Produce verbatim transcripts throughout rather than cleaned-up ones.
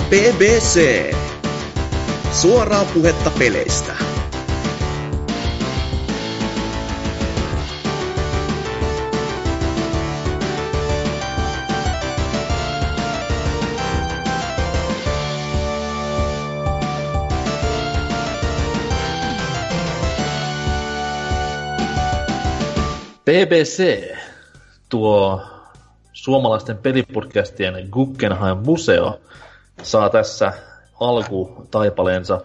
P B C. Suoraa puhetta peleistä. B B C, tuo suomalaisten pelipodcastien Guggenheim-museo, saa tässä alkutaipaleensa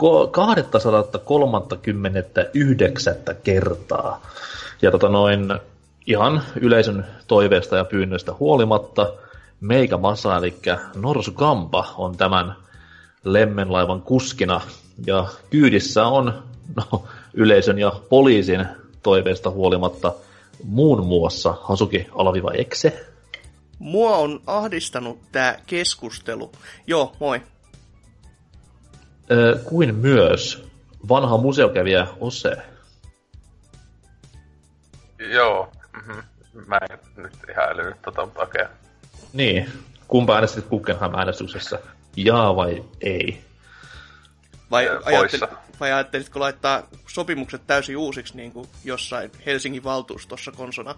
kaksisataakolmekymmentäyhdeksän kertaa. Ja tota noin, ihan yleisön toiveesta ja pyynnöstä huolimatta, Meikä Masa, eli Norsu Kampa, on tämän lemmenlaivan kuskina. Ja kyydissä on no, yleisön ja poliisin toiveesta huolimatta muun muassa Hasuki Alaviva Ekse. Mua on ahdistanut tää keskustelu. Joo, moi. Öö, kuin myös vanha museokävijä Ose. Joo, mm-hmm. Mä en nyt ihan älynyt tota, mutta okei. Okay. Niin, kumpa äänestit Guggenheim-äänestyksessä? Jaa vai ei? Vai, ajattel, vai ajattelitko laittaa sopimukset täysin uusiksi niin kuin jossain Helsingin valtuustossa konsona?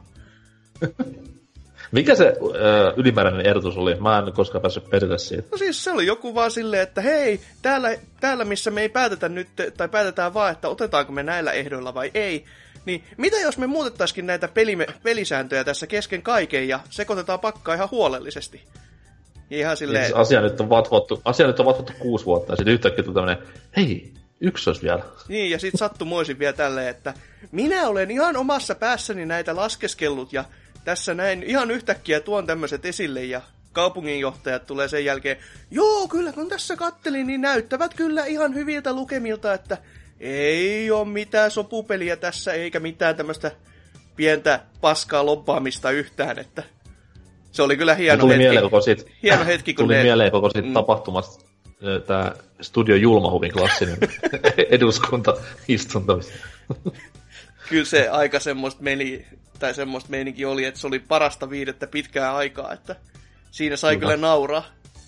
Mikä se ö, ylimääräinen ehdotus oli? Mä en koskaan päässyt perille siitä. No siis se oli joku vaan silleen, että hei, täällä, täällä missä me ei päätetä nyt, tai päätetään vaan, että otetaanko me näillä ehdoilla vai ei, niin mitä jos me muutettaisikin näitä pelime, pelisääntöjä tässä kesken kaiken ja sekoitetaan pakkaa ihan huolellisesti? Ihan silleen... Siis asia nyt on vatvottu, asia nyt on vatvottu kuusi vuotta ja sitten yhtäkkiä tuli tämmönen, hei, yksi olisi vielä. Niin, ja sitten sattumoisin vielä tälleen, että minä olen ihan omassa päässäni näitä laskeskellut ja tässä näin ihan yhtäkkiä tuon tämmöiset esille ja kaupunginjohtajat tulee sen jälkeen, joo, kyllä kun tässä kattelin, niin näyttävät kyllä ihan hyviltä lukemilta, että ei ole mitään sopupeliä tässä eikä mitään tämmöistä pientä paskaa lobbaamista yhtään, että se oli kyllä hieno tuli hetki. Mieleen koko sit, hieno hetki, kun tuli ne... mieleen koko siitä mm. tapahtumasta tää Studio Julmahuvin klassinen eduskuntaistunto. Kyllä se aika semmoista meni, tai semmoista meininki oli, että se oli parasta viidettä pitkää aikaa, että siinä sai kyllä, kyllä nauraa.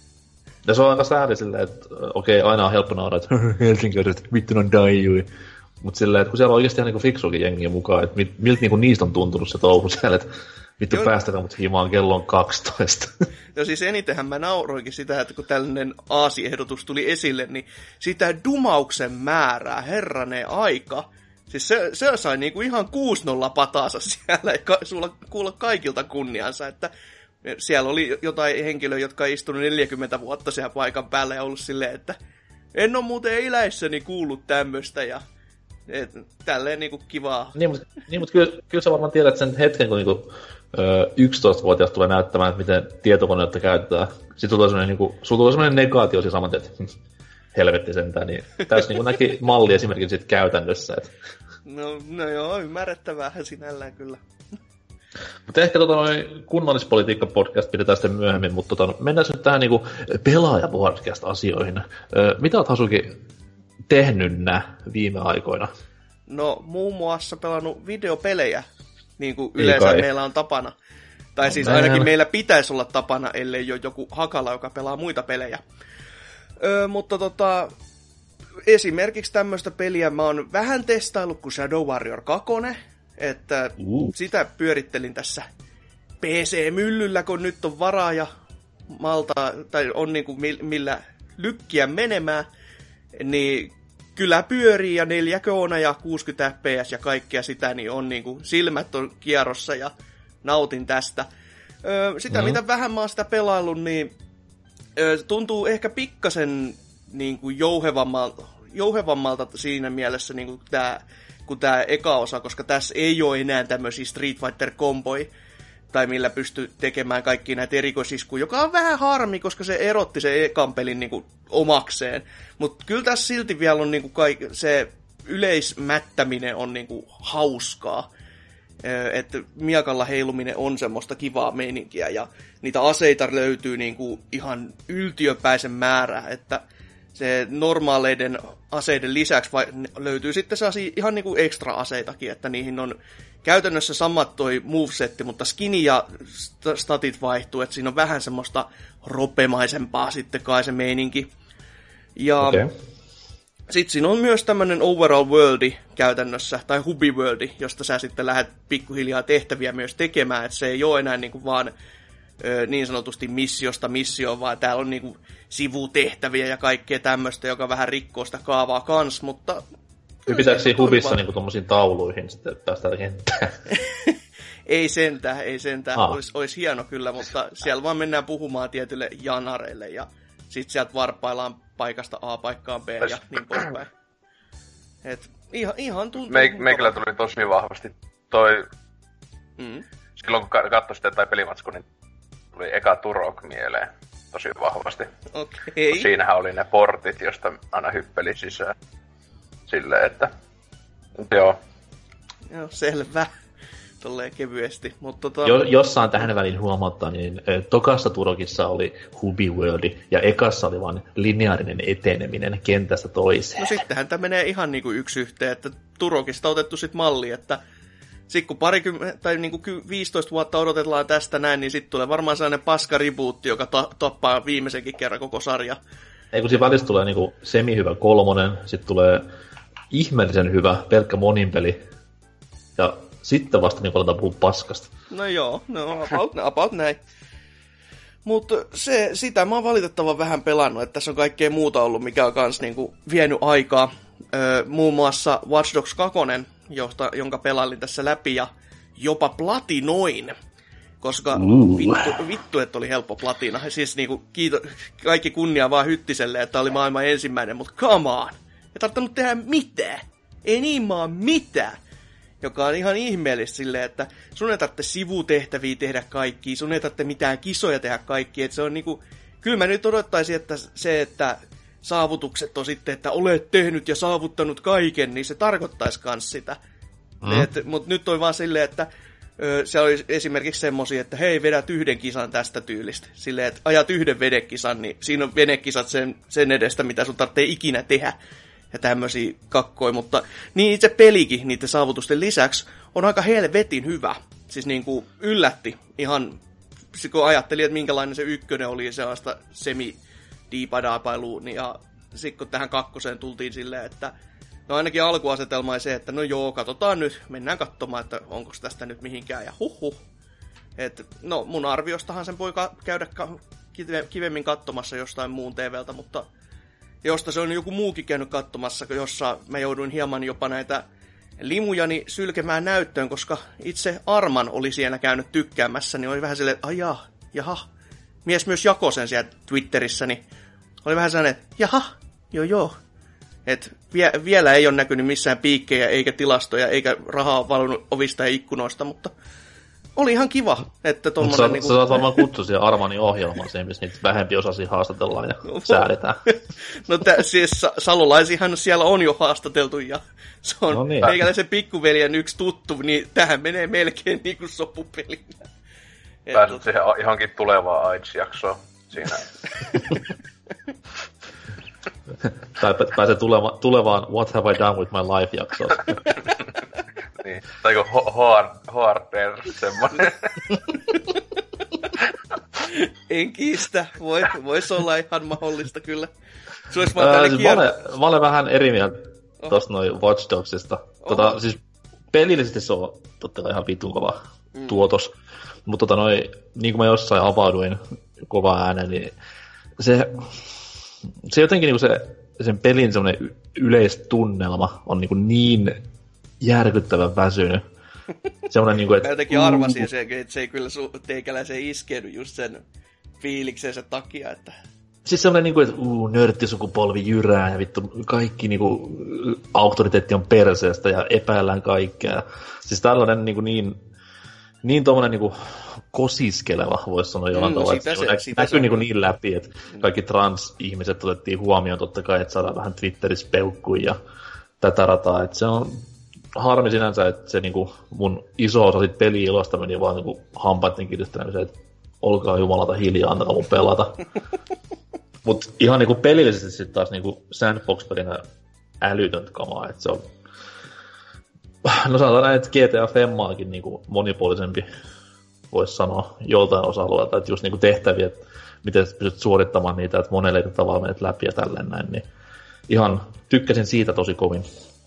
Ja se on aika sääli silleen, että okei, aina on helppo nauraa, että helsinkiläiset vittu on daijui. Mutta silleen, että kun siellä on oikeasti ihan niinku fiksuakin jengiä mukaan, että miltä niinku niistä on tuntunut se touhu siellä, että vittu jo... päästäkää mut himaan kello on kaksitoista. No siis enitenhän mä nauroinkin sitä, että kun tällainen aasiehdotus tuli esille, niin sitä dumauksen määrää, herranen aika. Siis se, se sai niinku ihan kuusi nolla pataansa siellä, eikä sulla kuulla kaikilta kunniansa, että siellä oli jotain henkilöä, jotka ei istunut neljäkymmentä vuotta siellä paikan päällä ja ollut silleen, että en ole muuten eläissäni kuullut tämmöistä ja et, tälleen niinku kivaa. Niin, mutta, niin, mutta kyllä, kyllä sä varmaan tiedät sen hetken, kun niinku, ö, yksitoistavuotias tulee näyttämään, että miten tietokoneita käytetään. Sitten tulee semmoinen, niinku, sulla tulee semmoinen negaatio siinä saman, että helvetti sentään, niin tässä niinku näki malli esimerkiksi sit käytännössä. Että... No, no joo, ymmärrettäväähän sinällään kyllä. Mutta ehkä tota, kunnallispolitiikka-podcast pidetään sitten myöhemmin, mutta tota, mennään nyt tähän niinku pelaaja-podcast-asioihin. Ö, mitä oot Hasuki tehnyt nää viime aikoina? No muun muassa pelannut videopelejä, niin kuin yleensä meillä on tapana. Tai no, siis ainakin meillä pitäisi olla tapana, ellei ole joku Hakala, joka pelaa muita pelejä. Ö, mutta tota, esimerkiksi tämmöistä peliä mä oon vähän testaillut kuin Shadow Warrior kaksi, että uh. sitä pyörittelin tässä P C-myllyllä, kun nyt on varaa ja malta, tai on niinku millä lykkiä menemään, niin kyllä pyörii ja neljä K ja kuusikymmentä F P S ja kaikkea sitä, niin on niinku silmät on kierrossa ja nautin tästä. Öö, sitä, mm. mitä vähän mä oon sitä pelaillut, niin öö, tuntuu ehkä pikkasen niinku jouhevammalta, jouhevammalta siinä mielessä niinku tää, kuin tää eka osa, koska tässä ei ole enää tämmöisiä Street Fighter-komboja, tai millä pystyy tekemään kaikkia näitä erikoisiskuja, joka on vähän harmi, koska se erotti sen ekan pelin niinku omakseen. Mutta kyllä tässä silti vielä on niinku kaik- se yleismättäminen on niinku hauskaa. Että miakalla heiluminen on semmoista kivaa meininkiä, ja niitä aseita löytyy niinku ihan yltiöpäisen määrä, että se normaaleiden aseiden lisäksi vai, löytyy sitten sellaisia ihan niinku extra-aseitakin, että niihin on käytännössä samat toi movesetti, mutta skini ja statit vaihtuu, että siinä on vähän semmoista ropemaisempaa sitten kai se meininki. Ja okay. Sitten siinä on myös tämmönen overall worldi käytännössä, tai hubi worldi, josta sä sitten lähdet pikkuhiljaa tehtäviä myös tekemään, että se ei ole enää niinku vaan ö, niin sanotusti missiosta missioon, vaan täällä on niinku sivutehtäviä ja kaikkea tämmöistä, joka vähän rikkoo sitä kaavaa kans, mutta... Pitääkö siinä hubissa niinku tommosiin tauluihin sitten päästään kenttään? Ei sentään, ei sentään. Ah. Ois, ois hieno kyllä, mutta siellä vaan mennään puhumaan tietylle janareille ja sit sieltä varpaillaan paikasta A paikkaan B ja niin poispäin. Et ihan, ihan tuntuu... Me, meikällä tuli tosi vahvasti toi... Mm. Silloin kun katsoi sitä tai pelimatsku, niin tuli eka Turok mieleen tosi vahvasti. Okei. Okay. Siinähän oli ne portit, josta aina hyppeli sisään. Silleen, että... Joo. Joo, selvä. Tolleen kevyesti. Mut tota... jo, jossain tähän väliin huomauttaa, niin eh, tokassa Turokissa oli Hubi Worldi, ja ekassa oli vain lineaarinen eteneminen kentästä toiseen. No sittenhän tämä menee ihan niinku yksi yhteen, että Turokista on otettu sit malli, että sit kun parikymmentä tai niinku viisitoista vuotta odotellaan tästä näin, niin sitten tulee varmaan sellainen paska rebootti, joka ta- tappaa viimeisenkin kerran koko sarja. Ei kun siinä välissä tulee niinku semi-hyvä kolmonen, sitten tulee ihmeellisen hyvä pelkkä moninpeli, ja sitten vasta niin aletaan puhua paskasta. No joo, no about, about näin. Mutta se, sitä mä oon valitettavan vähän pelannut, että tässä on kaikkea muuta ollut, mikä on kans niinku vienyt aikaa. Öö, muun muassa Watch Dogs kaksi, josta, jonka pelailin tässä läpi, ja jopa platinoin. Koska uh. vittu, vittu, että oli helppo platina. Siis niinku, kiito, kaikki kunnia vaan Hyttiselle, että oli maailman ensimmäinen, mutta come on! Ei tarvinnut tehdä mitään. Ei niin maan mitään. Joka on ihan ihmeellistä silleen, että sun ei tarvitse sivutehtäviä tehdä kaikkia, sun ei tarvitse mitään kisoja tehdä kaikkia, että se on niinku, kyllä mä nyt odottaisin, että se, että saavutukset on sitten, että olet tehnyt ja saavuttanut kaiken, niin se tarkoittaisi kans sitä. Mm. Mutta nyt on vaan silleen, että ö, se oli esimerkiksi semmosia, että hei, vedät yhden kisan tästä tyylistä. Silleen, että ajat yhden vedekisan, niin siinä on venekisat sen, sen edestä, mitä sun tarvitsee ikinä tehdä. Ja tämmösiä kakkoja, mutta niin itse pelikin niiden saavutusten lisäksi on aika helvetin hyvä. Siis niinku yllätti ihan, kun ajattelin, että minkälainen se ykkönen oli, sellaista semi-diipadaapailua, ja sitten kun tähän kakkoseen tultiin silleen, että no ainakin alkuasetelma on se, että no joo, katsotaan nyt, mennään katsomaan, että onko tästä nyt mihinkään, ja huhhuh. Et, no mun arviostahan sen voi ka- käydä ka- kivemmin katsomassa jostain muun T V:ltä, mutta josta se on joku muukin käynyt katsomassa, jossa mä jouduin hieman jopa näitä limujani sylkemään näyttöön, koska itse Arman oli siellä käynyt tykkäämässä, niin oli vähän silleen, että ajaa, jaha. Mies myös jakoi sen siellä Twitterissä, niin oli vähän sellainen, että jaha, joo joo. Että vie, vielä ei ole näkynyt missään piikkejä, eikä tilastoja, eikä rahaa ole valunut ovista ja ikkunoista, mutta oli ihan kiva, että tommonen... Sä, niinku... sä saat varmaan kutsua siihen Armanin ohjelmaan, siihen, missä niitä vähempi osasia haastatellaan ja säädetään. No tä, siis salolaisihan siellä on jo haastateltu, ja se on no niin. Meikäläisen pikkuveljen yksi tuttu, niin tähän menee melkein niin kuin sopupelinä. Pääset tot... siihen johonkin tulevaan AIDS-jaksoon siinä. tai pääsee tuleva, tulevaan What Have I Done With My Life-jaksoon. Niin, tai kun Hoarder semmonen. En kiistä, Voi, vois olla ihan mahdollista kyllä. Se olisi vaan tälle kier... mä, mä olen vähän eri mieltä oh. tosta noin Watch Dogsista. Tota, oh. Siis pelillisesti se on totta kai ihan vitun kova mm. tuotos. Mutta tota noin, niin kuin mä jossain avauduin kova äänen, niin se, se jotenkin niinku se, sen pelin semmoinen yleistunnelma on niinku niin järkyttävän väsynyt. Semmoinen niinku, että... Mä jotenkin arvasin, mm, se, että se ei kyllä su- teikäläisen iskenyt just sen fiiliksensä takia, että... Siis semmoinen niinku, että uu, nörttisukupolvi jyrää ja vittu kaikki niinku auktoriteetti on perseestä ja epäillään kaikkea. Siis tällainen niinku niin... Niin tommonen niinku kosiskeleva, voisi sanoa jollain mm, tavalla, että se, nä- näkyy niinku niin läpi, että mm. kaikki trans-ihmiset otettiin huomioon totta kai, että saadaan vähän Twitterissä peukkuja ja tätä rataa, että se on harmi sinänsä, että se niinku mun iso osa sit peli-ilosta meni vaan niinku hampaiden kiristelemiseen, että olkaa jumalata hiljaa, antakaa mun pelata. Mut ihan niinku pelillisesti sit taas niinku Sandbox-pelinä älytöntä kamaa, et se on... No sanotaan näin, että G T A Femmaakin niinku monipuolisempi, voisi sanoa, joltain osa-alueelta, että just niinku tehtäviä, että miten pystyt suorittamaan niitä, että monelle tavalla menet läpi ja tälleen näin, niin ihan tykkäsin siitä tosi kovin.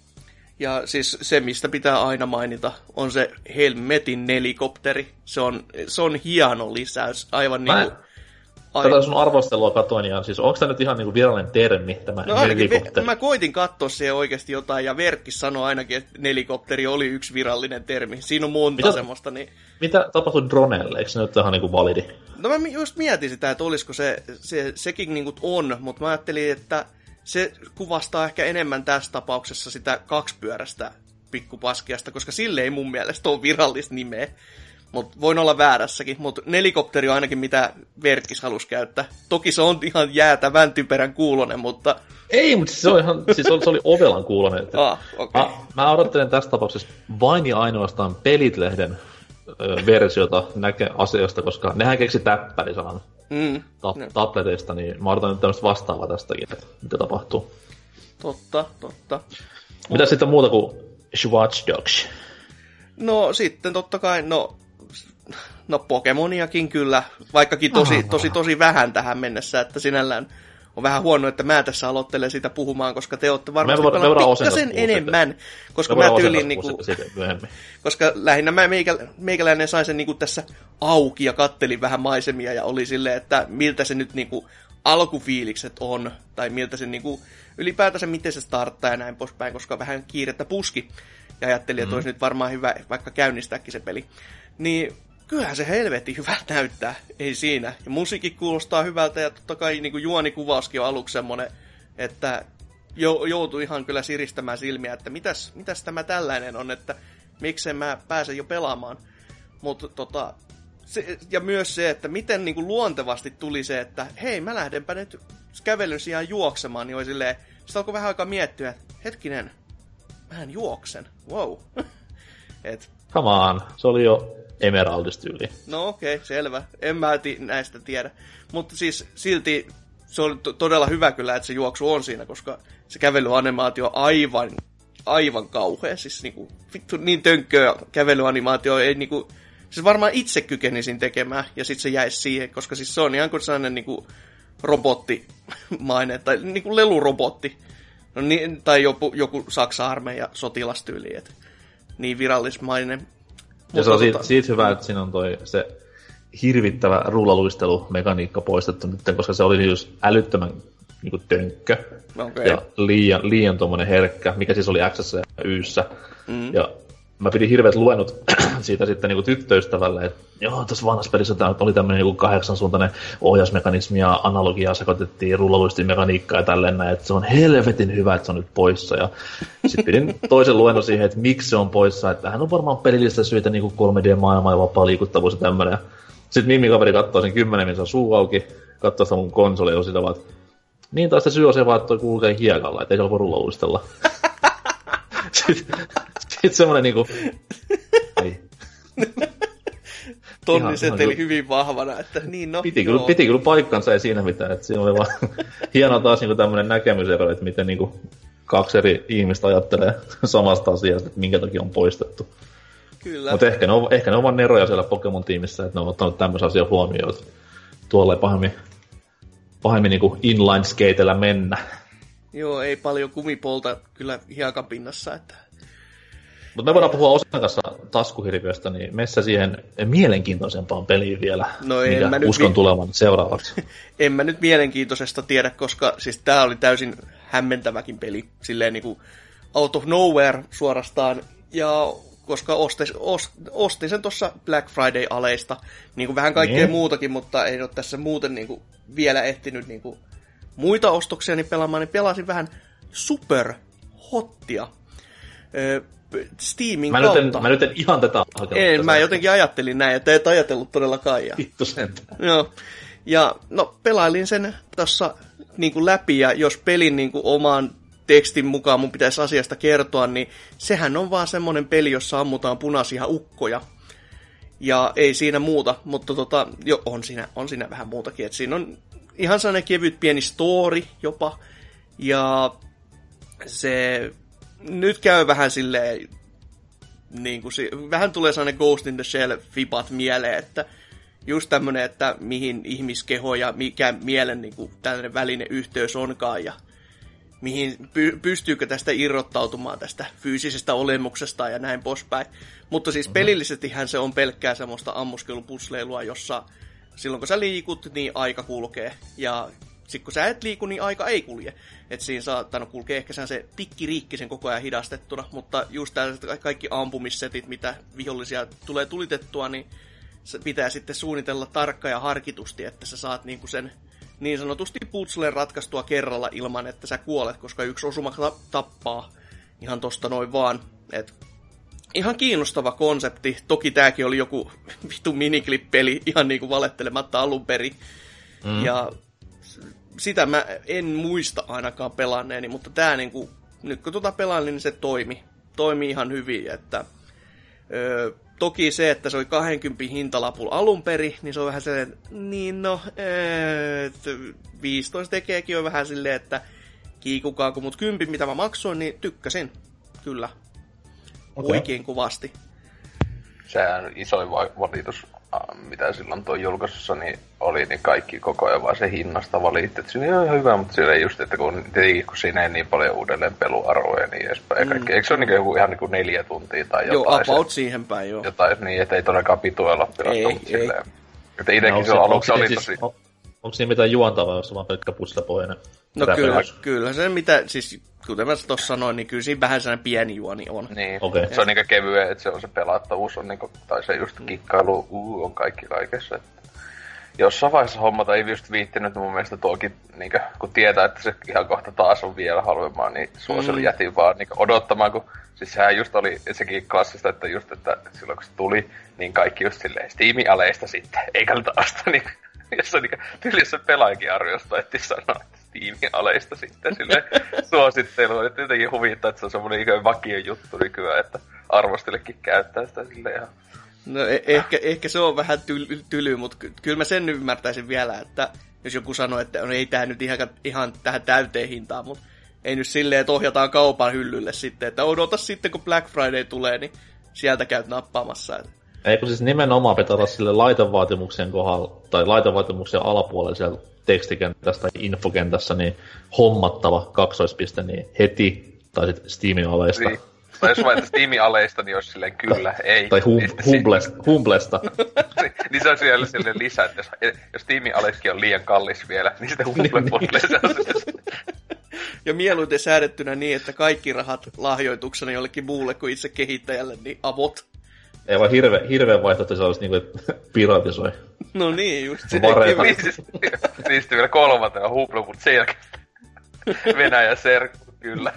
Ja siis se, mistä pitää aina mainita, on se helmetin nelikopteri. Se on, se on hieno lisäys, aivan Mä... niinku... Tätä sun arvostelua katoin, ja siis onko tämä nyt ihan niinku virallinen termi, tämä no, nelikopteri? Mä koitin katsoa siihen oikeasti jotain, ja Verkkis sanoi ainakin, että nelikopteri oli yksi virallinen termi. Siinä on monta mitä, semmoista. Niin... Mitä tapahtui dronelle? Eikö se nyt ihan niinku validi? No mä just mietin sitä, että olisiko se, se sekin niinku on, mutta mä ajattelin, että se kuvastaa ehkä enemmän tässä tapauksessa sitä kaksipyöräistä pikkupaskiasta, koska sille ei mun mielestä ole virallista nimeä. Mut voin olla väärässäkin, mutta nelikopteri on ainakin mitä Verkkis halusi käyttää. Toki se on ihan jäätävän typerän kuulonen, mutta... Ei, mutta se, on ihan, siis se oli ovelan kuulonen. Ah, okay. mä, mä odottelen tässä tapauksessa vain ja ainoastaan Pelit-lehden ö, versiota näke asiasta, koska nehän keksi täppärisanan mm, ta- no. tableteista, niin mä odotan nyt tämmöistä vastaavaa tästäkin, että mitä tapahtuu. Totta, totta. Mitä sitten muuta kuin Watch Dogs? No sitten totta kai, no... No Pokemoniakin kyllä, vaikkakin tosi, tosi, tosi vähän tähän mennessä, että sinällään on vähän huono, että mä tässä aloittelen sitä puhumaan, koska te olette varmasti pelannut pikkasen enemmän, koska mä tyyliin niinku, koska lähinnä mä meikä, meikäläinen sain sen niinku tässä auki ja kattelin vähän maisemia ja oli silleen, että miltä se nyt niinku alkufiilikset on, tai miltä se niinku ylipäätänsä miten se starttaa ja näin poispäin, koska vähän kiirettä puski ja ajattelin, että mm. olisi nyt varmaan hyvä vaikka käynnistääkin se peli. Niin kyllähän se helvetin hyvä näyttää, ei siinä. Ja musiikki kuulostaa hyvältä ja totta kai niin kuin juonikuvauskin on aluksi semmoinen, että joutui ihan kyllä siristämään silmiä, että mitäs, mitäs tämä tällainen on, että miksen mä pääsen jo pelaamaan. Mutta tota, se, ja myös se, että miten niin kuin luontevasti tuli se, että hei mä lähdenpä nyt kävelyn sijaan juoksemaan, niin oli silleen, sitä alkoi vähän aikaa miettiä, että hetkinen, mähän juoksen, wow. Et, come on, se oli jo Emeraldis-tyyli. No okei, okay, selvä. En mä ti- näistä tiedä. Mutta siis silti se on to- todella hyvä kyllä, että se juoksu on siinä, koska se kävelyanimaatio on aivan, aivan kauhea. Siis niinku, vittu niin tönkköä kävelyanimaatio ei niinku... Siis varmaan itse kykenisin tekemään, ja sitten se jäisi siihen, koska siis se on ihan kuin sellainen niinku robottimainen, tai niinku lelurobotti. No, niin, tai joku, joku Saksa-armeijan sotilastyyli, et niin virallismainen. Ja se on siitä, siitä hyvä, että siinä on toi se hirvittävä rullaluistelumekaniikka poistettu nyt, koska se oli just älyttömän niin kuin tönkkö okay. ja liian, liian tommonen herkkä, mikä siis oli X:ssä ja Y:ssä. Mm. Ja mä pidin hirveät luennut siitä sitten niin kuin tyttöystävälle, että joo, tässä vanhassa pelissä oli tämmöinen niin kahdeksansuuntainen ohjausmekanismi ja analogiaa sekoitettiin rullaluistimekaniikkaa ja tälleen näin, että se on helvetin hyvä, että se on nyt poissa. Ja sitten pidin toisen luennon siihen, että miksi se on poissa, että hän on varmaan pelillistä syitä niin kuin kolme D-maailma ja vapaa liikuttavuus ja tämmöinen. Sitten Mimmi-kaveri katsoo sen kymmenen minuutin suu auki, katsoo sitä mun konsolia ja sitä vaan, että niin taas se syy on se vaan, että toi kulkee hiekalla, että ei se voi rullaluistella. Sitten, sitten semmoinen niinku... Ei. Tonniseteli hyvin vahvana, että niin no... Piti kyllä, piti kyllä paikkansa, ei siinä mitään. Että siinä oli vaan hieno taas niinku tämmöinen näkemysero, että miten niinku kaksi eri ihmistä ajattelee samasta asiasta, että minkä takia on poistettu. Kyllä. Mutta ehkä ne on, ehkä ne on vaan neroja siellä Pokemon-tiimissä, että ne on ottanut tämmöisen asian huomioon, että tuolla ei pahemmin, pahemmin niinku inline-skateillä mennä. Joo, ei paljon kumipolta kyllä hiekapinnassa, että... Mutta me voidaan puhua Osan kanssa taskuhirviöstä, niin meissä siihen mielenkiintoisempaan peliin vielä, no mikä mä uskon mi- tulevan seuraavaksi. En mä nyt mielenkiintoisesta tiedä, koska siis tää oli täysin hämmentäväkin peli, silleen niinku out of nowhere suorastaan, ja koska ostin, ost, ostin sen tuossa Black Friday-aleista, niin kuin vähän kaikkea niin. muutakin, mutta ei ole tässä muuten niinku vielä ehtinyt niinku muita ostoksia niin pelaamaan, niin pelasin vähän Super Hottia öö, Steamin mä kautta. Nyt en, mä nyt en ihan tätä En, mä jotenkin ajattelin näin, että et ajatellut todellakaan. Ja... Vittu sentään. Joo. Ja no, pelailin sen tossa niinku läpi, ja jos pelin niinku omaan tekstin mukaan mun pitäisi asiasta kertoa, niin sehän on vaan semmonen peli, jossa ammutaan punaisia ukkoja. Ja ei siinä muuta, mutta tota, jo, on, siinä, on siinä vähän muutakin. Et siinä on ihan sellainen kevyt pieni story jopa. Ja se nyt käy vähän silleen, niin kuin, vähän tulee sellainen Ghost in the Shell-fipat mieleen, että just tämmönen, että mihin ihmiskeho ja mikä mielen niin kuin, tällainen välinen yhteys onkaan ja mihin py- pystyykö tästä irrottautumaan tästä fyysisestä olemuksesta ja näin poispäin. Mutta siis pelillisestihän se on pelkkää semmoista ammuskelupusleilua, jossa silloin kun sä liikut, niin aika kulkee. Ja sitten kun sä et liiku, niin aika ei kulje. Että siinä saattanut kulkea ehkä se pikkiriikkisen koko ajan hidastettuna, mutta just tällaiset kaikki ampumissetit, mitä vihollisia tulee tulitettua, niin pitää sitten suunnitella tarkka ja harkitusti, että sä saat niinku sen niin sanotusti putsleen ratkaistua kerralla ilman, että sä kuolet, koska yksi osuma tappaa ihan tosta noin vaan. Et ihan kiinnostava konsepti. Toki tääkin oli joku vitu miniclip-peli, ihan niinku valettelematta alun perin. Mm. Ja sitä mä en muista ainakaan pelanneeni, mutta tää niinku, nyt kun tota pelaan, niin se toimi. Toimi ihan hyvin, että öö, toki se, että se oli kaksikymmentä hintalapulla alun perin, niin se on vähän sellainen, niin no, viisitoista tekeekin on vähän silleen, että kiikukaako, mutta kympin, mitä mä maksoin, niin tykkäsin. Kyllä. Okay. Oikein kovasti. Sehän isoin valitus, mitä silloin tuo julkaisussa niin oli, niin kaikki koko ajan vaan se hinnasta valitti. Että se on ihan hyvä, mutta siellä just, että kun, kun siinä ei niin paljon uudelleen peluarvoja ja niin edespäin. Mm. Eikö se ole niin joku, ihan niin kuin neljä tuntia tai jotain? Joo, about se, siihen päin, joo. Jotain niin, että ei todellakaan pituella pelata, mutta silleen. Että itsekin se aluksi oli tosi... On, onko siinä mitään juontavaa, jos on vaan pelkkä puslapohjainen? No kyllä, kyllä se mitä, siis kuten mä tuossa sanoin, niin kyllä siinä vähän sellainen pieni juoni on. Niin, okay. Se on niinku kevyen, että se on se pelattavuus, on niinku, tai se just kikkailu, uu, on kaikki kaikessa. Että jossain vaiheessa hommata ei just viittinyt, mun mielestä tuokin, niinku, kun tietää, että se ihan kohta taas on vielä halvemmaa, niin suosilla mm. jätin vaan niinku, odottamaan, kun siis sehän just oli sekin klassista, että just, että silloin kun se tuli, niin kaikki just silleen Steam-aleista sitten, ei kannata ostaa niinku. Jos on niinku tyylissä pelaajakin arviosta, että sanoa, että Steam-aleista sitten silleen suosittelu. Että jotenkin huvittaa, että se on semmoinen ikään vakio juttu nykyään, että arvostelekin käyttää sitä silleen ihan. No e- ehkä, ehkä se on vähän tyly, tyly mutta ky- kyllä mä sen ymmärtäisin vielä, että jos joku sanoo, että no ei tää nyt ihan, ihan tähän täyteen hintaan, mutta ei nyt silleen, että ohjataan kaupan hyllylle sitten, että odota sitten kun Black Friday tulee, niin sieltä käyt nappaamassa. Ei kun siis nimenomaan pitää olla sille laitevaatimuksien kohdalla, tai laitevaatimuksien alapuolella siellä tekstikentässä tai infokentässä, niin hommattava kaksoispiste niin heti, tai sitten Steamin aleista. Niin. Tai jos vaihtaa Steamin aleista, niin olisi silleen kyllä, ei. Tai hum, humblesta. humblesta. Niin se on siellä silleen lisä, että jos, jos Steamin aleiskin on liian kallis vielä, niin sitten humble se on ja mieluiten säädettynä niin, että kaikki rahat lahjoituksena jollekin muulle kuin itse kehittäjälle, niin avot. Ei vaan hirve, hirveän vaihtoehto se olisi niinku, että piratisoi. No niin, just se. Niin sitten vielä kolmantena Humble, mutta sen jälkeen Venäjä serkku, kyllä.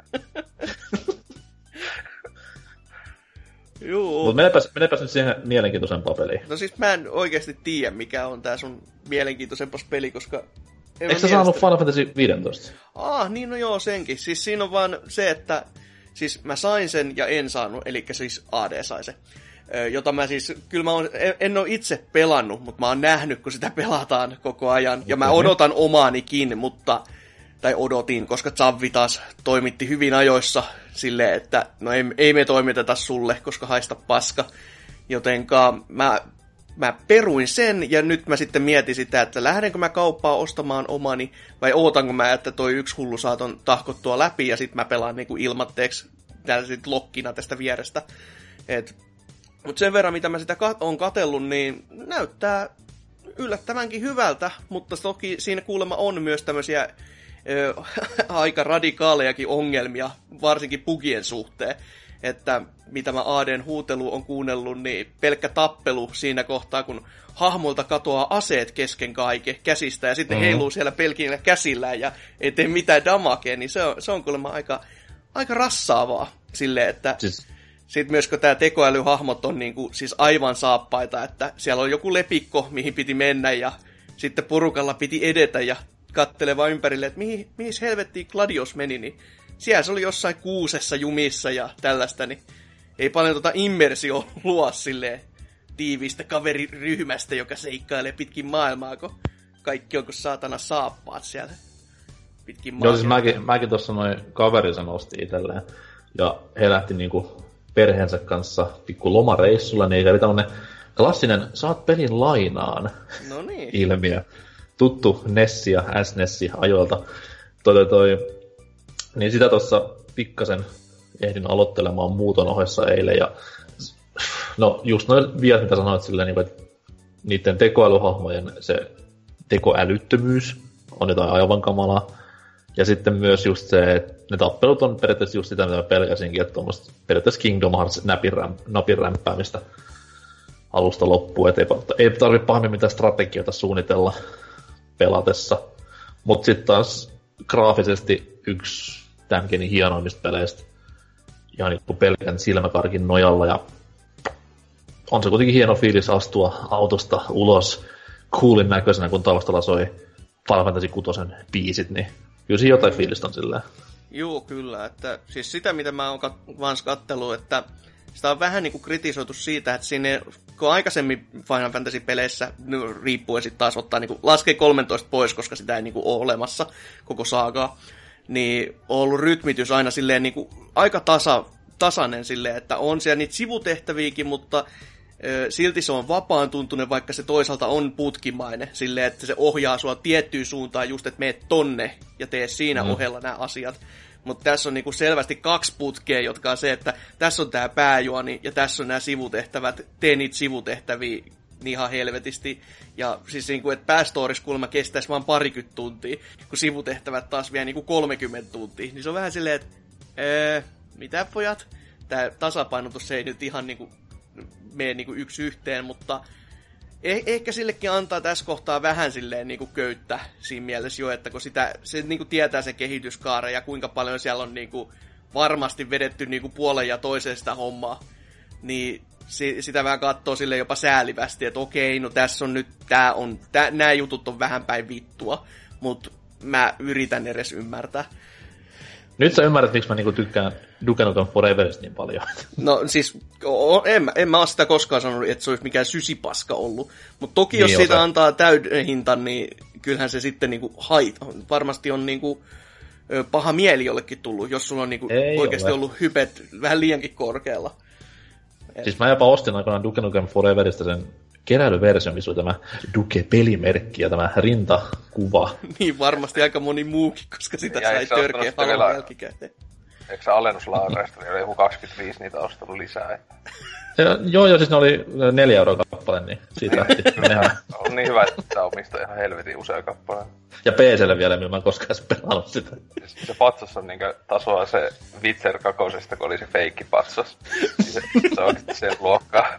Juu. Mutta menepäs, menepäs nyt siihen mielenkiintoisempaan peliin. No siis mä en oikeasti tiedä, mikä on tää sun mielenkiintoisempas peli, koska... Eikö sä saanut Final Fantasy viisitoista? Ah, niin no joo, senkin. Siis siinä on vaan se, että... Siis mä sain sen ja en saanut, eli siis A D sai se. Jota mä siis, kyllä mä oon, en, en ole itse pelannut, mutta mä oon nähnyt, kun sitä pelataan koko ajan. Ja mä odotan omaanikin, mutta, tai odotin, koska Zavvi taas toimitti hyvin ajoissa silleen, että no ei, ei me toimiteta sulle, koska haista paska. Jotenka mä, mä peruin sen, ja nyt mä sitten mietin sitä, että lähdenkö mä kauppaa ostamaan omani, vai ootanko mä, että toi yksi hullu saaton tahkottua läpi, ja sit mä pelaan niinku ilmatteeksi täällä sit lokkina tästä vierestä. Et, mut sen verran, mitä mä sitä kat- on katsellut, niin näyttää yllättävänkin hyvältä, mutta toki siinä kuulemma on myös tämmösiä ö, aika radikaalejakin ongelmia, varsinkin bugien suhteen. Että mitä mä A D:n huutelu on kuunnellut, niin pelkkä tappelu siinä kohtaa, kun hahmolta katoaa aseet kesken kaiken käsistä ja sitten mm-hmm. heiluu siellä pelkillä käsillään ja ei tee mitään damagea, niin se on, se on kuulemma aika, aika rassaavaa silleen, että siis... sitten myös kun tää tekoälyhahmot on niinku, siis aivan saappaita, että siellä on joku lepikko, mihin piti mennä ja sitten porukalla piti edetä ja kattelee vaan ympärille, että mihin, mihin helvettiin Gladios meni, niin siellä se oli jossain kuusessa jumissa ja tällaista, niin ei paljon tota immersio luo silleen tiiviistä kaveriryhmästä, joka seikkailee pitkin maailmaa, kun kaikki on kuin saatana saappaat siellä pitkin Joo, siis mäkin, mäkin tuossa noin kaverissa nosti itselleen. Ja he lähti niinku perheensä kanssa pikku lomareissulla, niin kävi tämmönen klassinen saat pelin lainaan no niin. ilmiö. Tuttu Nessi ja S N E S ajoilta. Toi, toi, toi. Niin sitä tuossa pikkasen ehdin aloittelemaan muuton ohessa eilen. Ja no just noin viat, mitä sanoit silleen, että niiden tekoälyhahmojen se tekoälyttömyys on jotain aivan kamalaa. Ja sitten myös just se, että ne tappelut on periaatteessa just sitä, mitä mä pelkäsinkin, että tuommoista periaatteessa Kingdom Hearts napin rämpäämistä alusta loppuun, että ei, ei tarvitse pahemmin mitään strategioita suunnitella pelatessa. Mutta sitten taas graafisesti yksi tämänkin hienoimmista peleistä ihan niin pelkän silmäkarkin nojalla, ja on se kuitenkin hieno fiilis astua autosta ulos coolin näköisenä, kun taustalla soi Final Fantasy kuusi biisit, niin kyllä siinä jotain fiilistä on silleen. Joo, kyllä. Että, siis sitä, mitä mä oon kat- vaan kattellut, että sitä on vähän niin kuin kritisoitu siitä, että sinne, kun aikaisemmin Final Fantasy-peleissä, no, riippuen sitten taas ottaa, niin kuin, laskee kolmetoista pois, koska sitä ei niin kuin, ole olemassa koko saagaa, niin on ollut rytmitys aina silleen niin kuin, aika tasa, tasainen silleen, että on siellä niitä sivutehtäviäkin, mutta ö, silti se on vapaan tuntunen, vaikka se toisaalta on putkimainen, silleen, että se ohjaa sua tiettyyn suuntaan just, että meet tonne ja tee siinä mm. ohella nämä asiat. Mutta tässä on niinku selvästi kaksi putkea, jotka on se, että tässä on tämä pääjuoni ja tässä on nämä sivutehtävät. Tee niitä sivutehtäviä niin ihan helvetisti. Ja siis niinku, että päästoriskulma kestäisi vaan parikymmentä tuntia, kun sivutehtävät taas vie niinku kolmekymmentä tuntia. Niin se on vähän silleen, että öö, mitä pojat? Tämä tasapainotus ei nyt ihan niinku mene niinku yksi yhteen, mutta Eh- ehkä sillekin antaa tässä kohtaa vähän silleen niinku köyttä siinä mielessä jo, että kun sitä, se niinku tietää sen kehityskaaren ja kuinka paljon siellä on niinku varmasti vedetty niinku puolen ja toiseen sitä hommaa, niin si- sitä vähän katsoo sille jopa säälivästi, että okei, no tässä on nyt, tää on, tää, nämä jutut on vähän päin vittua, mutta mä yritän edes ymmärtää. Nyt sä ymmärrät, miksi mä niinku tykkään Duke Nukem Foreverista niin paljon. No siis, en, en mä ole sitä koskaan sanonut, että se olisi mikään sysipaska ollut. Mutta toki jos niin siitä osa. Antaa täyden hintan, niin kyllähän se sitten niinku hait. Varmasti on niinku paha mieli jollekin tullut, jos sulla on niinku oikeasti ole. ollut hypet vähän liiankin korkealla. Siis mä jopa ostin aikanaan Duke Nukem Foreverista sen keräilyversion, missä oli tämä Duke-pelimerkki ja tämä rintakuva. Niin varmasti aika moni muukin, koska sitä ja sai törkeä halon jälkikäteen. Eikö se alennuslaareista, niin oli joku kaksikymmentäviisi niitä ostanut lisää? Ja, joo, joo, siis ne oli neljä euroa kappale, niin siitä lähti menemään. On niin hyvä, että tämä omistaa ihan helvetin usea kappaleen. Ja P C:lle vielä, millä mä en koskaan pelannut sitä. Se patsas on niinkö tasoa se Witcher kakosesta, kun oli se feikki patsas. Se, se on sen luokkaa.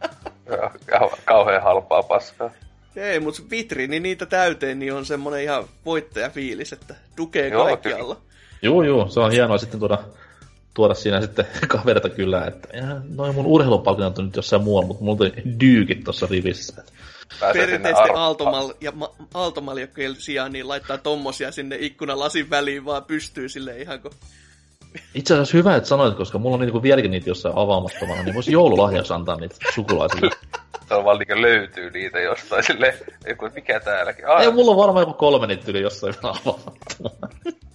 Kauhean halpaa paskaa. Ei, mutta vitriini niitä täyteen, niin on semmonen ihan voittajafiilis, että Dukee kaikkialla. Joo, joo, se on hienoa sitten tuoda, tuoda siinä sitten kaverita kyllä, että noin mun urheilupalkinnot on nyt jossain muualla, mutta mulla tuli dyykit tuossa rivissä. Perinteisesti Aaltomal ja ma- Aaltomaljokkien sijaan niin laittaa tommosia sinne ikkunalasin väliin, vaan pystyy silleen ihan kun... Itse asiassa hyvä, että sanoit, koska mulla on niinku vieläkin niitä jossain avaamattomana, niin voisi joululahjaksi antaa niitä sukulaisille. Se on vaan niinku löytyy niitä jostain silleen, joku, mikä täälläkin. Ah, ei, mulla on varmaan joku kolme niitä yli jossain avaamattomana.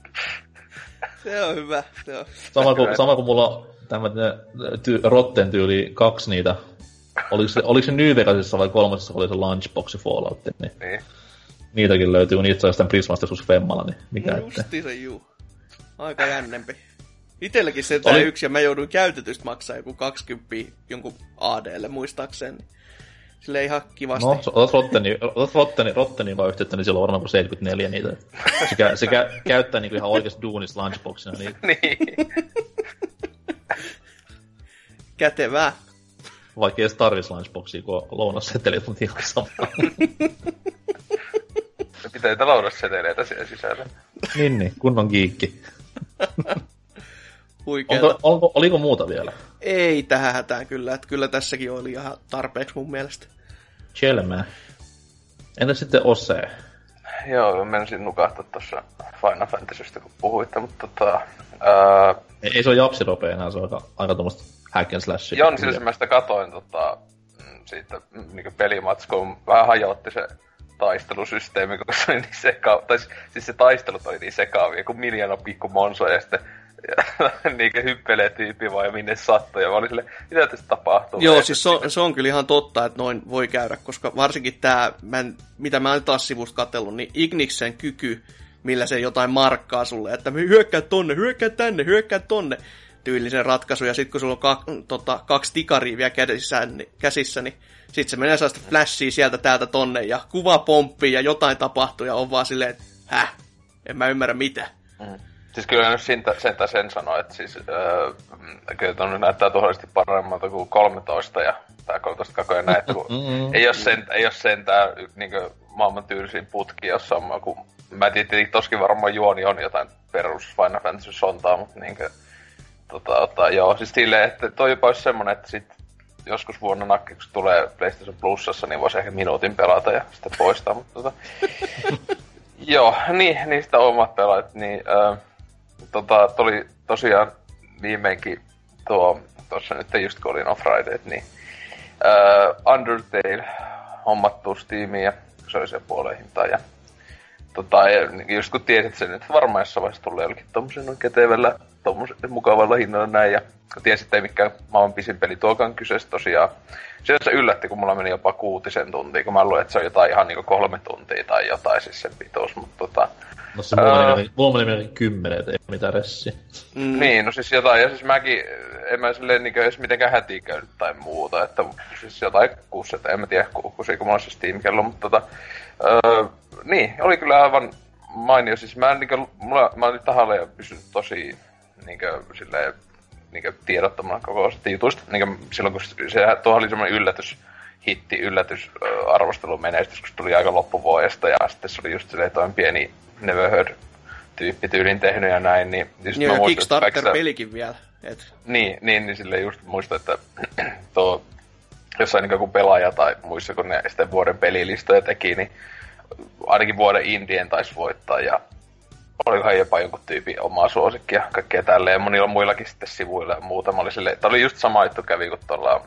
Se on hyvä, se on. Sama kuin, sama kuin mulla on tämmöinen ty- Rotten tyyli kaksi niitä. Oliko se, oliko se New Vegasissa vai kolmosessa, oli se Lunchbox Fallout, niin, niin. Niitäkin löytyy, niitä saa sitten Prismasta joskus Femmalla, niin mikä no justi se juu. Aika jännempi. Itelläkin se oli yksi, ja mä jouduin käytetystä maksaa joku kaksikymmentä jonkun A D:lle muistaakseni. Silleen ihan kivasti. No, otat Rotteni, otat Rotteni, Rotteni vaan yhteyttä, niin siellä on varmaan kuin seitsemänkymmentäneljä niitä. Se, kä, se kä, käyttää niinku ihan oikeasti duunista lunchboxina niitä. Niin. Kätevää. Vaikka ei edes tarvitsisi lunchboxia, kun on lounassetelit, mutta ihan sama. Pitää niitä lounasseteleitä siellä sisällä. Niin, niin, kunnon giikki. Onko, onko, oliko muuta vielä? Ei tähän hätään kyllä, että kyllä tässäkin oli ihan tarpeeksi mun mielestä. Chelmää. Entä sitten Ose? Joo, menisin nukahtaa tuossa Final Fantasystä, kun puhuitte, mutta tota... Ää... Ei, ei se ole japsirope enää, se on aika, aika tuommoista hack and slash. Joo, niin siis mä sitä katoin tota, siitä niin pelimatskua, vähän hajotti se taistelusysteemi, koska se oli niin seka... Tai siis se taistelut oli niin sekaavia, kun miljoona pikku monsoja ja sitten niinkö hyppelee tyyppi vai minne sattuu, ja mä olin silleen, mitä tästä tapahtuu? Joo, siis se on, se on kyllä ihan totta, että noin voi käydä, koska varsinkin tää, mä en, mitä mä oon taas sivusta katsellut, niin Igniksen kyky, millä se jotain markkaa sulle, että hyökkää tonne, hyökkää tänne, hyökkää tonne, tyylisen ratkaisu, ja sit kun sulla on ka, tota, kaksi tikaria vielä käsissä, niin, käsissä, niin sit se menee sellaista flashia sieltä täältä tonne, ja kuva pomppii, ja jotain tapahtuu, ja on vaan silleen, että häh, en mä ymmärrä mitä. Mm. Siis kyllä nyt sen, sen, sen sanoo, että siis öö, kyllä tuonne näyttää tuhallisesti paremmalta kuin kolmetoista ja tää kolmetoista kakoja näitä, kun mm-hmm. ei oo sen, ei oo sentään niinkö maailman tyylisin putki, jossa on joku, mä tiedän, toskin varmaan juoni on jotain perus Final Fantasy sontaa, mutta niinkö tota, ottaa, joo, siis silleen, että toi jopa olisi semmonen, että sit joskus vuonna nakkiksi tulee PlayStation Plusassa, niin voisi ehkä minuutin pelata ja sitten poistaa, mutta tota joo, niin, niistä omat pelat, niin öö, Tota, tuli tosiaan viimeinkin tuo, tuossa nyt just kun olin off-Friday, niin uh, Undertale hommattu Steamiin ja se oli sen puolen hintaan. Ja, tota, ja just kun tiesit sen, että varmaan jossain vaiheessa tulee jollekin tommosen noin kätevällä, tommosen mukavalla hinnalla näin. Ja kun tiesit, että ei mikään maailman pisin peli tuokaan kyseessä tosiaan. Se yllätti, kun mulla meni jopa kuutisen tuntia, kun mä luulen, että se on jotain ihan niinku kolme tuntia tai jotain siis sen pituus, mutta tota... No se mulla meni, mulla meni kymmenen, ei mitään ressiä. Mm. Niin, no siis jotain, ja siis mäkin, en mä silleen niinkö edes mitenkään hätiin käynyt tai muuta, että siis jotain kuusi, en mä tiedä kuusi, kun mulla on se Steam-kello, mutta tota... Öö, niin, oli kyllä aivan mainio, siis mä niinkö, mulla, mä olin tahalle ja pysynyt tosi niinkö silleen... Niinkö tiedottamana koko sitä jutusta, niinkö silloin kun se tuohon oli semmoinen yllätys, hitti, yllätys, äh, arvostelun menestys, kun se tuli aika loppuvuodesta, ja sitten se oli just silleen toinen pieni Never Heard-tyyppi tyylin tehnyt ja näin, niin... Niin ja Kickstarter-pelikin vielä. Et. Niin, niin, niin silleen just muista, että tuo jossain niin kuin pelaaja tai muissa, kun ne sitten vuoden pelilistoja teki, niin ainakin vuoden Indien taisi voittaa, ja olikohan jopa jonkun tyypin omaa suosikkia, kaikkea tälleen, ja monilla muillakin sitten sivuilla ja muuta. Mä olin silleen, tää oli just sama juttu kävi kuin tuolla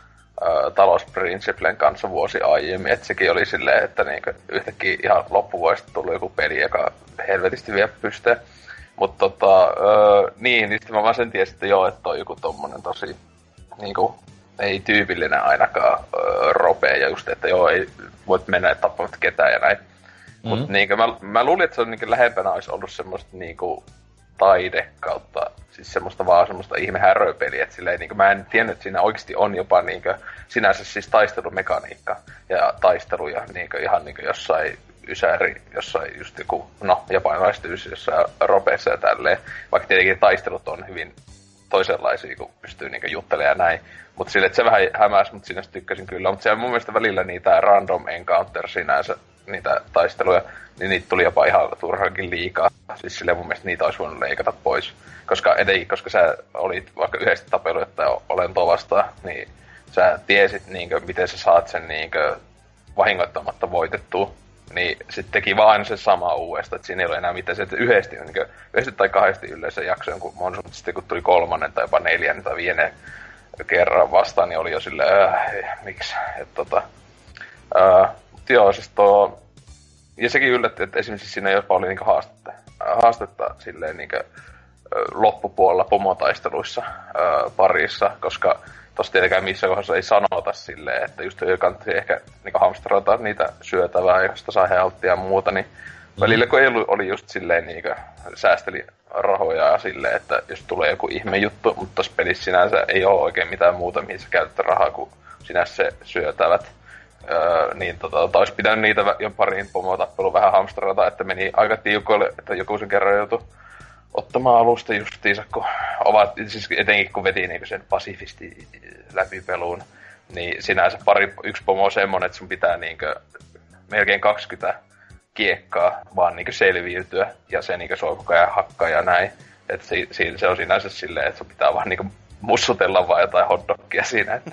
Talousprinciplen kanssa vuosi aiemmin, että sekin oli silleen, että niinku yhtäkkiä ihan loppuvuodesta tuli joku peli, joka helvetisti vielä pystee. Mutta tota, öö, niin, niin sitten mä vaan sen tiesin, että joo, että on joku tommonen tosi, niinku, ei tyypillinen ainakaan öö, ropea, ja just, että joo, ei voit mennä tappamat ketään ja näin. Mm-hmm. Mutta niinkö, mä, mä luulin, että se on niinkö lähempänä olisi ollut semmoista niinku taide kautta, siis semmoista vaan semmoista ihme häröpeliä, että silleen niinkö mä en tiennyt, että siinä oikeasti on jopa niinkö sinänsä siis taistelumekaniikka ja taisteluja niinkö ihan niinkö jossain ysäri, jossain just joku, no japanilaistyys jossain ropeessa ja tälleen, vaikka tietenkin taistelut on hyvin toisenlaisia, kun pystyy niinkö juttelemaan ja näin. Mutta silleen, että se vähän hämäsi, mutta sinänsä tykkäsin kyllä. Mutta siellä mun mielestä välillä niitä random encounter sinänsä, niitä taisteluja, niin niitä tuli jopa ihan turhankin liikaa. Siis silleen mun mielestä niitä olisi voinut leikata pois. Koska etenkin, koska sä olit vaikka yhdessä tapelu, että olen tuo vastaan, niin sä tiesit niinkö, miten sä saat sen niinkö vahingoittamatta voitettua. Niin sit teki vaan aina se sama uudestaan, että siinä ei ole enää mitään. Se yhdesti, niinkö, yhdesti tai kahdesti yleensä jaksoon, kun monta, mutta sitten kun tuli kolmannen tai jopa neljännen tai viiden kerran vastaan, niin oli jo silleen, äh, miksi, että tota... Äh, joo, siis tuo... Ja sekin yllätti, että esimerkiksi siinä jopa oli niinku haastetta, haastetta silleen niinku loppupuolella pomotaisteluissa ää, parissa, koska tossa tietenkään missään kohdassa ei sanota silleen, että just kannattaa ehkä niinku hamstrata niitä syötävää, josta saa healttia ja muuta, niin mm. välillä kun ei ollut, oli just silleen niinku säästeli rahoja ja silleen, että jos tulee joku ihme juttu, mutta tossa pelissä sinänsä ei ole oikein mitään muuta, mihin sä käytät rahaa, kuin sinänsä se syötävät. Öö, niin tota, tota, olisi pitänyt niitä jo pariin pomotappelua vähän hamstrata, että meni aika tiukoille, että joku sen kerran joutui ottamaan alusta justiinsa, kun ovat, siis etenkin kun veti niinku sen pasifisti läpipeluun, niin sinänsä pari, yksi pomo on semmonen, että sun pitää niinku melkein kaksikymmentä kiekkaa vaan niinku selviytyä, ja se niinku soi koko ajan hakkaa ja näin, että si, si, se on sinänsä silleen, että sun pitää vaan niinku mussutella vaan jotain hotdogia siinä, että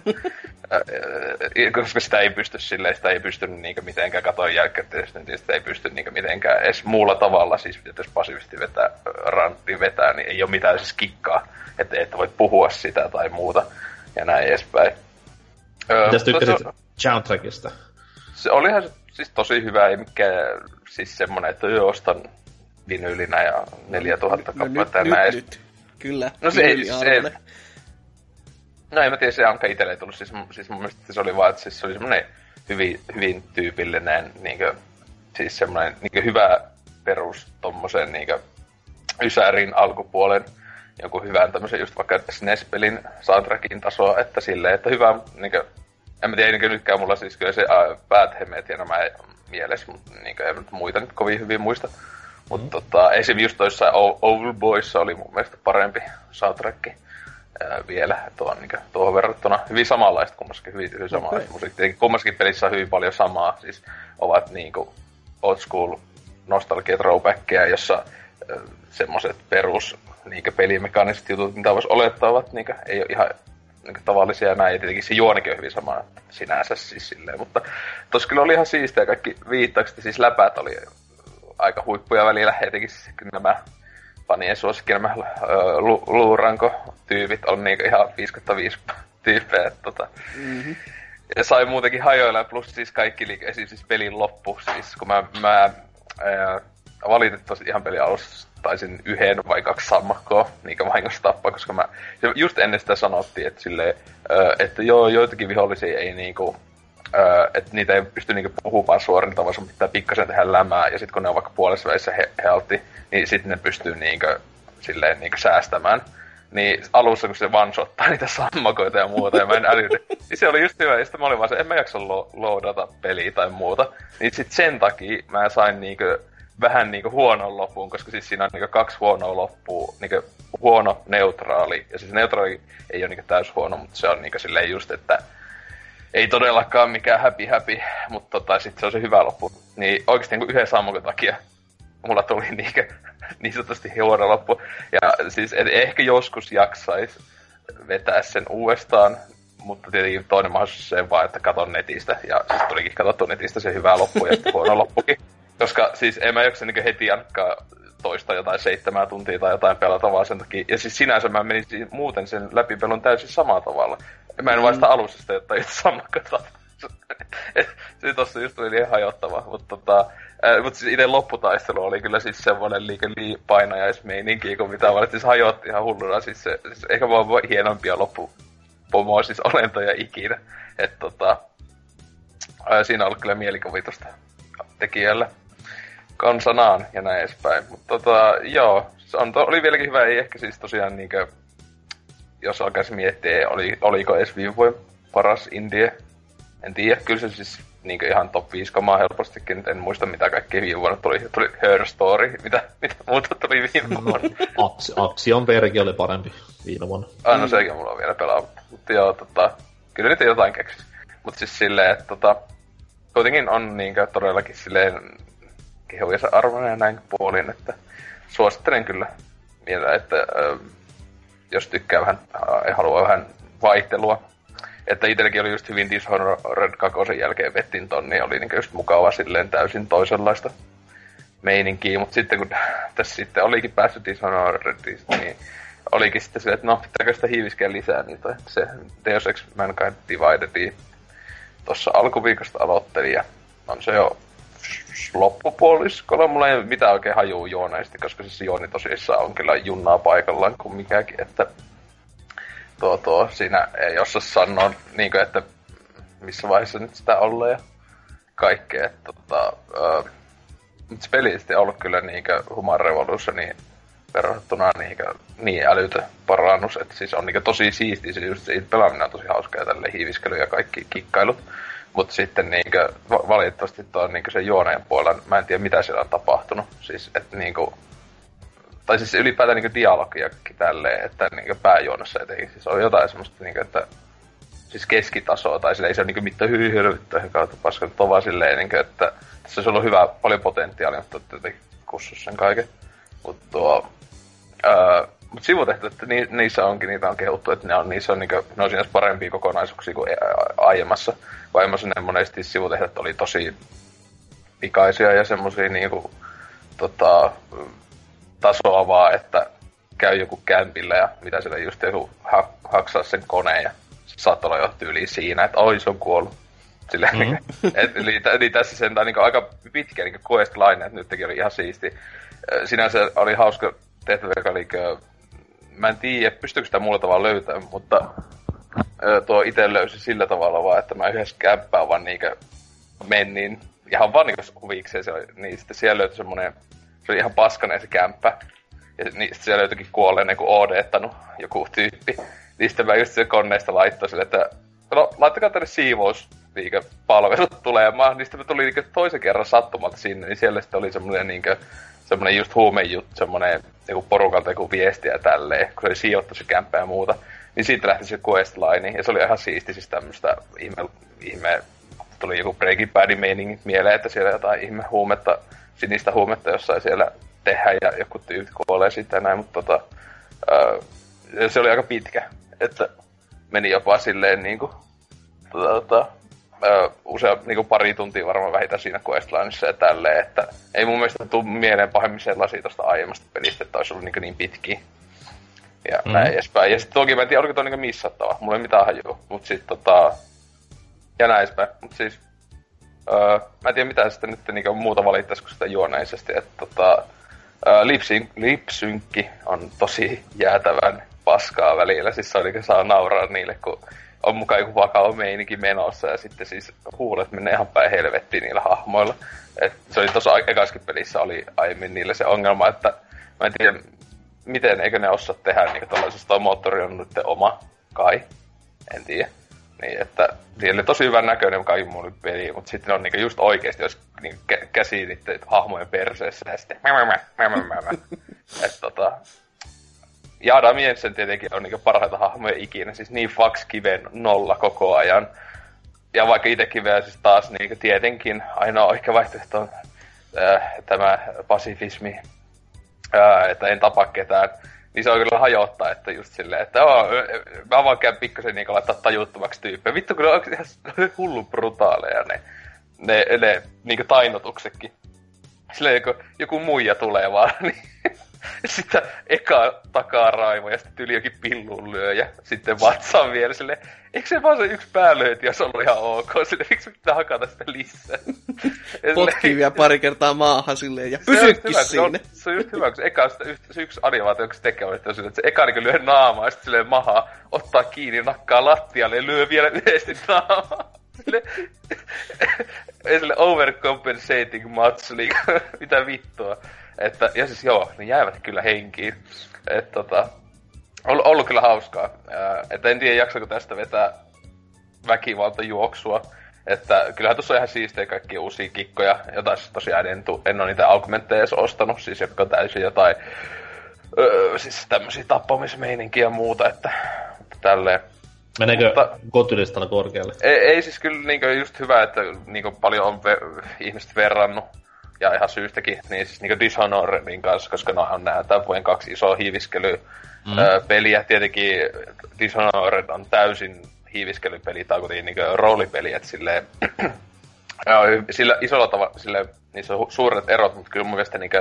koska sitä ei pysty silleen, sitä ei pystynyt niinkö mitenkään katoin jälkeen, niin sitä ei pysty niinkö mitenkään edes muulla tavalla, siis jos passiivisesti vetää, rantti vetää, niin ei ole mitään siis kikkaa, että et voi puhua sitä tai muuta, ja näin edespäin. Mitäs tykkäsit soundtrackista? Se olihan se siis tosi hyvä, ei mikään siis semmonen, että jo ostan vinyylinä ja neljätuhatta no, kappaletta ja nyt, näin. Nyt, nyt. Kyllä, no se, se, no en mä tiedä, se onkaan itelle tullut, siis, siis mun mielestä se oli vaan, että siis se oli semmonen hyvin, hyvin tyypillinen, niinkö, siis semmonen niinkö hyvä perus tommosen niinkö Ysärin alkupuolen joku hyvän tämmösen just vaikka S N E S-pelin soundtrackin tasoa, että silleen, että hyvä niinkö, en mä tiedä, niinkö nytkään mulla siis kyllä se uh, Bad Hemet ja nämä mielessä, mutta niinkö en muita nyt kovin hyvin muista. Mutta mm. tota, esim. Just toissa Oldboyssa oli mun mielestä parempi soundtrack ää, vielä tuohon, niin kuin, tuohon verrattuna. Hyvin samanlaista kummaskin, hyvin, hyvin samanlaista okay. musiikkia. Kummaskin pelissä on hyvin paljon samaa, siis ovat niinku old school nostalgia throwbackia, jossa äh, semmoset perus niinku pelimekaaniset jutut, mitä vois olettaa, ovat niinku, ei ole ihan niinku tavallisia ja näin. Ja tietenkin se juonikin on hyvin sama sinänsä siis silleen, mutta tossa kyllä oli ihan siistiä kaikki viittaukset, siis läpät oli aika huippuja välillä, etenkin nämä fanien suosikki, nämä lu- luuranko-tyypit on niinku ihan viisi kautta viisi tyyppejä, tota. Mm-hmm. Ja sai muutenkin hajoilla, plus siis kaikki liike, esim. Siis pelin loppu, siis kun mä, mä ää, valitettavasti ihan pelin alussa taisin yhden vai kaksi sammakkoa, niinkä vahingossa tappaa, koska mä just ennen sitä sanottiin, että silleen, ää, että joo, joitakin vihollisia ei niinku, ää, että niitä ei pysty niinku puhumaan suorinta, vaan sun pitää pikkasen tehdä lämää, ja sit kun ne on vaikka puolessa välissä he, healti, niin sit ne pystyy niinku, silleen niinku säästämään. Niin alussa, kun se one-shottaa niitä sammakoita ja muuta, ja mä en älynyt, niin se oli just hyvä, ja sitten mä olin vaan se, en mä jaksa lo- loadata peliä tai muuta. Niin sit sen takia mä sain niinku vähän niinku huonon loppuun, koska siis siinä on niinku kaksi huonoa loppua, niinku huono, neutraali, ja siis neutraali ei oo niinku täys huono, mutta se on niinku silleen just, että ei todellakaan mikään happy happy, mutta tota sit se on se hyvä loppu. Niin oikeesti niinku yhden sammakon takia mulla tuli niinkö niin sanotusti huono loppu. Ja siis et ehkä joskus jaksais vetää sen uudestaan, mutta tietenkin toinen mahdollisuus se vaan, että katon netistä. Ja siis tulikin katsottu netistä se hyvä loppu ja huono loppukin. Koska siis en mä jaksa niin heti ainakaan toista jotain seitsemää tuntia tai jotain pelata vaan sen takia. Ja siis sinänsä mä menisin muuten sen läpipelun täysin samalla tavalla. Mä en mm. vaan sitä alussa sitä, että jotain sammakata. Se tossa just tuli niin hajottava, mutta tota, äh, mut siis ite lopputaistelu oli kyllä siis semmonen liike lii painajaismeininki, kun mitä vaan, siis hajotti ihan hulluna, siis se, siis ehkä vaan hienompia loppupomoa siis olentoja ikinä, että tota, äh, siinä on ollut kyllä mielikuvitusta tekijällä kansanaan ja näin edespäin, mutta tota, joo, se on, to, oli vieläkin hyvä, ei ehkä siis tosiaan niinkö, jos alkaisi miettiä, oli, oliko edes viime vuoden paras indie. En tiedä, kyllä se siis niinku ihan top viisi kamaa helpostikin, nyt en muista mitä kaikkea viime vuonna tuli. Tuli Her Story, mitä, mitä muuta tuli viime vuonna. Aksi, Axiom Verge oli parempi viime vuonna. Ah, no sekin mulla on vielä pelaamatta. Mutta joo, tota, kyllä niitä jotain keksis. Mut siis silleen, että tota, kuitenkin on niinkö todellakin silleen kehujensa arvoinen ja näin puolin, että suosittelen kyllä vielä, että äh, jos tykkää vähän ja haluaa vähän vaihtelua. Että itselläkin oli just hyvin Dishonored kakosen jälkeen vettin ton, niin oli niinku just mukava silleen täysin toisenlaista meininkiä. Mut sitten kun tässä sitten olikin päässyt Dishonoredista, niin olikin sitten silleen, että no, pitääkö sitä hiiviskää lisää, niin toi, se Deus Ex Mankind Divided tossa alkuviikosta aloittelin, ja on se jo loppupuoliskolla. Mulla ei mitään oikein hajuu juoneista, koska siis juoni tosissaan on kyllä junnaa paikallaan kuin mikäkin, että Tuo, tuo, siinä ei osaa sanoa, niin kuin, että missä vaiheessa nyt sitä ollaan ja kaikkea. Tota, uh, mutta se peli ei ollut kyllä niin Human Revolutionin verrattuna niin, niin älytön parannus. Että siis on niin tosi siistiä, se just se pelaaminen on tosi hauskaa ja tälleen hiiviskely ja kaikki kikkailut. Mutta sitten niin kuin, valitettavasti tuo niin se juoneen puolella, mä en tiedä mitä siellä on tapahtunut. Siis, että niin kuin, tai siis ylipäätään niinku dialogiakin tälleen, että niinku pääjuonossa etenkin siis on jotain semmoista niinku, että siis keskitasoa, tai sille ei se ole niinku mitään hyhyhyvyttöä kautta paskaa, mutta on vaan silleen niinku, että tässä olisi ollut hyvä, paljon potentiaalia, mutta jotenkin kussus sen kaiken. Mutta tuo, ää, mut sivutehtävät, että ni, niissä onkin, niitä on kehuttu, että ne on, niissä on niinku, ne on siinä parempia kokonaisuuksia kuin aiemmassa. Kun aiemmassa ne monesti sivutehtävät oli tosi pikaisia ja semmosia niinku, tota, tasoa vaan, että käy joku kämpillä ja mitä siellä just joku ha- haksaa sen koneen ja saattoi olla jo tyyliin siinä, että oi se on kuollut. Silleen, mm-hmm. et, eli, eli tässä sentään niin aika pitkä niin quest line, että nytkin oli ihan siisti. Sinänsä oli hauska tehtävä, joka oli, mä en tiedä, pystyykö sitä muulla tavalla löytämään, mutta tuo itse löysi sillä tavalla vaan, että mä yhdessä kämppään vaan niinkö menin ihan vaan niinkö huvikseen, se oli, niin sitten siellä löytyi semmonen, se oli ihan paskanen se kämppä, ja niin sitten siellä löytyikin kuolleen niin kuin O D-ttanut joku tyyppi, niin sitten mä just sen koneesta laittoin sille, että no laittakaa tänne siivous, niinkö palvelut tulee, ja mä, niin sitten mä tulin niinkö toisen kerran sattumalta sinne, niin siellä sitten oli semmonen niinkö, semmonen just huumejuttu, semmonen joku porukalta joku viestiä tälleen, kun se oli siivottu se kämppä ja muuta. Niin siitä lähti se questline, ja se oli ihan siisti, siis tämmöstä ihme, ihme tuli joku Breaking Badin meiningit mieleen, että siellä jotain ihme huumetta, sinistä huumetta jossain siellä tehdään, ja joku tyypit kuolee siitä ja näin, mutta tota, ää, se oli aika pitkä, että meni jopa silleen niinku, tota, tota, ää, usea, niinku pari tuntia varmaan vähintään siinä questlineissa ja tälleen, että ei mun mielestä tuu mieleen pahemmin sellaisia tosta aiemmasta pelistä, että olisi ollut niinku niin pitkiä. Ja mm. näin edespäin. Ja sit toki mä en tiedä, oliko toi niinku missattava. Mulla ei mitään hajua. Mut sit tota... Ja näin edespäin. Mut siis... Öö, mä en tiedä mitä sitten nyt niinku muuta valittais kuin sitä juoneisesti. Että tota... Öö, lipsyn, lipsynkki on tosi jäätävän paskaa välillä. Siis se on niinku saa nauraa niille, kun on mukaan joku vakava meininki menossa. Ja sitten siis huulet menee ihan päin helvettiin niillä hahmoilla. Et se oli tossa ekaskin pelissä oli aiemmin niillä se ongelma, että... Mä en tiedä... Miten, eikö ne osaa tehdä, niin tällaisesta toi moottori on nyt oma, kai, en tiedä. Niin, että siellä oli tosi hyvän näköinen kaikki mun peli, mutta sitten on niin just oikeesti, jos niin kä- käsi niiden hahmojen perseessä ja sitten että tota... Ja Adam Jensen tietenkin on niin parhaita hahmoja ikinä, siis niin fax kiven nolla koko ajan. Ja vaikka itekin vielä siis taas niin tietenkin ainoa ehkä vaihtoehto on äh, tämä pasifismi. Ää, että en tapa ketään, niin se on kyllä hajottaa, että just silleen, että oo, mä vaan käyn pikkasen niin laittaa tajuttomaksi tyyppejä. Vittu, kun ne on ihan hullu brutaaleja ne, ne, ne niin tainnotuksetkin. Silleen joku, joku muija tulee vaan, niin sitä eka takaa raivo ja sitten yli jokin pillun lyö ja sitten vatsaan vielä silleen, eikö se vaan se yksi päälöyti, jos on ollut ihan ok, silleen, miksi pitää hakata sitä lisää? Potkii vielä pari kertaa maahan silleen ja pysykki siinä. Se on, se on just hyvä, kun se eka sitä, se yksi animaatio, joka se tekee, on, että se eka niin lyö naamaa ja sitten silleen mahaa, ottaa kiinni, nakkaa lattialle ja lyö vielä yhdesti naamaa. Silleen, ei silleen overcompensating much, niin mitä vittua. Että, ja siis joo, ne jäävät kyllä henkiin. Että tota, ollut, ollut kyllä hauskaa. Ää, että en tiedä, jaksako tästä vetää väkivaltajuoksua. Että kyllähän tuossa on ihan siistejä kaikkia uusia kikkoja. Jotain siis tosiaan en, tu, en ole niitä augmentteja edes ostanut, siis jotka on täysin jotain öö, siis tämmösiä tappamismeininkiä ja muuta, että, että tälleen. Meneekö kotylistalla korkealle? Ei, ei siis kyllä niinkö just hyvä, että niinkö paljon on ve- ihmiset verrannut. Ja ihan syystäkin, niin siis niinku Dishonoredin kanssa, koska no on nää tämän vuoden kaksi isoa hiiviskelypeliä. Mm. Tietenkin Dishonored on täysin hiiviskelypeli tai kuitenkin niinku roolipeli, et silleen... sillä isolla tavalla, silleen, niissä on suuret erot, mutta kyllä mun mielestä niinku...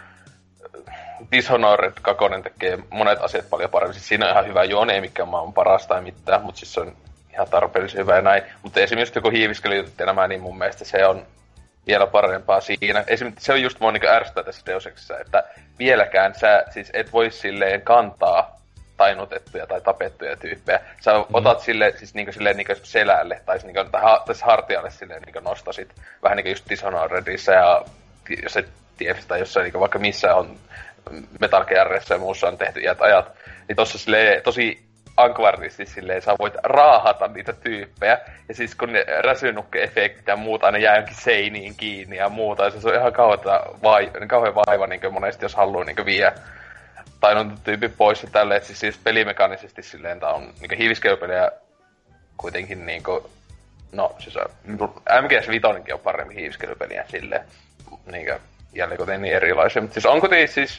Dishonored kaksi tekee monet asiat paljon paremmin. Siis siinä on ihan hyvä juoni, ei mikään maan paras tai mitään, mutta siis se on ihan tarpeellisen hyvä ja näin. Mutta esimerkiksi joku hiiviskelyjutut ja nämä, niin mun mielestä se on vielä parempaa siinä. Esimerkiksi se on just mua niinku ärsyttää tässä Deus Exissa, että vieläkään sä siis et voi silleen kantaa tainnutettuja tai tapettuja tyyppejä. Sä mm. otat sille, siis niinku silleen niinku selälle tai siis niinku tässä hartialle silleen niinku nostasit. Vähän niinku just Dishonoredissa ja jos et tiedä tai jossain niinku vaikka missä on Metal Gearissa ja muussa on tehty iät ajat, niin tossa silleen tosi ankvardisti silleen sä voit raahata niitä tyyppejä. Ja siis kun ne räsynukke-efektit ja muuta, ne jää jonkin seiniin kiinni ja muuta. Ja se on ihan vai, kauhean vaiva niin monesti, jos haluaa niin vie tainnon tyypin pois ja tälleen. Että siis, siis pelimekaanisesti silleen tää on niin hiiviskelypelejä kuitenkin niinku... No siis M G S viisi on paremmin hiiviskelypeliä silleen. Niinkö jälleen kuten niin erilaisia. Mutta siis on kuitenkin siis...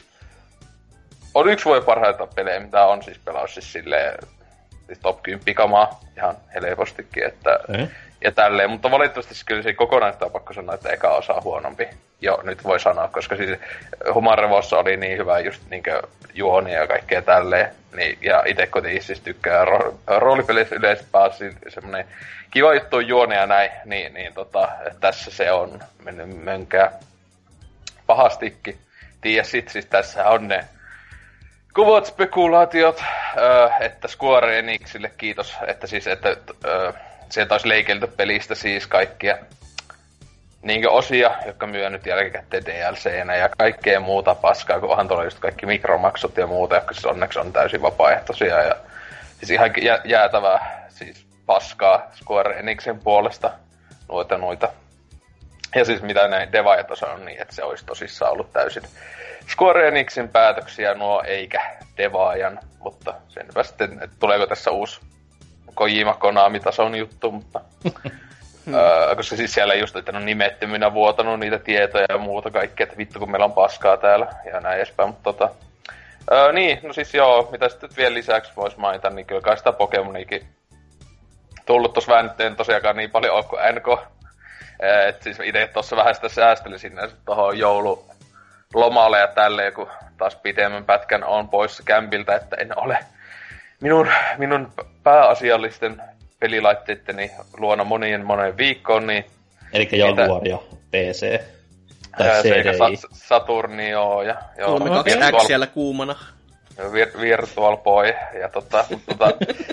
On yksi vuoden parhaita pelejä, mitä on siis pelaus siis silleen, siis top kymmenen kamaa ihan helpostikin, että... Mm. ja tälleen, mutta valitettavasti kyllä se kokonaista pakko sanoa, että eka osa on huonompi. Jo, nyt voi sanoa, koska siis Human Revossa oli niin hyvä just niinkö juonia ja kaikkea tälleen. Niin, ja ite kotiin siis tykkää ro- roolipeleissä yleensä pääsi semmonen kiva juttu juonia ja näin, niin, niin tota, tässä se on mennyt mönkää pahastikin. Ja sit siis tässä on ne kuvat spekulaatiot, öö, että Square Enixille kiitos, että siis, että öö, sieltä olisi leikelty pelistä siis kaikkia niinkö osia, jotka myy nyt jälkikäteen D L C:nä ja kaikkea muuta paskaa, kunhan tuolla just kaikki mikromaksut ja muuta, jotka siis onneksi on täysin vapaaehtoisia ja siis ihan jä- jäätävää siis paskaa Square Enixin puolesta noita noita. Ja siis mitä näin devaajat on sanonut niin, että se olisi tosissaan ollut täysin Square Enixin päätöksiä nuo eikä devaajan, mutta senpä sitten, että tuleeko tässä uusi Kojima Konami-tason juttu, mutta öö, koska siis siellä just, että ne on nimettöminä vuotanut niitä tietoja ja muuta kaikkea, että vittu kun meillä on paskaa täällä ja näin edespäin, mutta tota, öö, niin, no siis joo, mitä sitten vielä lisäksi vois mainita, niin kyllä kai sitä Pokemoniikin tullut tossa väännytteen tosiaankaan niin paljon ole kuin N K. Et siis ite tossa vähän sitä säästelin sinne tohon joululomalle ja tälleen, kun taas pidemmän pätkän on poissa kämpiltä, että en ole minun, minun pääasiallisten pelilaitteitteni luona monien moneen viikkoon, niin elikkä Jaguar ja P C. Tai C D I. Sa- Saturni, joo, ja joo. kolme kaksi X Virtual... siellä kuumana. Vir- Virtual Boy, ja tota, tota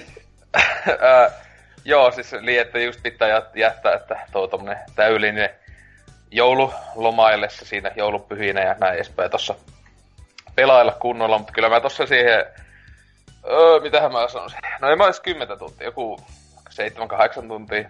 ää, joo, siis liiette just pitää jättää, että tuo tommonen täydellinen joululomaillessa siinä joulupyhinä ja näin edespäin tossa pelailla kunnolla, mutta kyllä mä tossa siihen, öö, mitähän mä sanoisin, no en mä ois kymmentä tuntia, joku seitsemän kahdeksan tuntia.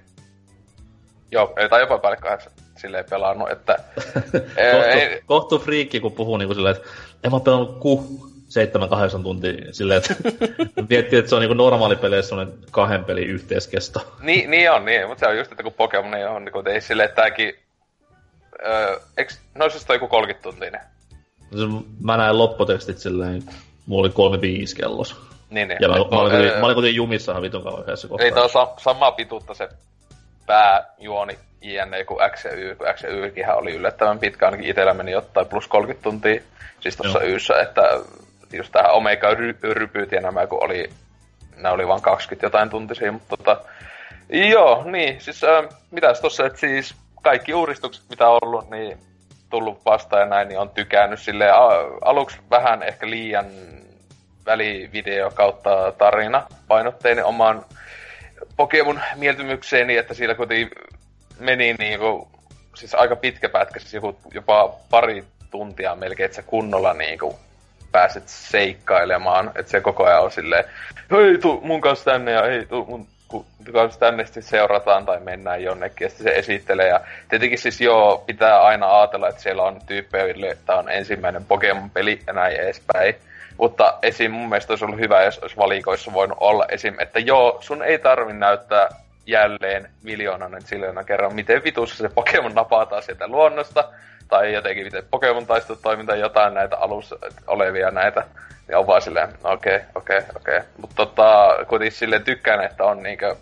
Joo, ei tai jopa päälle kahdeksan silleen pelannut, että... kohtu, kohtu friikki, kun puhuu niinku silleen, että en mä pelannut ku seitsemän kahdeksan tuntia silleen, että miettii, että se on niinku normaalipeleissä semmonen kahden pelin yhteiskesto. Niin, niin on, niin, mutta se on just, että kun Pokemon on niinku ei silleen, että tääkin... Öö, eks, no siis toi joku kolmekymmentä tuntinen. Mä näin lopputekstit silleen, mulla oli kolme viisi kellos. Niin, niin. Ja mä, no, mä, olin, öö, mä olin kuitenkin jumissahan vitun kauan yhdessä kohtaa. Ei tää on sa- samaa pituutta se pääjuoni jne kuin X ja Y, kun X ja Ykinhän oli yllättävän pitkä, ainakin itellä meni jotain plus kolmekymmentä tuntia, siis tossa no. Yssä, että just tähän Omega-rypyyt ja nämä, kun oli, nämä oli vaan kaksikymmentä jotain tuntisia, mutta tota, joo, niin, siis äh, mitäs tossa, että siis kaikki uudistukset, mitä on ollut, niin tullut vastaan ja näin, niin on tykännyt silleen, a- aluksi vähän ehkä liian välivideo kautta tarina painotteinen omaan Pokemon mieltymykseeni, että siellä kuitenkin meni niinku, siis aika pitkä pätkä, siis joku, jopa pari tuntia melkein, että sä kunnolla niinku pääset seikkailemaan, että se koko ajan on silleen, hei tuu mun kanssa tänne ja hei tuu mun kanssa tänne, sitten seurataan tai mennään jonnekin ja sitten se esittelee ja tietenkin siis joo, pitää aina ajatella, että siellä on tyyppejä, joille tää on ensimmäinen Pokemon-peli ja näin edespäin. Mutta esim. Mun mielestä olisi ollut hyvä, jos olisi valikoissa voinut olla esim. Että joo, sun ei tarvi näyttää jälleen miljoonan siljoona kerran, miten vitussa se Pokemon napataan sieltä luonnosta, tai jotenkin miten Pokemon taistelutoiminta jotain näitä alussa olevia näitä, niin on vaan silleen, okei, okay, okei, okay, okei. Okay. Mutta tota, kuitenkin silleen tykkään, että on niinkö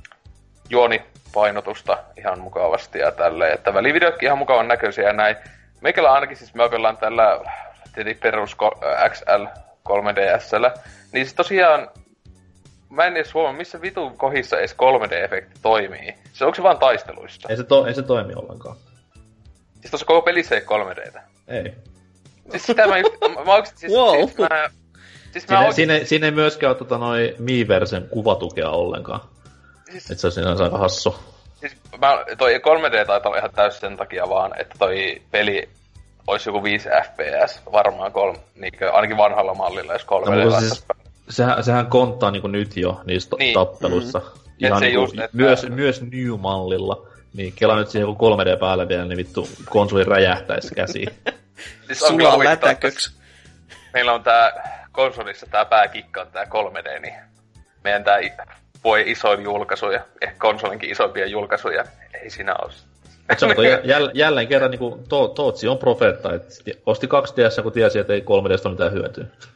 juonipainotusta ihan mukavasti ja tälleen, että välivideotkin ihan mukavan näköisiä ja näin. Meikällä ainakin siis mä pelaan tällä tietenkin perus X L kolme D S:llä, niin siis tosiaan mä en edes huomaa, missä vitun kohissa edes kolme D-efekti toimii. Se onko se vaan taisteluissa? Ei se, to, ei se toimi ollenkaan. Siis tossa koko pelissä ei kolme D:tä? Ei. Siis sitä mä just... Mä oikeesti siis... Wow. Siis mä... Siis siinä, mä oikeesti... siinä, siinä ei myöskään ole tota noi Miiversen kuvatukea ollenkaan. Siis... Et se on siinä aika hassu. Siis mä... Toi kolme D taitaa olla ihan täysin sen takia vaan, että toi peli... Ois joku viisi F P S, varmaan kolme, niinkö, ainakin vanhalla mallilla, jos kolme no, siis, sehän, sehän konttaa niinku nyt jo niissä niin. tappeluissa. Mm-hmm. Ihan niinku, just, että... myös, myös New-mallilla. Niin, kela nyt siihen joku kolme D päälle vielä, niin vittu konsoli räjähtäis käsiin. Siis sulaa lätäköks. Meillä on tää konsolissa tää pääkikka on tää kolme D, niin meidän tää voi isoin julkaisu ja ehkä konsolinkin isoimpia julkaisuja, ei siinä oo. Se on jäl, jälleen kerran niinku to, Tootsi on profeetta, että osti kaksi D S, kun tiesi, että ei kolme D:stä ole mitään hyötyä.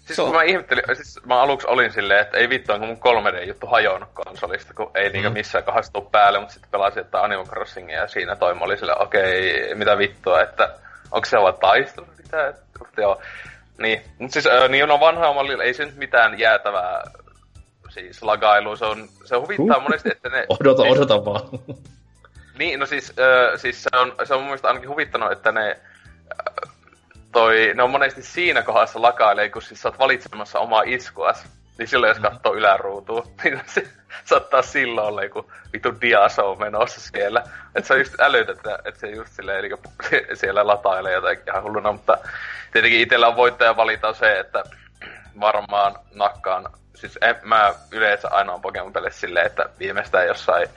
Siis kun mä ihmettelin, siis mä aluksi olin silleen, että ei vittu, onko mun kolme D-juttu hajonnut konsolista, kun ei mm. niinkö missään kohdassa tuu päälle, mutta sitten pelasin jotain Animal Crossingia ja siinä toima oli silleen, okei, okay, mitä vittua, että onko se vaan taistelu, mitä, että joo. Niin, mutta siis äh, niin on vanhoja mallilla, ei se nyt mitään jäätävää siis lagailua, se on, se huvittaa uh. monesti, että ne... Odota, siis, odota vaan. Niin, no siis, äh, siis se, on, se on mun mielestä ainakin huvittanut, että ne... Äh, toi, ne on monesti siinä kohdassa lakailee, kun siis sä oot valitsemassa omaa iskuas. Niin silloin jos katsoo yläruutua, niin se saattaa silloin olla joku vitu diashow menossa siellä. Että se on just älytä, että, että se just silleen eli siellä latailee jotakin ihan hulluna. Mutta tietenkin itsellä on voittaja valita se, että varmaan nakkaan. Siis en, mä yleensä aina on Pokemon-pelissä silleen, että viimeistään jossain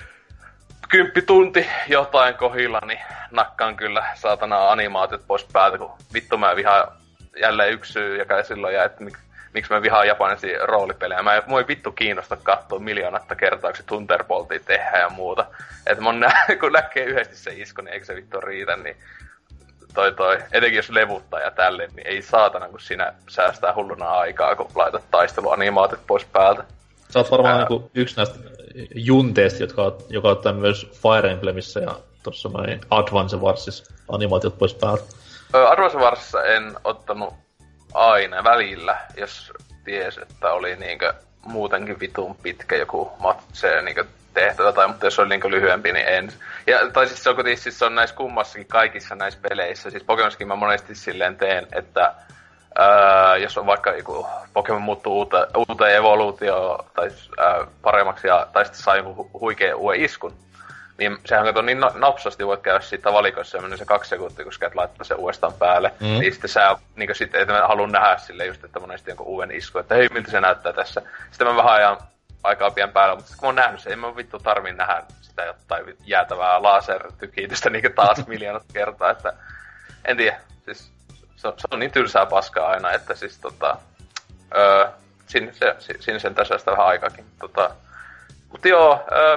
kymppitunti jotain kohdilla, niin nakkaan kyllä saatana animaatiot pois päältä, kun vittu mä vihaan jälleen yksi syy, joka silloin jää, että mik, miksi mä vihaan japanisia roolipelejä. Mä mua ei vittu kiinnosta katsoa miljoonatta kertaa, kun se Thunderboltia tehdään ja muuta. Että mun nä- kun näkee yhdesti se isku, niin eikö se vittu riitä, niin toi toi, etenkin jos levuttaa ja tälleen, niin ei saatana, kun sinä säästää hulluna aikaa, kun laitat taisteluanimaatit pois päältä. Sä oot varmaan Ää... niin yksi näistä junteista, jotka on, joka ottaa myös Fire Emblemissä ja tuossa noin Advance Warsissa animaatiot pois päältä. Advance Warsissa en ottanut aina välillä, jos ties, että oli niinkö muutenkin vitun pitkä joku matse niinkö tehtävä, tai mutta jos oli niinkö lyhyempi, niin en. Ja, tai siis se on kuitenkin, siis se on näissä kummassakin kaikissa näissä peleissä, siis Pokemonissakin mä monesti silleen teen, että Öö, jos on vaikka joku Pokemon muuttuu uuteen, uuteen evoluutioon tai öö, paremmaksi ja, tai sitten saa joku hu- huikea uuden iskun, niin sehän kato niin no, napsasti voit käydä siitä valikoissa ja mennä se kaksi sekuntia, kun sä käyt laittaa sen uudestaan päälle. Mm. Niin sitten sä, niin sit, että mä haluan nähdä sille just, että monesti jonkun uuden isku, että hei, miltä se näyttää tässä. Sitten mä vähän ajan aikaa pian päällä, mutta kun mä oon nähnyt sen, en mä vittu tarvii nähdä sitä jotain jäätävää lasertykitystä niin taas miljoonat kertaa, että en tiedä, siis... Se on, se on niin tylsää paskaa aina, että siis tota... Öö, sin, se, sin sen tasoista vähän aikaakin. Tota, mut joo, öö,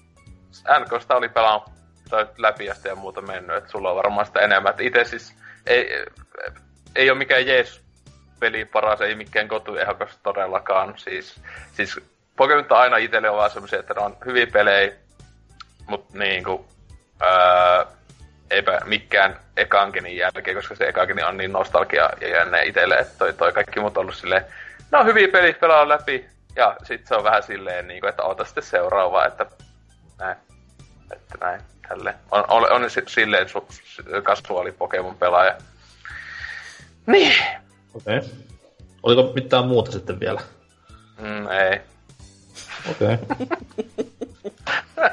N K:sta oli pelannut läpi ja muuta mennyt, että sulla on varmaan sitä enemmän. Et ite siis ei, ei oo mikään jees-peli paras, ei mikään kotuehokas todellakaan. Siis, siis Pokemon aina itelle on vaan semmosia, että ne on hyviä pelejä, mut niinku... Öö, eipä mikään ekan genin jälkeen, koska se ekan geni on niin nostalgia ja jänne itselle, että toi, toi kaikki muut on ollut silleen, no hyviä pelit, pelaa läpi, ja sit se on vähän silleen, niin kuin, että oota sitten seuraavaa, että näin, että näin, tälleen. On, on, on silleen su, kasuaali Pokemon-pelaaja. Niin. Okei. Okay. Oliko mitään muuta sitten vielä? Mm, ei. Okei. Okay.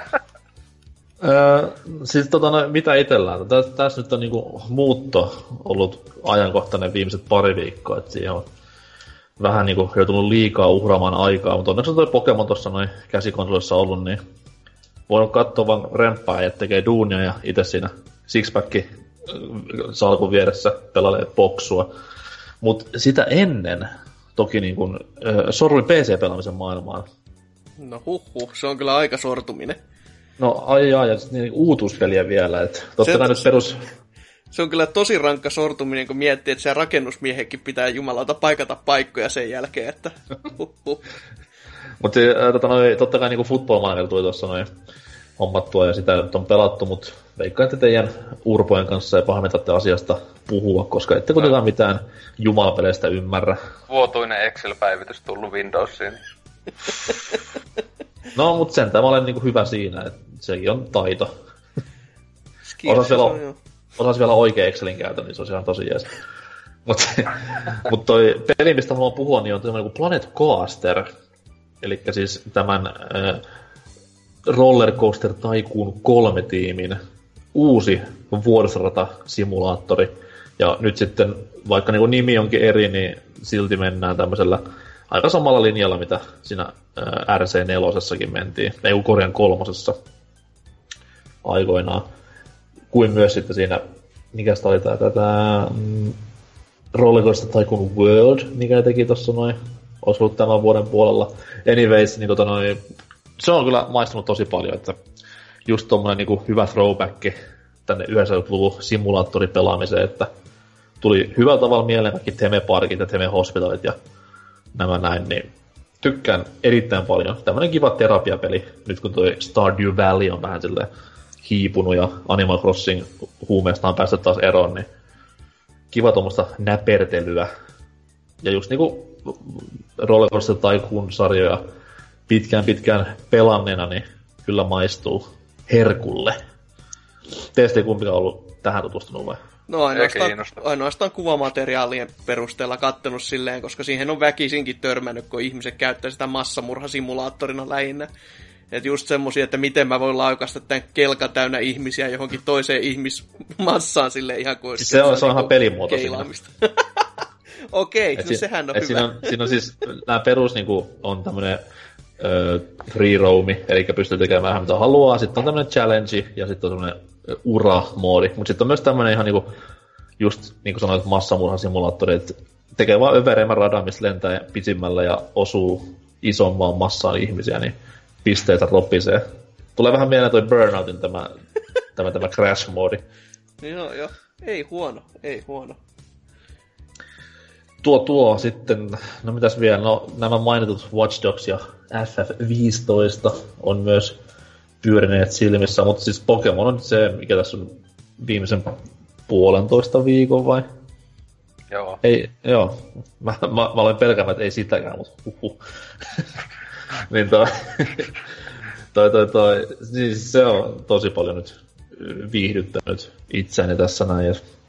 Öö, siis tota, no, mitä itellään? Tässä, tässä nyt on niinku muutto ollut ajankohtainen viimeiset pari viikkoa, että siihen on vähän niinku joutunut liikaa uhraamaan aikaa, mutta onneksi on toi Pokemon tuossa noin käsikonsolissa ollut, niin voinut katsoa vaan remppää ja tekee duunia ja itse siinä sixpacki salkun vieressä pelailee boksua. Mut sitä ennen toki niinku öö, sorruin P C-pelaamisen maailmaan. No huhhuh, se on kyllä aika sortuminen. No ai ai, ja sitten niin uutuuspeliä vielä, että totta kai nyt perus... Se on kyllä tosi rankka sortuminen, kun miettii, että se rakennusmiehekin pitää jumalauta paikata paikkoja sen jälkeen, että Mutta tota, totta kai niin Football Manager tuli tuossa noin hommattua ja sitä nyt on pelattu, mutta veikkaan, että teidän urpojen kanssa ei pahmetatte asiasta puhua, koska ette kuitenkaan no. mitään jumalapeleistä ymmärrä. Vuotuinen Excel-päivitys tullut Windowsiin. No, mut sentään mä olen niinku hyvä siinä, että sekin on taito. Osas vielä, osas vielä oikein Excelin käytön, niin se on ihan tosi jees. Mut, mut toi peli, mistä haluan puhua, niin on tämmönen kuin Planet Coaster. Elikkä siis tämän äh, Roller Coaster Tycoon kolme tiimin uusi vuorisorata-simulaattori. Ja nyt sitten, vaikka niinku nimi onkin eri, niin silti mennään tämmöisellä aika samalla linjalla, mitä siinä ää, R C neljä mentiin, ei Korean kolmosessa aikoinaan. Kuin myös sitten siinä, mikä sitä oli tää, tää mm, Rollercoaster Tycoon World, mikä teki tossa noin, olisi ollut tämän vuoden puolella. Anyways, niin tota noin, se on kyllä maistunut tosi paljon, että just tommonen niinku hyvä throwback tänne yhdeksänkymmentäluvun simulaattoripelaamiseen, että tuli hyvällä tavalla mieleen kaikki Theme-parkit ja Theme-hospitalit ja nämä näin, niin tykkään erittäin paljon. Tämmönen kiva terapiapeli, nyt kun toi Stardew Valley on vähän silleen hiipunut ja Animal Crossing huumeesta on päässyt taas eroon, niin kiva tuommoista näpertelyä. Ja just niinku Rollercoaster Tycoon-sarjoja pitkään pitkään pelanneena, niin kyllä maistuu herkulle. Teistä ei kumpikaan ollut tähän tutustunut vai? No ainoastaan, ainoastaan kuvamateriaalien perusteella kattonut silleen, koska siihen on väkisinkin törmännyt, kun ihmiset käyttää sitä massamurhasimulaattorina lähinnä. Että just semmosia, että miten mä voin laukasta tämän kelkan täynnä ihmisiä johonkin toiseen ihmismassaan silleen ihan kuin... Siis se on, se on ihan pelimuoto siinä. Okei, okay, no si- sehän on hyvä. Siinä on, siinä on siis, nämä perus niinku, on tämmönen ö, free roami, eli pystyy tekemään vähän mitä haluaa. Sitten on tämmönen challenge ja sitten on semmonen ura-moodi. Mutta sitten on myös tämmönen ihan niinku, just niinku sanoit, massamurhasimulaattori, että tekee vaan överemmän radan, mistä lentää pisimmällä ja osuu isomman massaan ihmisiä, niin pisteitä ropisee. Tulee vähän mieleen toi Burnoutin tämä, tämä, tämä crash-moodi. Joo, joo. Ei huono, ei huono. Tuo tuo sitten, no mitäs vielä, no nämä mainitut Watch Dogs ja F F viisitoista on myös pyörineet silmissä, mutta siis Pokemon on se, mikä tässä on viimeisen puolentoista viikon vai? Joo. Ei, joo. Mä, mä, mä olen pelkäämään, että ei sitäkään, mutta huhuh. niin toi, toi, toi, toi, siis se on tosi paljon nyt viihdyttänyt itseäni tässä näin. Ja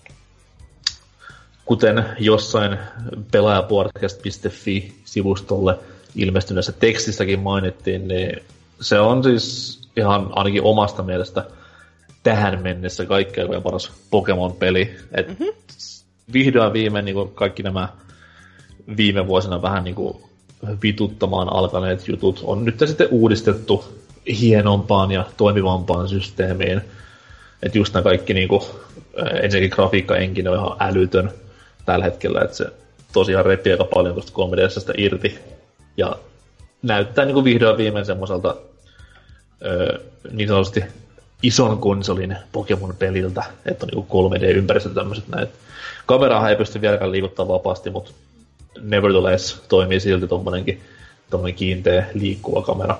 kuten jossain pelaajapodcast piste fi-sivustolle ilmestyneessä tekstissäkin mainittiin, niin se on siis ihan ainakin omasta mielestä tähän mennessä kaikkein paras Pokemon-peli. Et mm-hmm. Vihdoin viimein niin kaikki nämä viime vuosina vähän niin kuin vituttamaan alkaneet jutut on nyt sitten uudistettu hienompaan ja toimivampaan systeemiin. Että just nämä kaikki niinku, ensinnäkin grafiikkaenkin on ihan älytön tällä hetkellä, että se tosiaan repii aika paljon tuosta kolme D S:stä irti. Ja näyttää niinku vihdoin viimein semmoiselta öö, niin sanotusti ison konsolin Pokemon-peliltä, että on niinku kolme D-ympäristöt tämmöiset näin. Kamerahan ei pysty vieläkään liikuttaa vapaasti, mutta nevertheless toimii silti tommonenkin tommonen kiinteä liikkuva kamera.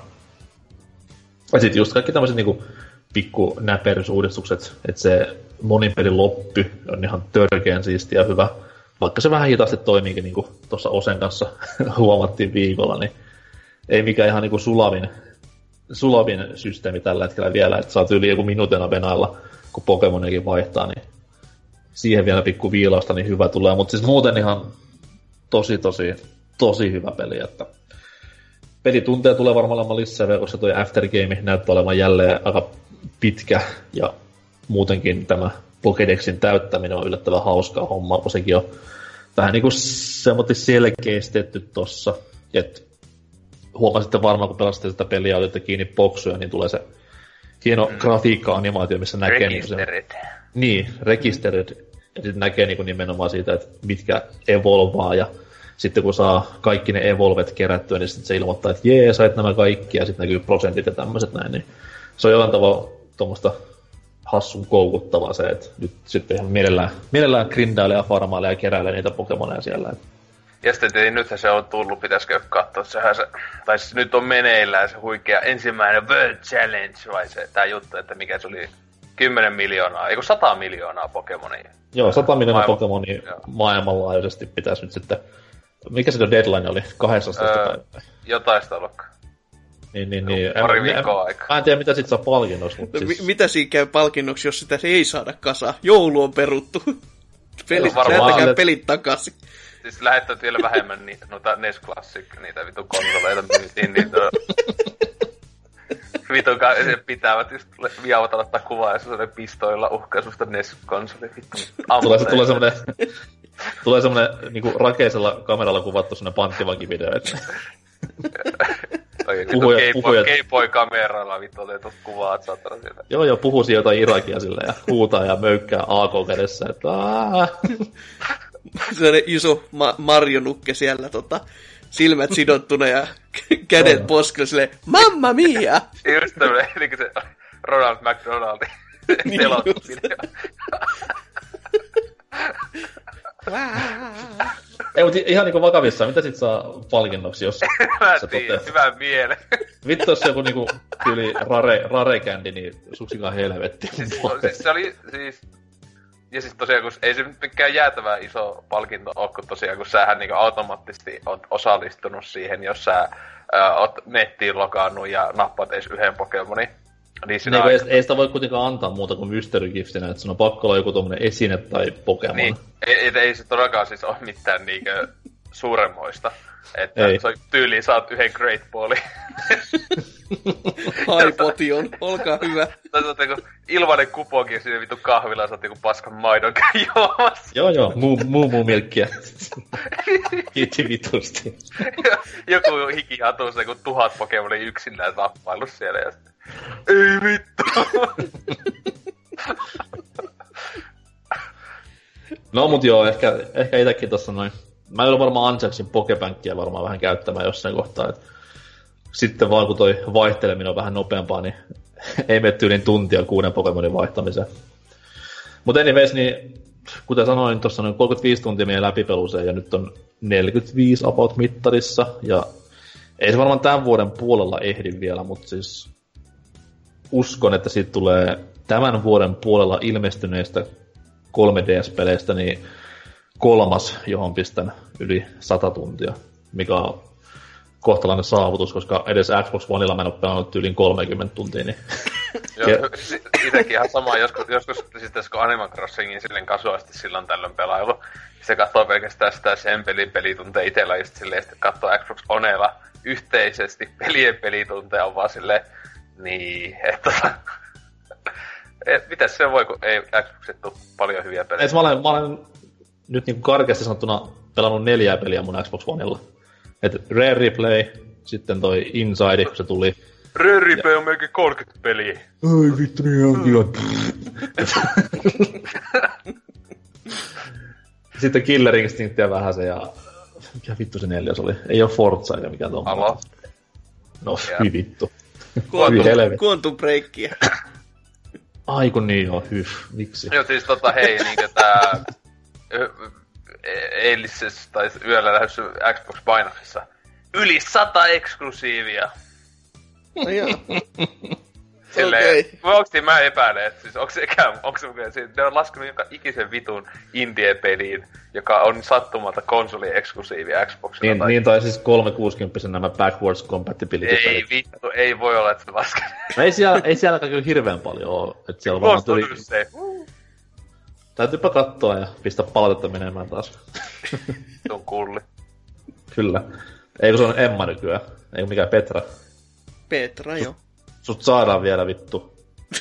Ja sit just kaikki tämmöiset niinku pikku näperysuudistukset, että se monin pelin loppu on ihan törkeän siistiä ja hyvä. Vaikka se vähän hitaasti toimiikin, niin kuin tuossa Osen kanssa huomattiin viikolla, niin ei mikään ihan niin kuin sulavin, sulavin systeemi tällä hetkellä vielä, että saat yli joku minuutina venailla, kun Pokemoniakin vaihtaa, niin siihen vielä pikku viilausta, niin hyvä tulee. Mutta siis muuten ihan tosi, tosi, tosi hyvä peli, että pelitunteja tulee varmaan olemaan lisää, koska tuo Aftergame näyttää olevan jälleen aika pitkä, ja muutenkin tämä Pokédexin täyttäminen on yllättävän hauskaa hommaa, kun sekin on vähän niin kuin semmoinen selkeistetty tossa, että huomasitte varmaan, kun pelasitte sitä peliä ja olitte kiinni boksuja, niin tulee se hieno mm. grafiikka-animaatio, missä näkee... Rekisterit. Niin, se, niin rekisterit, ja sitten näkee niin nimenomaan siitä, että mitkä evolvaa, ja sitten kun saa kaikki ne evolvet kerättyä, niin sitten se ilmoittaa, että jee, sait nämä kaikki, ja sitten näkyy prosentit ja tämmöiset näin, niin se on jollain tavalla tuommoista hassun koukuttavaa se, että nyt sitten ihan mielellään, mielellään grindailee ja farmailee ja keräilee niitä Pokemoneja siellä. Ja sitten nythän se on tullut, pitäisikö katsoa, sehän se, tai siis nyt on meneillään se huikea ensimmäinen World Challenge, vai se, tää juttu, että mikä se oli kymmenen miljoonaa, eikö sata miljoonaa Pokemonia? Joo, sata miljoonaa Maailma... Pokemonia maailmanlaajuisesti pitäisi nyt sitten, mikä se deadline oli, kahdeksantoista öö, päivää? Jotain sitä luokkaa. Niin, niin, niin. Pari viikkoa aikaa. Mä en tiedä, mitä sit saa palkinnoksi. Mutta siis... M- mitä siinä käy palkinnoksi, jos sitä ei saada kasaan? Joulu on peruttu. Pelit, lähettäkää pelit takaisin. Siis lähettävät vielä vähemmän niitä, noita N E S Classic, niitä vitun konsoleita, myytiin niitä. Vitun kanssa pitävät just viaavata ottaa kuvaa, ja se pistoilla uhkaa susta N E S-konsoli. Tulee, tulee semmonen... Tulee semmonen niinku rakeisella kameralla kuvattu semmonen panttivankivideo, että... Puhuja, puhuja. Gameboy-kameralla vittu otetut kuvaat saatana sieltä. Joo joo, puhuisi jotain Irakia sille ja huutaa ja möykkää A K kädessä, että aah. Sellainen iso ma- Mario-nukke siellä, tota, silmät sidottuna ja kädet poskella silleen, mamma mia! Just tämmönen, niin se Ronald McDonaldin telottu video. Ei, mutta ihan niinku vakavissaan, mitä sit saa palkinnoksi, jos sä toteat? Hyvä miele. Vittu, jos joku niinku tyyli rare, rare candy, niin suksikaan helvetti. Siis, no, siis se oli siis... Ja siis tosiaan, kun ei se mikään jäätävän iso palkinto ole, kun tosiaan, kun sähän niinku automaattisesti oot osallistunut siihen, jos sä ää, oot nettiin logannut ja nappaat edes yhden Pokemonin. Niin niin ei, ei sitä voi kuitenkaan antaa muuta kuin mystery giftinä, että sun on pakko olla joku tommonen esine tai Pokemon. Niin, ei, ei, ei se todellakaan siis ole mitään niinkö suuremmoista. Että ei. Se on tyyliin, saat yhden Great Ballin. Ai potion, olkaa hyvä. Tai sä oot joku ilmanen kuponkin siinä vittu kahvilla, sä oot joku paskan maidon juomassa. Joo joo, muu muu, muu milkkiä. Kiitti vitusti. Joku hikihatussa, kun tuhat Pokemonin yksinään tappaillut siellä ja sitten... Ei vittu! No mut joo, ehkä, ehkä itekin tossa noin. Mä joudun varmaan Anjaksin Pokebankkia varmaan vähän käyttämään jossain kohtaa, et sitten vaan kun toi vaihteleminen on vähän nopeampaa, niin ei mene tyyliin tuntia kuuden Pokemonin vaihtamiseen. Mut anyways, niin kuten sanoin, tossa noin kolmekymmentäviisi tuntia meidän läpipeluseen ja nyt on neljäkymmentäviisi about mittarissa ja ei se varmaan tämän vuoden puolella ehdi vielä, mutta siis uskon, että siitä tulee tämän vuoden puolella ilmestyneistä kolme D S-peleistä niin kolmas, johon pistän yli sata tuntia, mikä on kohtalainen saavutus, koska edes Xbox Oneilla mä en ole pelannut yli kolmekymmentä tuntia. Niin... Joo, itekin ihan sama, joskus, joskus siis kun Animal Crossingin silleen kasuaasti silloin tällöin pelailu, se katsoo pelkästään sitä sen pelin pelitunteja itsellä, ja sitten silleen, sitten katsoo Xbox Oneilla yhteisesti pelien pelitunteja, on vaan silleen, niin, että... Mitäs se voi, kun ei Xboxit tuu paljon hyviä pelejä? Et mä olen, mä olen nyt niinku karkeasti sanottuna pelannut neljää peliä mun Xbox Oneilla. Et Rare Replay, sitten toi Inside, kun se tuli. Rare Replay ja... on melkein kolmekymmentä peliä. Ai vittu, niin on kyllä. Sitten Killer Instinctia vähän se ja... Mikä vittu se neljäs oli? Ei oo Forza eikä mikään tommoinen. Alo? No, hyvin vittu. Quantum Breakia. Ai kun niin joo, hyh, miksi? Joo siis tota hei, niinkö tää... eilisessä tai yöllä lähdössä Xbox-painoksessa. Yli sata eksklusiivia. No joo. Silleen, okay. Onks mä epäilen, että siis onks sekään, onks se, ne on laskenut joka ikisen vitun indie-peliin, joka on sattumalta konsoli-eksklusiivia Xboxilla. Niin tai, niin, tai siis kolmesataakuusikymmentä nämä backwards compatibility-pelit. Ei vittu, ei voi olla, että se laskenut. No ei siellä, ei sielläkään kyllä hirveän paljon oo, että siellä vaan tuli... Täytyypä katsoa ja pistää palautetta menemään taas. Se on kulli. Kyllä. Eikö se on Emma nykyään? Eikö mikään Petra? Petra, joo. Sut saadaan vielä vittu.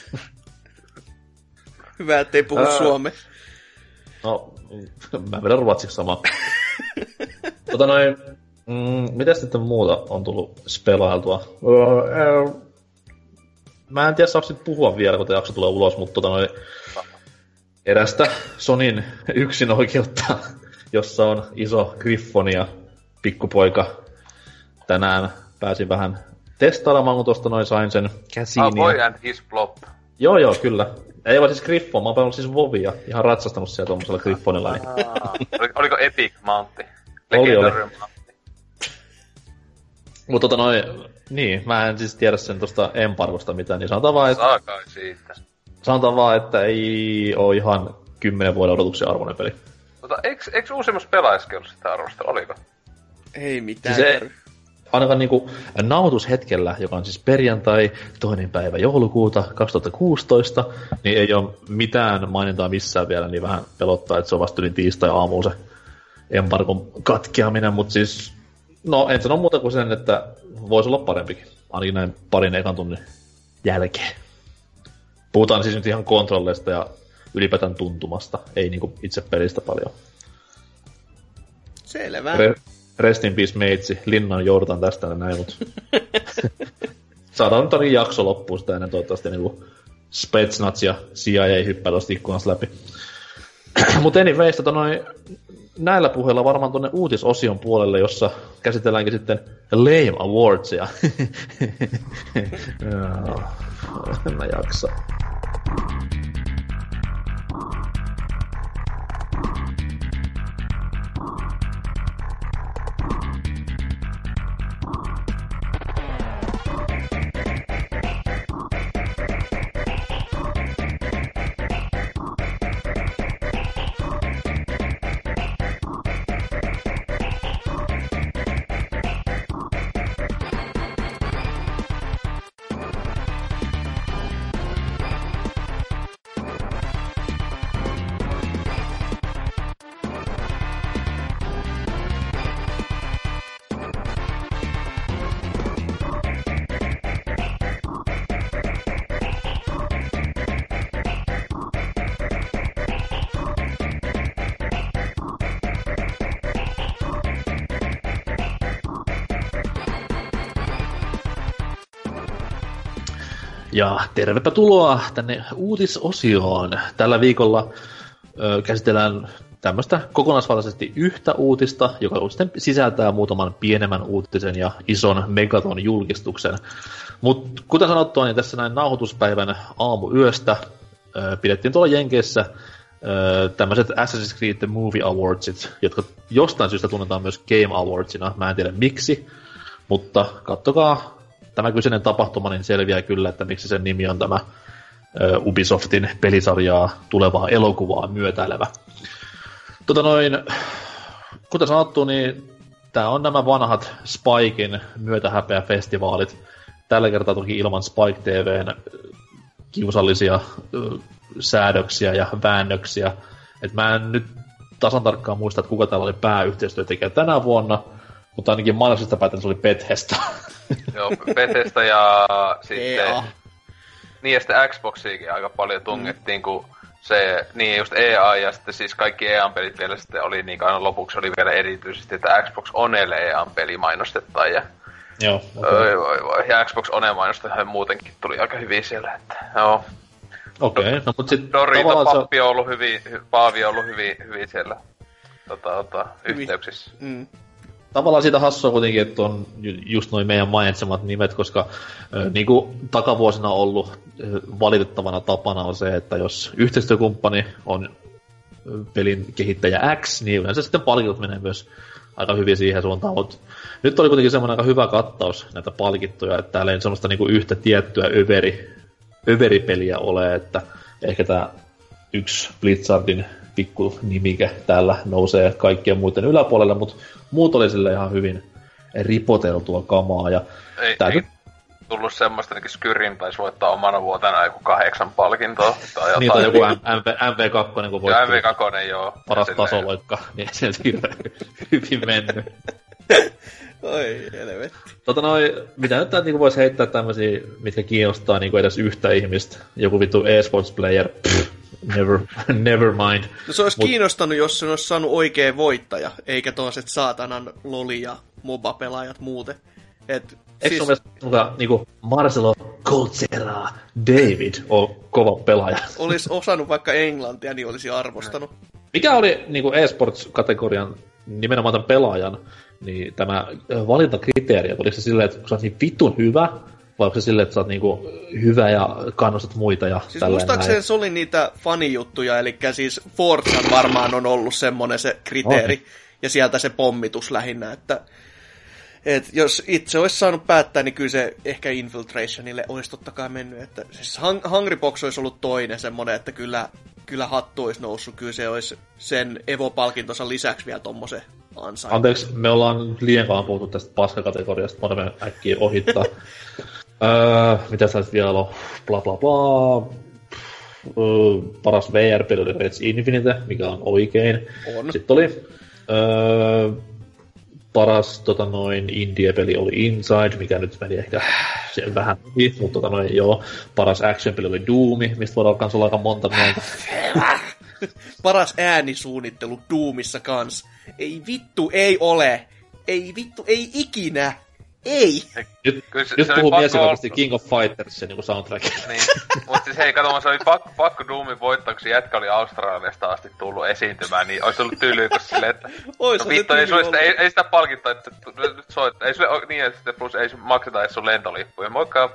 Hyvä, ettei puhu Ää... suomea. No, mä vedän ruotsiksi sama. tota noin, mm, mitäs sitten muuta on tullut spelailtua? Uh, uh, mä en tiedä, saako sit puhua vielä, kun te jakso tulee ulos, mutta tota noin... Erästä Sonin yksin oikeutta, jossa on iso Griffon ja pikkupoika. Tänään pääsin vähän testailemaan, kun tuosta noin sain sen käsiin. Ah, Boy and his Blob. Joo, joo, kyllä. Ei vaan siis Griffon, mä oon pelannut siis Vovia, ihan ratsastanut siellä tuommoisella Griffonilla. Niin. Oliko Epic Mountti? Oli, oli. Mutta tota noin, niin, mä en siis tiedä sen tosta embargosta mitään, niin sanotaan vaan, että... Saakai siitä. Sanotaan vaan, että ei oo ihan kymmenen vuoden odotuksen arvoinen peli. Mutta eiks, eiks uusimmassa pelaajaskin ollut sitä arvostella, oliko? Ei mitään. Siis ei, ainakaan niinku nauhoitushetkellä, joka on siis perjantai, toinen päivä joulukuuta kaksituhattakuusitoista, niin ei oo mitään mainintaa missään vielä, niin vähän pelottaa, että se on vasta yli tiistai-aamuun se embargon katkeaminen, mutta siis, no en sano muuta kuin sen, että voisi olla parempikin, ainakin näin parin ekan tunnin jälkeen. Puhutaan siis nyt ihan kontrolleista ja ylipäätään tuntumasta, ei niinku itse pelistä paljon. Selvä. Re- rest in peace meitsi, Linnan joudutaan tästä näin, mut... Saadaan nyt ainakin jakso loppuun sitä ennen toivottavasti niinku Spetsnaz ja C I A hyppää tosta ikkunasta läpi. Mut anyways, tota noin, näillä puheilla varmaan tonne uutisosion puolelle, jossa käsitelläänkin sitten Lame Awardsia. En mä jaksa. Ja tervepä tuloa tänne uutisosioon. Tällä viikolla ö, käsitellään tämmöistä kokonaisvaltaisesti yhtä uutista, joka sitten sisältää muutaman pienemmän uutisen ja ison megaton julkistuksen. Mutta kuten sanottua, niin tässä näin nauhoituspäivän aamuyöstä ö, pidettiin tuolla Jenkeissä ö, tämmöiset Assassin's Creed The Movie Awardsit, jotka jostain syystä tunnetaan myös Game Awardsina. Mä en tiedä miksi, mutta kattokaa tämä kyseinen tapahtuma, niin selviää kyllä, että miksi sen nimi on tämä ö, Ubisoftin pelisarjaa tulevaa elokuvaa myötäilevä. Tota noin, kuten sanottu, niin tää on nämä vanhat Spikein myötähäpeä-festivaalit. Tällä kertaa toki ilman Spike T V:n kiusallisia ö, säädöksiä ja väännöksiä. Et mä en nyt tasan tarkkaan muista, että kuka täällä oli pääyhteistyötekijä tänä vuonna, mutta ainakin mainoksesta päätän se oli Bethesda. Joo, Bethesda ja sitten... Niin, ja sitten Xboxiakin aika paljon tungettiin, mm. kun se, niin just E A ja sitten siis kaikki E A-pelit vielä sitten oli, niin aina lopuksi oli vielä erityisesti, että Xbox Onelle E A-peli mainostettaan ja... Joo. Okay. Ja Xbox One-mainostetaan muutenkin tuli aika hyvin siellä, että joo. Okei, okay. No mut sit Dorito, Pappi on ollut hyvin, Paavi on ollut hyvin, hyvin siellä tota, tota, yhteyksissä. Mm. Tavallaan siitä hassua kuitenkin, että on just noin meidän mainitsemat nimet, koska äh, niin kuin takavuosina on ollut äh, valitettavana tapana on se, että jos yhteistyökumppani on äh, pelin kehittäjä X, niin yleensä sitten palkinnot menee myös aika hyvin siihen suuntaan, mutta nyt oli kuitenkin semmoinen aika hyvä kattaus näitä palkittuja, että täällä ei semmoista niin kuin yhtä tiettyä överi, överipeliä ole, että ehkä tämä yksi Blizzardin pikku nimike täällä nousee kaikkien muiden yläpuolelle, mutta muut oli sille ihan hyvin ripoteltua kamaa. Ja ei, täytyy... ei tullut semmoista, että Skyrim taisi voittaa omana vuotena joku kahdeksan palkintoa. Tai jotain. Niin, tai joku M V kaksi, kun voitti. M V kaksi, joo. Paras tasoloikka, niin se on hyvin mennyt. Oi, helvetti. Tota noi, mitä nyt niinku voisi heittää tämmösiä, mitkä kiinnostaa niinku edes yhtä ihmistä. Joku vittu eSports player, pff, never, never mind. No se olisi Mut... kiinnostanut, jos se olisi saanut oikea voittaja, eikä toiset saatanan loli- ja moba-pelaajat muuten. Et, Eikö siis... sun mielestä niinku Marcelo Colcera David on kova pelaaja? Olisi osannut vaikka englantia, niin olisi arvostanut. Mikä oli niinku eSports-kategorian nimenomaan tämän pelaajan niin tämä valintakriteeri, oliko se silleen, että kun sä oot niin vitun hyvä, vai onko se silleen, että sä oot niinku hyvä ja kannustat muita ja siis tälleen näin? Muistaakseni se oli niitä fanijuttuja, eli siis Forzan varmaan on ollut semmonen se kriteeri, okay. Ja sieltä se pommitus lähinnä, että et jos itse olisi saanut päättää, niin kyllä se ehkä Infiltrationille olisi totta kai mennyt, että siis Hungry Box olisi ollut toinen semmonen, että kyllä, kyllä hattu olisi noussut, kyllä se olisi sen Evo-palkintonsa lisäksi vielä tommosen ansain. Anteeksi, me ollaan liian kauan puhuttu tästä paskakategoriasta, voimme äkkiä ohittaa. öö, mitä sä vielä on? Bla bla bla. Öö, paras V R-peli oli Reds Infinite, mikä on oikein. On. Sitten oli öö, paras tota noin indie-peli oli Inside, mikä nyt meni ehkä se vähän ohi, mutta tota noin joo. Paras action-peli oli Doom, mistä voidaan kans olla aika monta mieltä. Paras äänisuunnittelu Doomissa kans. Ei vittu, ei ole. Ei vittu, ei ikinä. Ei. Nyt, se, nyt se puhuu mies, joka pisti King of Fighters sen niin soundtrack. Niin, mutta siis hei, katsomaan, se oli pakko, pakko Doomin voittaa, kun se jätkä oli Australiasta asti tullut esiintymään, niin olisi ollut tyylyykös silleen, että Ois no, vittu, ei, sitä, ei, ei sitä palkintoa, että nyt soit, ei sulle, niin, että plus ei makseta edes sun lentolippuja, moikka.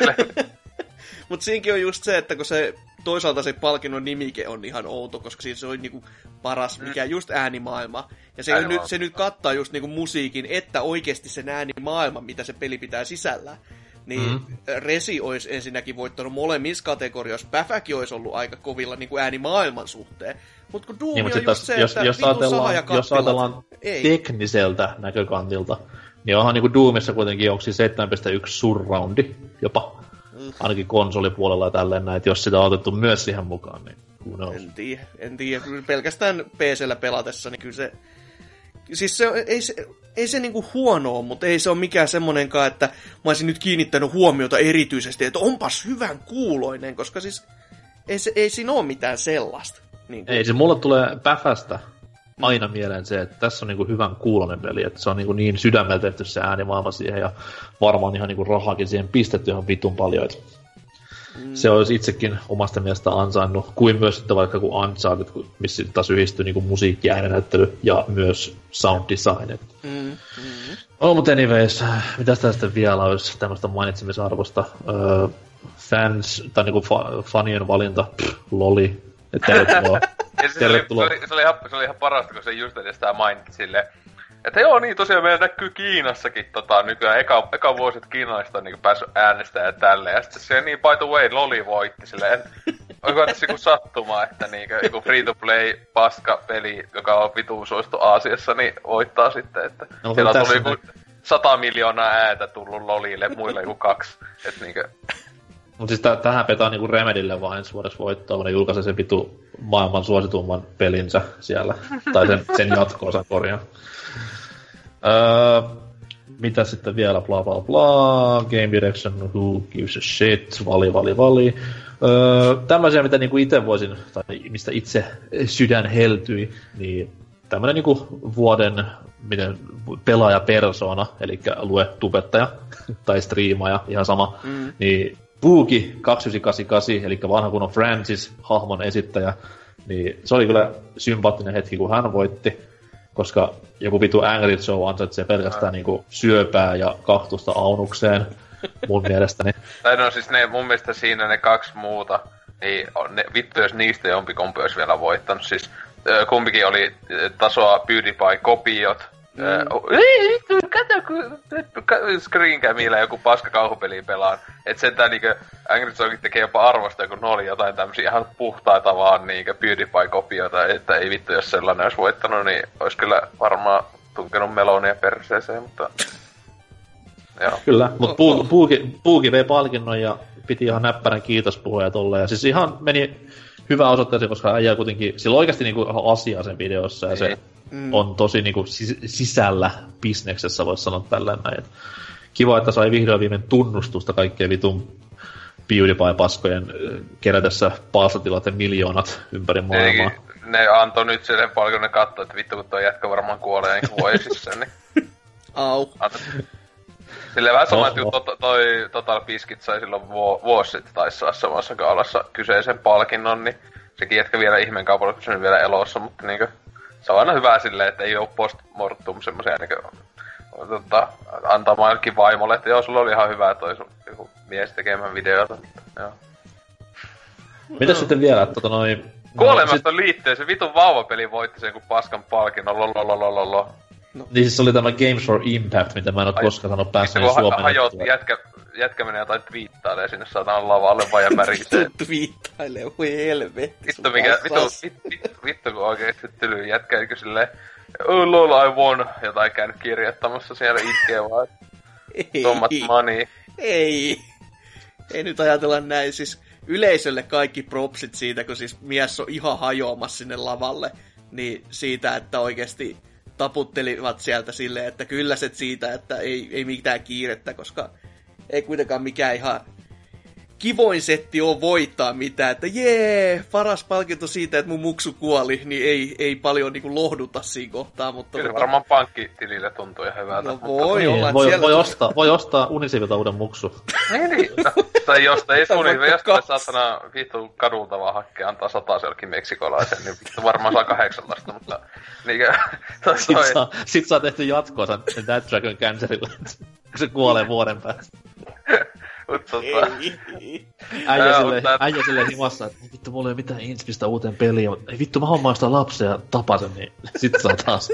Mut siinkin on just se, että kun se toisaalta se palkinnon nimike on ihan outo, koska siis se on niinku paras, mikä mm. just äänimaailma. Ja se, nyt, se nyt kattaa just niinku musiikin, että oikeesti sen äänimaailma, mitä se peli pitää sisällä. Niin mm. Resi olisi ensinnäkin voittanut molemmissa kategorioissa. Päfäkin olisi ollut aika kovilla niinku äänimaailman suhteen. Mut kun Doom niin, on just taas, se, jos, että jos ajatellaan, jos ajatellaan tekniseltä näkökantilta, niin onhan niinku Doomissa kuitenkin onko seitsemän pilkku yksi surroundi jopa. Ainakin konsolipuolella ja tälleen näin, että jos sitä on otettu myös siihen mukaan, niin who knows. En tiedä, en tiedä. Pelkästään P C:llä pelatessa, niin kyllä se... Siis se, ei se, ei se niinku huonoa, mutta ei se ole mikään semmonenkaan, että mä olisin nyt kiinnittänyt huomiota erityisesti, että onpas hyvän kuuloinen, koska siis ei, se, ei siinä ole mitään sellaista. Niin kuin... Ei, se mulle tulee Päfästä aina mieleen se, että tässä on niinku hyvän kuuloinen peli, että se on niinku niin sydämeltä tehty se äänimaailma siihen ja varmaan ihan niinku rahaakin siihen pistetty ihan vitun paljon. Et... mm. se olisi itsekin omasta mielestä ansainnut, kuin myös sitten vaikka kuin Uncharted, missä taas yhdistyy niin kuin musiikki, äänenäyttely ja myös sound design. Mm. Mm. Oh, mutta anyways, mitäs tästä vielä olisi tämmöistä mainitsemisarvosta? Öö, fans, tai niinku fa- fanien valinta, pff, loli. Tervetuloa. Ja se, Tervetuloa. Oli, se, oli, se, oli ihan, se oli ihan parasta, kun se just edes sitä mainitsi silleen, että joo niin, tosiaan meidän näkyy Kiinassakin tota, nykyään eka, eka vuosi, että Kiinalaista on niin päässyt äänestämään ja tälleen. Ja sitten se niin, by the way, loli voitti silleen. Onko tässä joku sattuma, että niin, joku free-to-play paska-peli, joka on vituun suosittu Aasiassa, niin voittaa sitten, että no, siellä tuli joku sata miljoonaa ääntä tullut lolille, muille joku kaksi. Että niinkö... Mutta siis t- tähän petaa niinku Remedylle vaan ensi vuodeksi voittaa, kun ne julkaisee sen vitu maailman suositumman pelinsä siellä. Tai sen, sen jatko-osan korjaan. Öö, mitä sitten vielä? Bla bla bla. Game Direction, who gives a shit. Vali, vali, vali. Öö, tämmöisiä, mitä niinku itse voisin, tai mistä itse sydän heltyi, niin tämmönen niinku vuoden miten, pelaajapersona, eli lue tubettaja tai striimaaja, ihan sama, mm. niin Boogie kaksikymmentäyhdeksän, eli vanha kunnon Francis-hahmon esittäjä, niin se oli kyllä sympaattinen hetki, kun hän voitti, koska joku vitu Angry Joe ansaitsee pelkästään niinku syöpää ja kahtusta aunukseen, mun mielestäni. Tai no siis ne, mun mielestä siinä ne kaksi muuta, niin ne, vittu jos niistä jompikumpi olisi vielä voittanut, siis kumpikin oli tasoa PewDiePie-kopiot. Mm. Ei vittu, kato kun screencamilla joku paska kauhupeliä pelaan. Et sentään niinkö Angry Joe tekee jopa arvosta, kun ne oli jotain tämmösiä ihan puhtaita vaan niinkö PewDiePie-kopioita. Että ei vittu, jos sellainen olisi voittanut, niin olisi kyllä varmaan tunkenut melonia perseeseen, mutta... Joo. Kyllä, mutta Boogie vei palkinnon ja piti ihan näppärän kiitospuhuja tolleen. Ja siis ihan meni hyvä osoitteeseen, koska äijä kuitenkin, sillä on oikeasti niinku asiaa sen videossa ja se mm. on tosi niinku sis- sisällä bisneksessä, voisi sanoa tälleen näin. Kiva, että sai vihdoin viimein tunnustusta kaikkeen vitun PewDiePie-paskojen kerätessä palstatilaten miljoonat ympäri maailmaa. Ne, ne antoi nyt sen paljon, ne katsoi, että vittu kun toi jätkä varmaan kuolee niin vuosissa, niin... Au. Silleen vähän sama, että to, toi Total Biscuit sai silloin vu- vuosi sitten taisi saa samassa kaalassa kyseisen palkinnon, niin sekin jätkä vielä ihmeen kaupalla pysynyt vielä elossa, mutta niinkö se on aina hyvä silleen, että ei oo post-mortum semmosia niinkö tota, antamaan jollekin vaimolle, että joo, sulla oli ihan hyvä toi sun joku mies tekemään videota, mutta joo. Mitäs no. sitten vielä, että tota noin... Kuolemaston no, liitteen, se vitun vauvapeli voitti sen kun paskan palkinnon, lolololololo. No. Niin siis se oli tämä Games for Impact, mitä mä en oo koskaan sanonut päässäni ha- Suomeen. Hajotti, jätkä, jätkä menee jotain twiittailee sinne saatan lavalle vaan ja märisee. Twiittailee, voi helvetti. Vittu mikä, vittu, vittu, vittu, vittu kun oikeesti tylyy jätkä, eikö silleen, oh lol I won, jotain käynyt kirjoittamassa siellä itkee vaan. Ei. Tommat money. Ei. Ei nyt ajatella näin, siis yleisölle kaikki propsit siitä, kun siis mies on ihan hajoamassa sinne lavalle, niin siitä, että oikeesti taputtelivat sieltä silleen, että kylläset siitä, että ei, ei mitään kiirettä, koska ei kuitenkaan mikään ihan kivoin setti on voittaa mitään, että jee, paras palkinto siitä, että mun muksu kuoli, niin ei, ei paljon niin kuin lohduta siinä kohtaa. Mutta kyllä varmaan pankkitilille tuntuu ihan hyvältä. No voi niin, olla, voi, siellä... voi, ostaa, voi ostaa Unisivilta uuden muksu. Niin, niin. Tai jostain, jos Unisivilta jostain saatana vittu kadulta vaan hakkee, antaa sataa selkin meksikolaisen, niin vittu varmaan saa kahdeksanlasta, mutta... Niinkö, toi, sit, saa, sit saa tehty jatkoa That Dragon Cancerilla, kun se kuolee vuoden päästä. Tota. Äijä silleen äijä sille himassa, että vittu mulla ei ole mitään inspistä uuteen peliin, mutta ei vittu mä hommaan sitä lapsia ja tapasen, niin sit saa taas.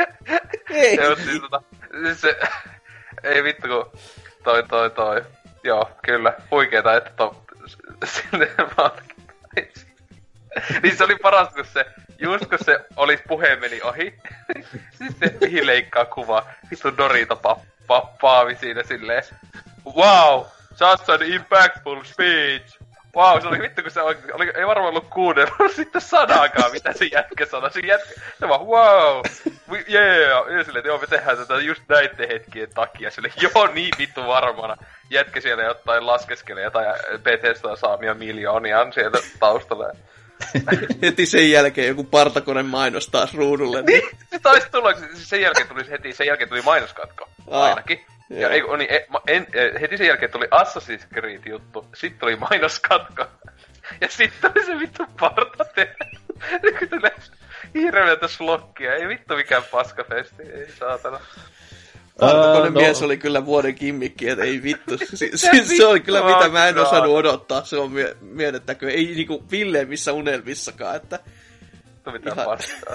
Ei. Joo, siis, tota, siis se, ei vittu kun toi toi toi, joo kyllä, huikeeta, että to, sinne palkintaisi. Niin se oli parasta, kun se, just kun se olis puheen meni ohi, siis se mihin leikkaa kuva, vittu Dorito pappaavi siinä silleen, wow! Such an impactful speech! Wow, se oli vittu kun se oli, oli ei varmaan ollut kuunnellut sitten sanakaan, mitä se jätkä sanoi. Se jätkä, se vaan wow! We, yeah! Ja silleen, joo me tehdään tätä just näitten hetkien takia. Silleen, joo niin vittu varmana. Jätkä siellä jotain laskeskelee jotain Bethesdaa saamia miljoonia sieltä taustalla. Heti sen jälkeen joku partakone mainos taas ruudulle. Niin, se taisi tulla, sen jälkeen tuli heti, sen jälkeen tuli mainoskatko. Ainakin. Ja ei, niin, en, en, heti sen jälkeen tuli Assassin's Creed-juttu, sitten tuli mainoskatko. Ja sitten oli se vittu partate. Nyt tulee hirveätä slokkia, ei vittu mikään paskafesti, ei saatana. Partakonen uh, mies no. oli kyllä vuoden kimmikki, et ei vittu. Si- si- se oli kyllä mitä mä en osannut odottaa, se on mie- miedettäkö. Ei niinku villeimmissä unelmissakaan, että... No mitään ihan... paskaa.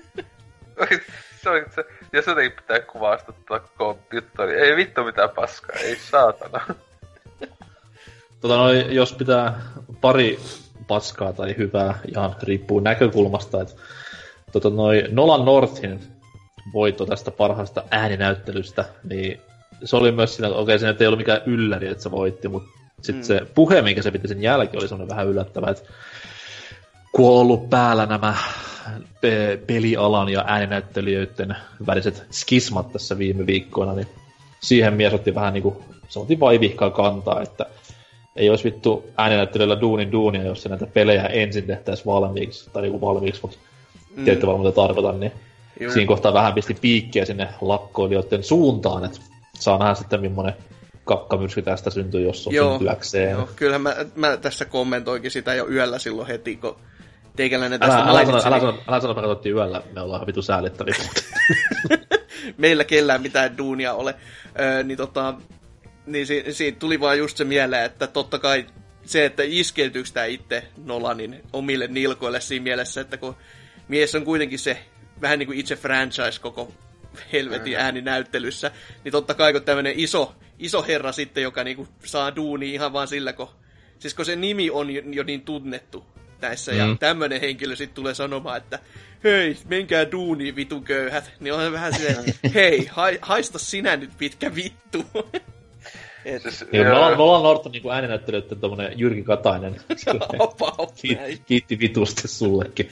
se on se, jos jotenkin pitää kuvastuttaa koko juttu, niin ei vittu mitään paskaa, ei saatana. Tota noi, jos pitää pari paskaa tai hyvää, ihan riippuu näkökulmasta, että tota noi Nolan Northin voitto tästä parhaasta ääninäyttelystä, niin se oli myös siinä, että okei, se ei ollut mikään ylläri, että se voitti, mutta sitten mm. se puhe, minkä se piti sen jälkeen, oli semmoinen vähän yllättävä, että kun on ollut päällä nämä pe- pelialan ja ääninäyttelijöiden väliset skismat tässä viime viikkoina, niin siihen mies otti vähän niinku, sanotiin vaivihkaa kantaa, että ei olisi vittu ääninäyttelijöillä duunin duunia, jos se näitä pelejä ensin tehtäisiin valmiiksi, tai niinku valmiiksi, mutta mm. tiedätte varmaan mitä tarkoitan, niin Juu. siinä kohtaa vähän pisti piikkiä sinne lakkoilijoiden suuntaan, että saa nähdä sitten millainen kakkamyrsky tästä syntyy, jos on syntyäkseen. Joo, kyllähän mä, mä tässä kommentoinkin sitä jo yöllä silloin heti, kun teikäläinen tästä älä, mainitsi. Älä sano, älä sano, älä sano, me katsottiin yöllä, me ollaan vitu säällittäviä. Meillä kellään mitään duunia ole. Öö, niin tota, niin si- siitä tuli vaan just se mieleen, että totta kai se, että iskeytyykö tämä itse Nolanin omille nilkoille siinä mielessä, että kun mies on kuitenkin se vähän niin kuin itse franchise koko helvetin ääninäyttelyssä, niin totta kai kun tämmöinen iso, iso herra sitten, joka niinku saa duunia ihan vaan sillä, kun, siis kun se nimi on jo, jo niin tunnettu näissä, mm. ja tämmöinen henkilö sitten tulee sanomaan, että hei, menkää duuniin vitun köyhät, niin on vähän silleen, hei, ha- haista sinä nyt pitkä vittu. Et... Siis, niin, me ollaan, ollaan Norton niin ääninäyttelijöiden tommonen Jyrki Katainen. About näin. Kiitti vitusti sullekin.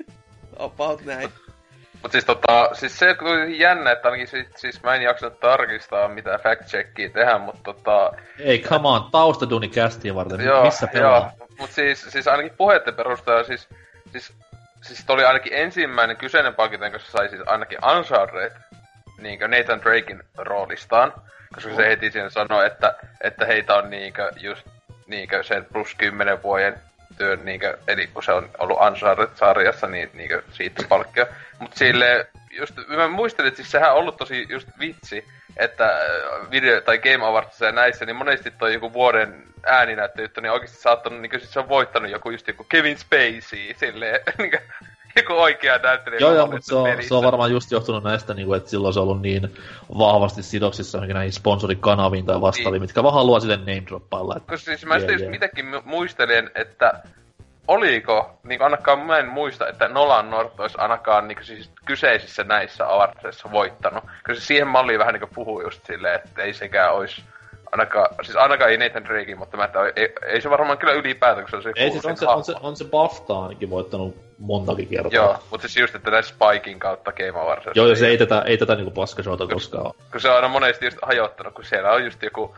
About näin. Mut siis tota, siis se on jännä, että ainakin siis, siis mä en jaksanut tarkistaa mitään fact-checkia tehdä, mut tota... Ei, come on, taustaduuni kästiin varten, joo, missä pelaa? Joo, mut siis, siis ainakin puheitten perusteella siis, siis, siis oli ainakin ensimmäinen kyseinen palkinto, jonka se sai siis ainakin Uncharted, niinkö Nathan Draken roolistaan, koska oh. se heti siinä sanoi, että, että heitä on niinkö just niinkö sen plus kymmenen vuoden työn, niinkö, eli kun se on ollut Uncharted-sarjassa, niin niinkö siitä palkkio. Mut silleen, just, mä muistelin, että siis sehän on ollut tosi just vitsi, että video- tai Game Awardsissa ja näissä, niin monesti toi joku vuoden ääninäyttelyttä, niin oikeesti saattanut, niin sit se on voittanut joku just joku Kevin Spacey, silleen, niinkö, joku oikea näyttelijä. Joo, joo, mutta se on, se on varmaan just johtunut näistä, niin kuin, että silloin se on ollut niin vahvasti sidoksissa näihin sponsorikanaviin tai vastaaviin, niin. mitkä vaan haluaa sille name-droppailla. Koska siis mä sitten just mitäkin muistelen, että oliko, niin ainakaan mä en muista, että Nolan North olisi ainakaan niin siis kyseisissä näissä avarteissa voittanut. Koska siihen malliin vähän niin puhuu just silleen, että ei sekään olisi ainakaan, siis ainakaan ei Nathan Drake, mutta mä, että ei, ei se varmaan kyllä ylipäätään, kun se on se ei, siis on se, on, se, on se BAFTA ainakin voittanut montakin kertaa. Joo, mutta siis just, että näissä Spikin kautta Game Awardsissa. Joo, ja se ei tätä, ei tätä niinku paskashowta koskaan ole. Kun se on aina monesti just hajottanut, kun siellä on just joku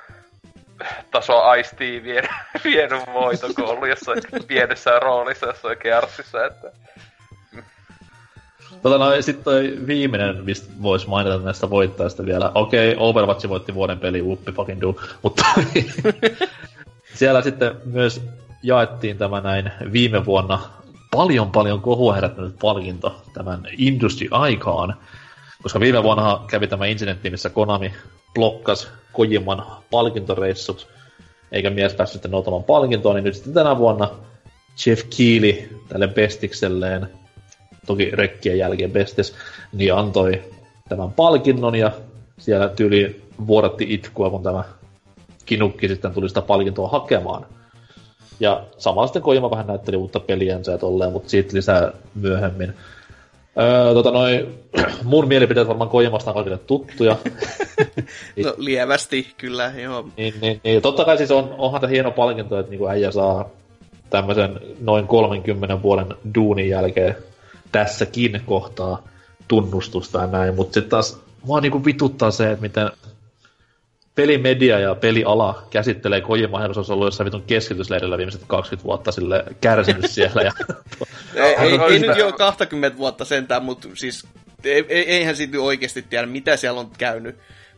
taso Ice-T vienyt, vienyt voiton, kun on ollut jossain pienessä roolissa, jossain Gearsissa, että... Tota no, sit toi viimeinen, mistä vois mainita näistä voittajista vielä. Okei, okay, Overwatch voitti vuoden peli, whoopi fucking do, mutta siellä sitten myös jaettiin tämä näin viime vuonna paljon paljon kohua herättänyt palkinto tämän Industry Icon, koska viime vuonna kävi tämä incidentti, missä Konami blokkas Kojiman palkintoreissut, eikä mies päässyt sitten noutamaan palkintoa, niin nyt sitten tänä vuonna Jeff Keighley tälle bestikselleen, toki rekkien jälkeen bestes, niin antoi tämän palkinnon ja siellä tyyli vuodatti itkua, kun tämä Kinukki sitten tuli sitä palkintoa hakemaan. Ja samalla sitten Kojima vähän näytteli uutta peliänsä ja tolleen, mutta siitä lisää myöhemmin. Öö, tota noi, mun mielipiteet varmaan Kojimasta on kaikille tuttuja. No lievästi, kyllä, joo. Niin, niin, niin. Totta kai siis on, onhan tämä hieno palkinto, että niinku äijä saa tämmöisen noin kolmenkymmenen vuoden duunin jälkeen tässäkin kohtaa tunnustusta ja näin, mutta sitten taas mua niinku vituttaa se, että miten pelimedia ja peliala käsittelee Kojimaa, jos olisi ollut jossain vitun keskitysleirillä viimeiset kaksikymmentä vuotta sille kärsinyt siellä. Ja... ei, ei, ei nyt jo kaksikymmentä vuotta sentään, mutta siis ei, eihän siitä oikeasti tiedä, mitä siellä on käynyt.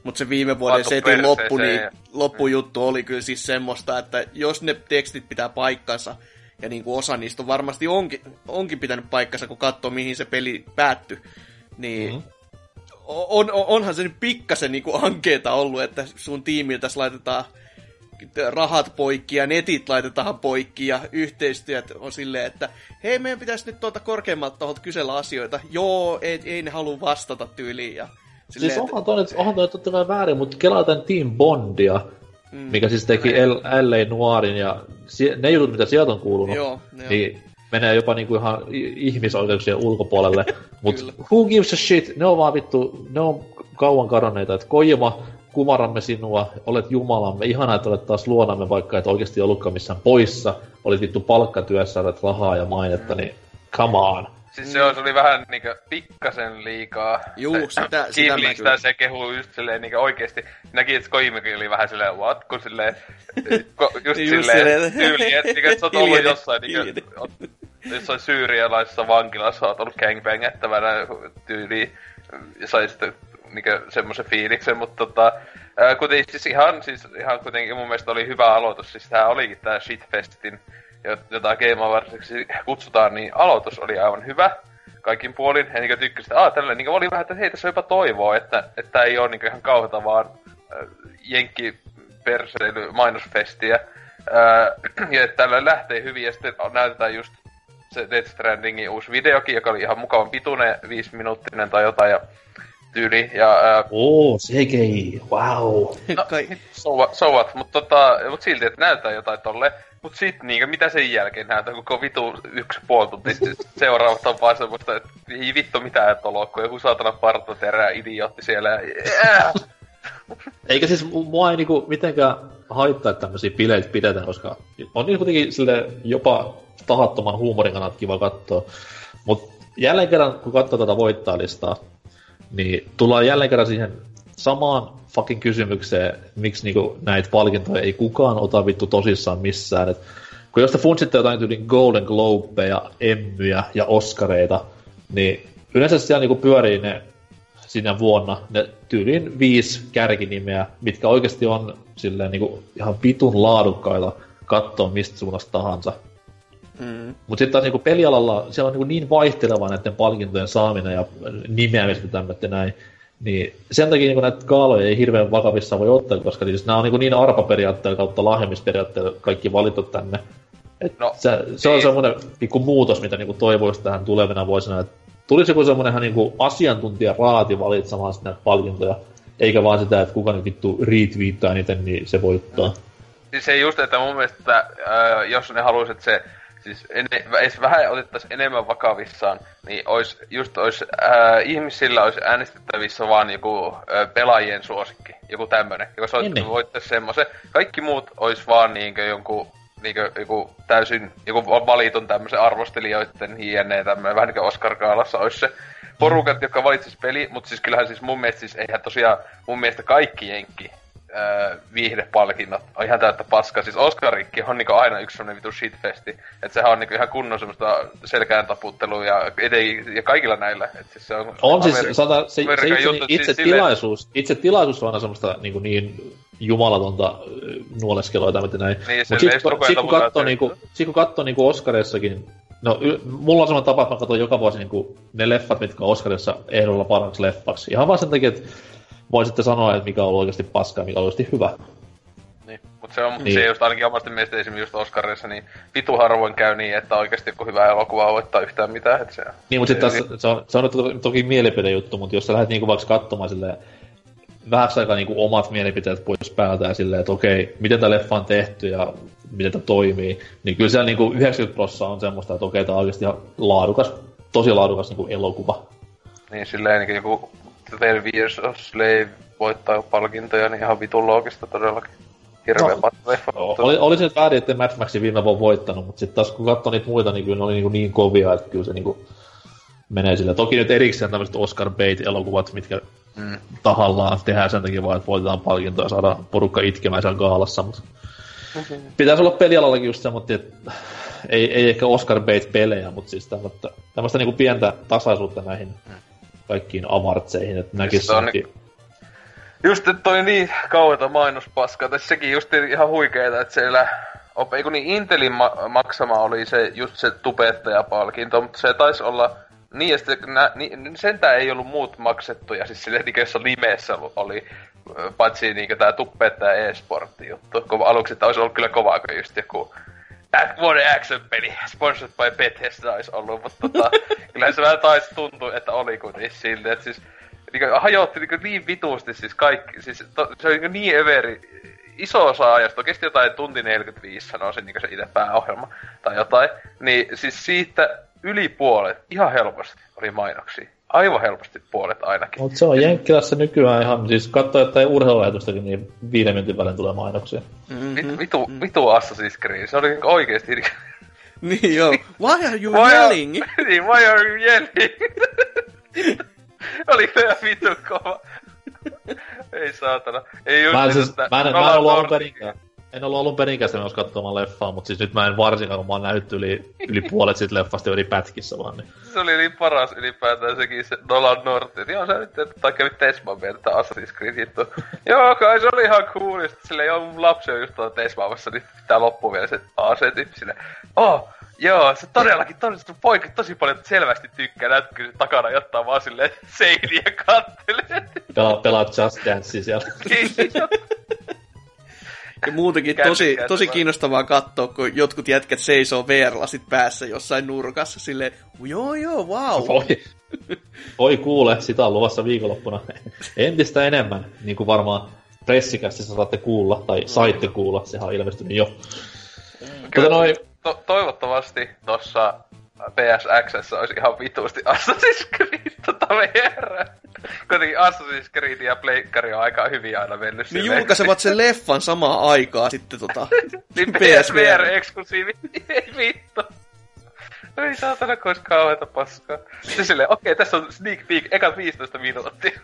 Mutta se viime vuoden Pantu setin loppu, niin, loppujuttu oli kyllä siis semmoista, että jos ne tekstit pitää paikkansa, ja niin kuin osa niistä on varmasti onkin, onkin pitänyt paikkansa, kun katsoo mihin se peli päättyi, niin mm-hmm. on, on, onhan se nyt pikkasen niin kuin ankeeta ollut, että sun tiimiltä laitetaan rahat poikki ja netit laitetaan poikki ja yhteistyöt on silleen, että hei, meidän pitäisi nyt tuolta korkeammalta taholta kysellä asioita. Joo, ei, ei ne halua vastata tyyliin. Ja silleen, siis onhan toi, onhan toi totta kai väärin, mutta kelaa tämän Team Bondia, mm, mikä siis teki L A Noirin ja ne jutut, mitä sieltä on kuulunut, joo, niin menee jopa niinku ihan ihmisoikeuksien ulkopuolelle. Mutta who gives a shit? Ne on vaan vittu, ne on kauan kadonneita, että Kojima, kumaramme sinua, olet jumalamme, ihanaa, että olet taas luonamme, vaikka et oikeesti ollutkaan missään poissa, olit vittu palkkatyössä, olet rahaa ja mainetta, niin come on. Siis se oli vähän niinku pikkasen liikaa. Juu, sitä, sitä mä kyllä. Se kehuu just silleen niinku oikeesti. Näki, että Kojimakin oli vähän silleen, what? Kun silleen, ko, just, just silleen tyyli, että niinku, et sä oot ollut jossain niinku, jossain syyrialaisessa vankilassa, oot ollut gangbangättävänä tyyliin, ja sai sitten niinku semmosen fiiliksen, mutta tota, ää, kuten siis ihan, siis ihan kuitenkin mun mielestä oli hyvä aloitus, siis tää olikin tää Shitfestin, jota Game Awardsiksi kutsutaan, niin aloitus oli aivan hyvä kaikin puolin. Ja niin tykkäsin, että aah, tälleen niin oli vähän, että hei, tässä on jopa toivoa, että että ei ole niin ihan kauheata vaan äh, jenkki perseily mainosfestiä. Äh, ja että tällä lähtee hyvin, ja sitten näytetään just se Death Strandingin uusi videokin, joka oli ihan mukavan pituinen, viisiminuuttinen tai jotain, ja tyyli, ja... Äh, Oo, sekin, wow! No, so, so what, mutta tota, mut silti, että näytetään jotain tolle. Mut sit niinkö, mitä sen jälkeen näytää, koko vitu yksi puoli tuntia seuraavat on vaan semmoista, että ei vittu mitään toloa, kun joku saatana partoterää idiootti siellä ja... Eikä siis mua ei niinku mitenkään haittaa, että tämmösiä bileitä pidetään, koska on niin kuitenkin sille jopa tahattoman huumorin kannalta kiva kattoo. Mut jälleen kerran, kun katsoo tätä voittajalistaa, niin tullaan jälleen kerran siihen samaan fucking kysymykseen, miksi niinku näitä palkintoja ei kukaan ota vittu tosissaan missään. Et kun jos te funtsitte jotain tyyliin Golden Globeja, Emmyjä ja Oscareita, niin yleensä siellä niinku pyörii ne sinä vuonna ne tyyliin viisi kärkinimeä, mitkä oikeasti on silleen niinku ihan vitun laadukkaita kattoo mistä suunnasta tahansa. Mm. Mut sitten taas niinku pelialalla siellä on niinku niin vaihteleva näiden palkintojen saaminen ja nimeämistä tämmöistä näin. Niin sen takia niin näitä gaaloja ei hirveän vakavissaan voi ottaa, koska siis nämä on niin, niin arpaperiaatteella kautta lahjemisperiaatteella kaikki valittu tänne. Et no, se, se on semmoinen pikku muutos, mitä niin toivoisi tähän tulevina vuosina. Et tulisi joku semmoinen ihan niin asiantuntija raati valitsemaan näitä palkintoja, eikä vaan sitä, että kuka nyt vittu retweettaa niitä, niin se voittaa. Siis se just, että mun mielestä, äh, jos ne haluaisi, että se siis enne, edes vähän otettaisiin enemmän vakavissaan, niin ois, just ois, ää, ihmisillä olisi äänestettävissä vaan joku ää, pelaajien suosikki, joku tämmönen, joka soittaa voittaisi semmoisen. Kaikki muut ois vaan niinkö jonkun, niinkö joku täysin, joku valitun tämmöisen arvostelijoiden hieneen tämmönen, vähän niinkö Oscar-gaalassa ois se porukat, jotka valitsis peli, mutta siis kyllähän siis mun mielestä siis eihän tosiaan, mun mielestä kaikki jenkki Öö, viihdepalkinnot on ihan täyttä paskaa. Siis Oscarikki on niinku aina yksi semmonen vitu shitfesti. Et sehän on niinku ihan kunnon semmoista selkään taputtelua ja, ja kaikilla näillä. Et siis se on on siis sata, se, se itse, juttu, itse, siis tilaisuus, silleen... itse tilaisuus on aina semmoista niinku niin jumalatonta nuoleskelua tämmöitä näin. Niin, mut sit, sit kun kattoo niinku, sit kun kattoo niinku Oscareissakin, no y, mulla on semmoinen tapa, että mä katson joka vuosi niinku ne leffat, mitkä on Oscarissa ehdolla parhaaksi leffaksi. Ihan vaan sen takia, että voisitte sanoa, että mikä on ollut oikeasti paskaa ja mikä on oikeasti hyvä. Niin, mutta se on niin. Se just ainakin omasta mielestä esimerkiksi just Oscarissa, niin vitu harvoin käy niin, että oikeasti joku hyvä elokuva voittaa yhtään mitään. Että se, niin, mutta sitten taas se on, se on toki, toki mielipidejuttu, mutta jos sä lähdet niinku vaikka katsomaan silleen vähäksi aikaa niinku omat mielipiteet pois päältä ja silleen, että okei, miten tää leffa on tehty ja miten tää toimii, niin kyllä siellä niinku yhdeksänkymmentä prosenttia on semmoista, että okei, tää on oikeasti ihan laadukas, tosi laadukas niinku elokuva. Niin, silleen niin joku twelve Years of Slave voittaa palkintoja, niin ihan vitun loogista todellakin. Hirveä no, patteleffa. Oli, oli se nyt väärin, ettei Mad Maxin viime vuonna voittanut, mutta sitten taas kun katsoo niitä muita, niin kyllä ne oli niin, niin kovia, että kyllä se niin menee sillä. Toki nyt erikseen tämmöiset Oscar bait-elokuvat, mitkä mm. tahallaan tehdään sen takia vaan, että voitetaan palkintoja ja saadaan porukka itkemään siellä gaalassa, mutta mm-hmm. pitäisi olla pelialallakin just semmoinen, että ei, ei ehkä Oscar bait-pelejä, mutta siis tämmöistä, tämmöistä niin pientä tasaisuutta näihin mm. kaikkiin avartseihin, että näkisi on, niin, Just, että toi niin kauheeta mainospaskaa, tai sekin just ihan huikeeta, että siellä... Ei kun niin Intelin ma- maksama oli se just se tubettajapalkinto, mutta se taisi olla... Niin, ja sitten nä, niin, sentään ei ollut muut maksettuja, siis silleen, niin jossa limessä oli, paitsi niin tää tubettaja e-sportti juttu, kun aluksi että olisi ollut kyllä kovaa, kun just joku vuoden action-peli, sponsored by Bethesda olisi ollut, mutta tota, kyllä se vähän taisi tuntua, että oli kuitenkin silleen, että siis niin hajotti niin, niin vitusti siis kaikki, siis to, se oli niin överi, iso osa ajasta, kesti jotain tunti neljäkymmentäviisi sanoo se, niin se itse pääohjelma tai jotain, niin siis siitä yli puolet, ihan helposti, oli mainoksia. Aivan helposti puolet ainakin. Mutta se on Jenkkilässä nykyään ihan, siis katsoo jotain urheilulähetystäkin, niin viiden minuutin välein tulee mainoksia. Mm-hmm. Vitu, vitu Assassin's Creed, se oli oikeesti... Niin joo. Why are you why yelling? Are, niin, why are you yelling? Oli kyllä vitu kova. Ei saatana. Ei just mä en, siis, sitä, mä en, mä en ollut alun perinkään. En ollut alun perinkään sitä menossa katsomaan leffaa, mutta siis nyt mä en varsinkaan, kun mä oon nähnyt yli, yli puolet siitä leffasta eri pätkissä vaan. Niin. Se oli niin paras ylipäätään sekin se Nolan North, että joo se nyt, tai kävi Tesman vielä tätä Assassin's Creed juttu. Joo kai se oli ihan cool, ja sitten silleen joo mun lapsi on just tuolla Tesmaamassa, niin pitää loppuun vielä se A C-tyyppi silleen. Oh, joo, se todellakin, todellakin poika tosi paljon selvästi tykkää, näyttää kyllä takana jottaa vaan silleen seiniä kattelee. Pelaa, pelaa Just Dancea siellä. Ja muutenkin tosi, tosi kiinnostavaa katsoa, kun jotkut jätkät seisoo V R-lasit päässä jossain nurkassa silleen, joo joo, wow. Voi, voi kuule, sitä on luvassa viikonloppuna entistä enemmän, niin kuin varmaan pressikästissä saatte kuulla, tai saitte kuulla, sehän on ilmestynyt jo. Kyllä, noi... to- toivottavasti tossa P S X:ssä olisi ihan vituusti Assassin's Creed tota V R. Kuitenkin Assassin's Creed ja Pleikkari on aika hyvin aina mennyt niin silleen. Julkaisevat sen leffan samaan aikaan sitten tota... niin P S V R-eksklusiivi, ei vittu. Ei saatana, kun olisi kauheeta paskaa. Se silleen, okei, okay, tässä on sneak peek, ekat viisitoista minuuttia.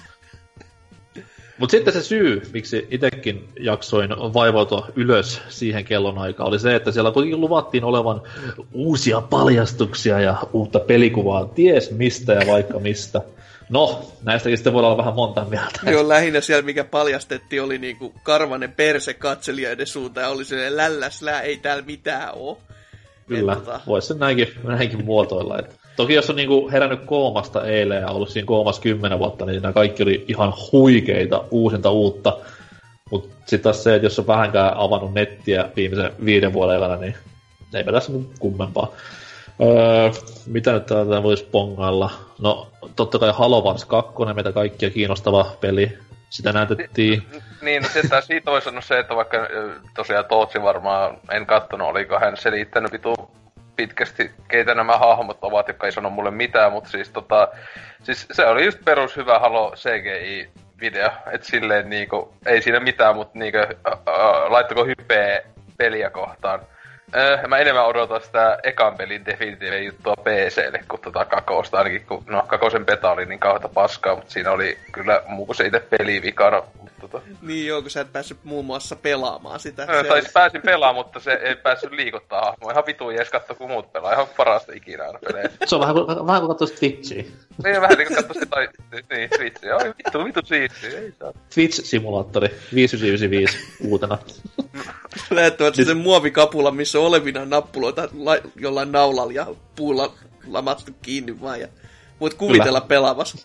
Mut sitten se syy, miksi itekin jaksoin vaivautua ylös siihen kellonaikaan, oli se, että siellä kuitenkin luvattiin olevan uusia paljastuksia ja uutta pelikuvaa ties mistä ja vaikka mistä. No, näistäkin sitten voidaan olla vähän monta mieltä. Joo, lähinnä siellä, mikä paljastettiin, oli niinku karvanen perse katselijoiden suuntaan, ja oli silleen lälläslää, ei täällä mitään oo. Kyllä, tota... voisi sen näinkin, näinkin muotoilla. Että toki jos on niinku herännyt koomasta eilen ja ollut siinä koomassa kymmenen vuotta, niin nämä kaikki oli ihan huikeita, uusinta uutta. Mutta sitten taas se, että jos on vähänkään avannut nettiä viimeisen viiden vuoden aikana, niin eipä tässä nyt kummempaa. Öö, mitä nyt täältä voisi pongailla? No, totta kai Halo Wars kaksi, meitä kaikkia kiinnostava peli. Sitä näytettiin. Niin, no sitten siitä voi sanoa se, että vaikka tosiaan Tootsi varmaan en kattonut, oliko hän selittänyt vitu pitkästi, keitä nämä hahmot ovat, jotka ei sano mulle mitään, mutta siis tota, siis se oli just perus hyvä Halo C G I-video, et silleen niinku, ei siinä mitään, mutta niinku, äh, äh, laittako hypeä peliä kohtaan. Äh, mä enemmän odotan sitä ekan pelin definitiivinen juttua P C:lle kuin tota kakosta, ainakin kun no kakosen beta oli niin kauheata paskaa, mutta siinä oli kyllä muu kuin se itse peli vikana. Tota. Niin joo, kun sä et päässyt muun muassa pelaamaan sitä. No, tai oli... pääsin pelaamaan, mutta se ei päässyt liikuttaa hahmoa. Ihan vitu jees katso, kun muut pelaa. Ihan parasta ikinä aina peleissä. Se on vähän kuin, vähän kuin katsoisi Twitchiä. Niin, vähän niin kuin katsoisi tai... Niin, Twitchiä. Oi vittu, vittu siistiä. Ei saa. Twitch-simulaattori viisisataayhdeksänkymmentäviisi uutena. Lähettävät sitten muovikapula, missä on olevina nappuloita la- jollain naulalla ja puulla lamattu kiinni vaan. Ja voit kuvitella Kyllä. pelaavassa.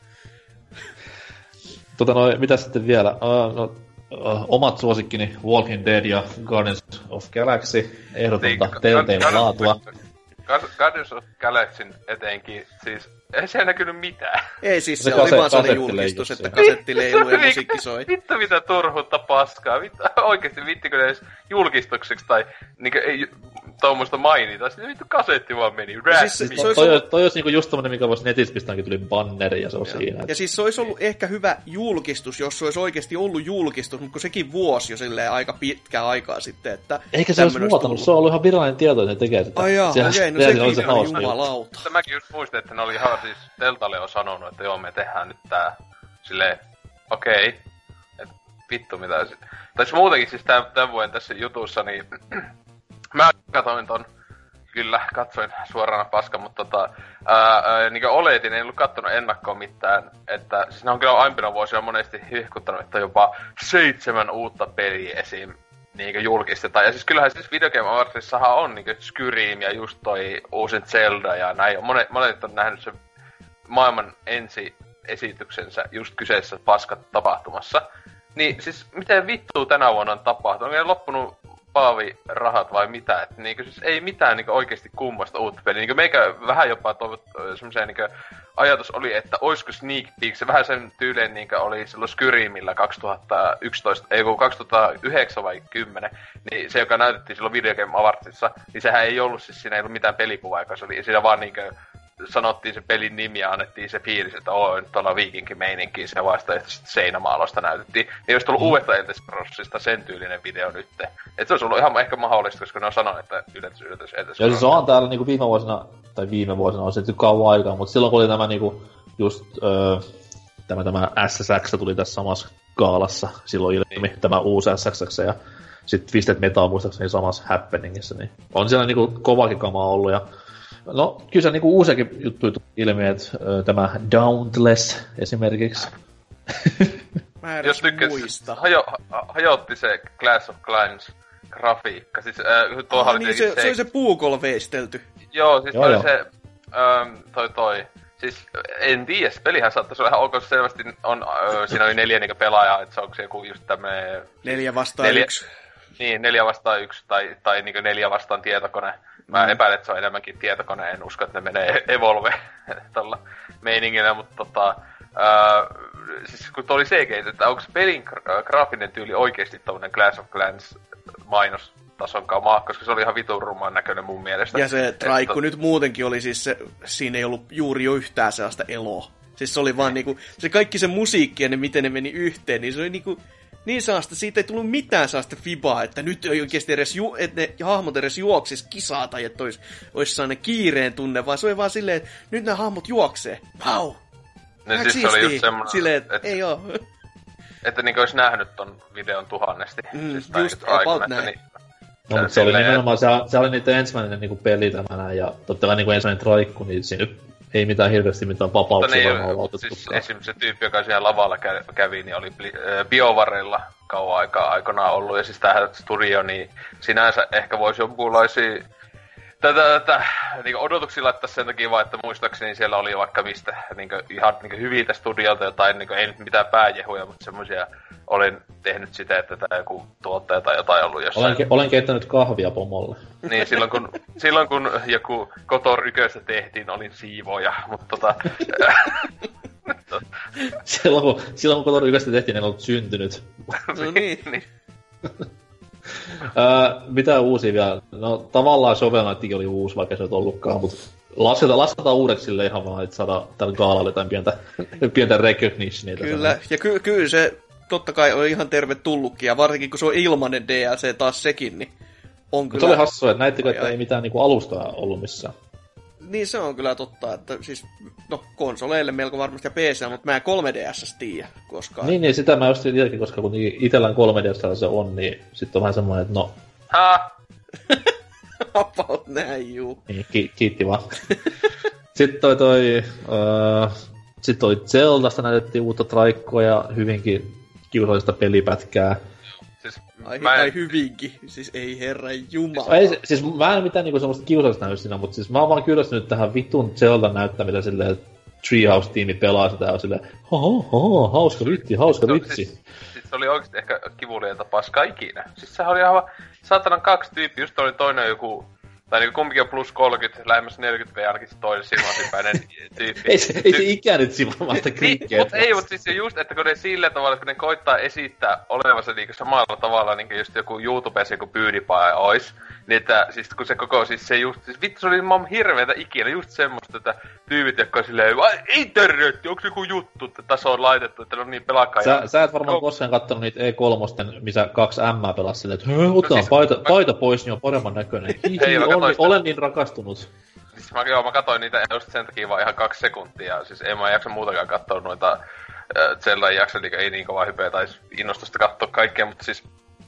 Tota no, mitä sitten vielä? Uh, no, uh, omat suosikkini Walking Dead ja Guardians of Galaxy, ehdotonta Telltale laatua. Guardians of Galaxyn etenkin, siis ei siellä näkynyt mitään. Ei siis, se, se oli vaan sellainen julkistus, että kasetti leiluu ja musiikki soi. Vittu mitä turhuutta paskaa, vittu, oikeesti vittikö ne edes julkistukseksi tai niinkö ei tuommoista mainita, sitten vittu kasetti vaan meni, siis se, se to, toi, toi olisi niinku just tommonen, mikä voisi netissä pistäänkin tuli banneri ja se on ja. siinä. Ja siis se olisi ollut ehkä hyvä julkistus, jos se olisi oikeesti ollut julkistus, mutta sekin vuosi jo silleen aika pitkää aikaa sitten, että... Eikä se olisi vuotanut, se on ollut ihan virallinen tieto, että ne tekee sitä. Ai jaa, okei, okay, no sekin on se jumalauta. Mutta mäkin just muistin, että ne oli ihan siis, Teltalle on sanonut, että joo, me tehdään nyt tää silleen, okei, okay, että vittu mitä sit. Tai muutenkin siis tämän, tämän vuoden tässä jutussa, niin mä katsoin ton kyllä, katsoin suorana paska, mutta tota, ää, ää, niin kuin oletin, en ollut kattonut ennakkoon mitään, että siis ne on kyllä aiempina vuosina monesti hihkuttanut, että jopa seitsemän uutta peliä esim. Niin julkistetaan. Ja siis kyllähän siis Video Game Awardsissahan on niin Skyrim ja just toi uusin Zelda ja näin. Monet, monet on nähnyt sen maailman ensi-esityksensä just kyseisessä paskat tapahtumassa. Niin siis miten vittua tänä vuonna on tapahtunut? Onko ne loppunut paavirahat vai mitä? Et niinku siis ei mitään niinku oikeesti kummasta uutta peliä. Niinku meikä vähän jopa toivot semmoiseen niinku ajatus oli, että oisko Sneak Peek, se vähän sen tyyleen niinku oli silloin Skyrimillä kaksituhattayksitoista, ei kun kaksituhattayhdeksän vai kymmenen, niin se joka näytettiin silloin Video Game Awardsissa, niin sehän ei ollut siis, siinä ei ollut mitään pelikuvaa, joka se oli, siinä vaan niinku sanottiin se pelin nimi ja annettiin se fiilis, että oo, nyt ollaan viikinkimeininkiä, se vaihtoehtoisesti seinämaalosta näytettiin. Niin olisi tullut uudesta Elder Scrollsista sen tyylinen video nyt. Että se olisi ollut ihan ehkä mahdollista, koska ne on sanonut, että yllätys, yllätys, Elder Scrolls. Ja siis on täällä niinku viime vuosina, tai viime vuosina on se kauan aikaa, mutta silloin kun oli tämä niinku just öö, tämä, tämä S S X tuli tässä samassa kaalassa silloin ilmi, niin. Tämä uusi S S X ja sitten Twisted Metal muistaakseni samassa Happeningissä, niin on siellä niinku kovakin kamaa ollut ja no, kyllä se niinku uusiakin juttuja tuli ilmi, että ö, tämä Dauntless esimerkiksi. Mä edes muista. Hajo, ha, hajotti se Clash of Clans grafiikka. Siis, äh, tuohan ah, niin se, se, se oli se puukolla veistelty. Joo, siis joo, toi joo. se, ähm, toi toi. Siis en tiedä, pelihän saattaisi olla ihan ok, selvästi on, äh, siinä oli neljä niinku pelaajaa, että se onko se joku just tämmönen... Neljä vastaan neljä, yksi. Niin, neljä vastaan yksi, tai, tai niinku neljä vastaan tietokone. Mä mm. epäilen, että se on enemmänkin tietokone, en usko, että ne menee Evolve tällä meiningillä, mutta tota... Ää, siis kun tuo oli C G, että onko pelin gra- graafinen tyyli oikeesti tommonen Clash of Clans mainostason kamaa, koska se oli ihan vitun rumman näköinen mun mielestä. Ja se traikku nyt muutenkin oli siis se, siinä ei ollut juuri jo yhtään sellaista eloa. Siis se oli vaan niinku, se kaikki se musiikki ja ne miten ne meni yhteen, niin se oli niinku... Niin saasta, siitä ei tullut mitään saasta fibaa, että nyt ei oikeesti edes, ju- että ne hahmot edes juoksis kisaa tai että olisi olis sellainen kiireen tunne, vaan se oli vaan silleen, että nyt nämä hahmot juoksee. Pau! No siis se oli just semmoinen, silleen, että et, ei oo. Että niinku olisi nähnyt ton videon tuhannesti. Mm, siis just about näin. Niin, no, mutta se oli nimenomaan, se, se oli niiden ensimmäinen niinku peli tämänä, ja totta kai niinku ensimmäinen traikku, niin siinä ei mitään hirveästi mitään vapauksia niin, varmaan lautettu. Siis esimerkiksi se tyyppi, joka siellä lavalla kävi, niin oli BioWarella kauan aikaa aikanaan ollut. Ja siis tämähän studio, niin sinänsä ehkä voisi jonkunlaisia tätä, tätä niin odotuksia laittaa sen takia vaan, että muistaakseni siellä oli vaikka mistä niin ihan niin hyviltä studiolta jotain, niin ei nyt mitään pääjehuja, mutta semmoisia olen tehnyt sitä, että tämä joku tuottaja tai jotain ollut jossain. Olen, ke- olen keittänyt kahvia pomolle. Niin, silloin kun, silloin kun joku Kotor yköstä tehtiin, olin siivoja, mutta tota... silloin, kun, silloin kun Kotor yköstä tehtiin, en ollut syntynyt. No niin. niin. Öö, mitä uusia vielä? No tavallaan Shovel Knightikin oli uusi, vaikka se ei ollutkaan, mutta lasketaan, lasketaan uudeksi sille ihan vaan, että saadaan tällä gaalalle jotain pientä, pientä recognitionia. Kyllä, ja ky- kyllä se totta kai on ihan tervetullutkin, ja varsinkin kun se on ilmanen D L C taas sekin, niin on kyllä... Se oli hassua, että näittekö, että ei mitään niinku alustaa ollut missään. Niin se on kyllä totta, että siis, no konsoleille melko varmasti ja P C, mutta mä en kolme D S tiedä koskaan. Niin, niin sitä mä just itsekin, koska kun itellään kolme D S se on, niin sit on vähän semmoinen, että no... Ha! About näin, juu. Niin, ki- kiitti vaan. Sitten toi toi... Uh, sit toi Zeldasta näytettiin uutta traikkoa ja hyvinkin kiusallista pelipätkää. Siis, ai, mä en... ai hyvinkin, siis ei herra jumala. Ei, siis mä en mitään niinku semmoista kiusallista näy siinä, mutta siis mä oon vaan kyllästynyt tähän vitun Zeldan näyttämiseen silleen, että Treehouse-tiimi pelaa sitä ja silleen, hoho, hoho, hauska vitsi, hauska vitsi. Siis, siis se oli oikeesti ehkä kivulielta paska ikinä. Siis sehän oli ihan saatanan kaksi tyyppiä, just oli toinen joku, tai niinku kumpikin on plus kolmekymmentä, lähemmäs neljäkymmentä V ainakin se toinen silmäsipäinen tyyppi. ei, se, ei se ikään nyt silmämaista krikkeet. Niin, mutta ei, mutta siis just, että kun ne sillä tavalla, kun ne koittaa esittää olevansa niinku samalla tavalla niinku just joku YouTubessa joku PewDiePie ois, niin että siis kun se koko, siis se just, siis vittu se oli maailman hirveetä ikinä, just semmoista, että tyypit, jotka on silleen, internetti, onko joku juttu, että taso on laitettu, että ne on niin pelakkaa. Sä, sä et varmaan no. koskaan kattonut niitä E kolme, missä kaksi M pelasi silleen, että otetaan no siis, paita, mä... paita pois, niin on paremman näköinen. Hihi, on, olen niin rakastunut. Siis mä, joo, mä katsoin niitä just sen takia vaan ihan kaksi sekuntia, siis en mä jaksa muutakaan katsoa noita äh, Zelda jaksa, eli ei niin kovaa hypeä tai innostusta katsoa kaikkea, mutta siis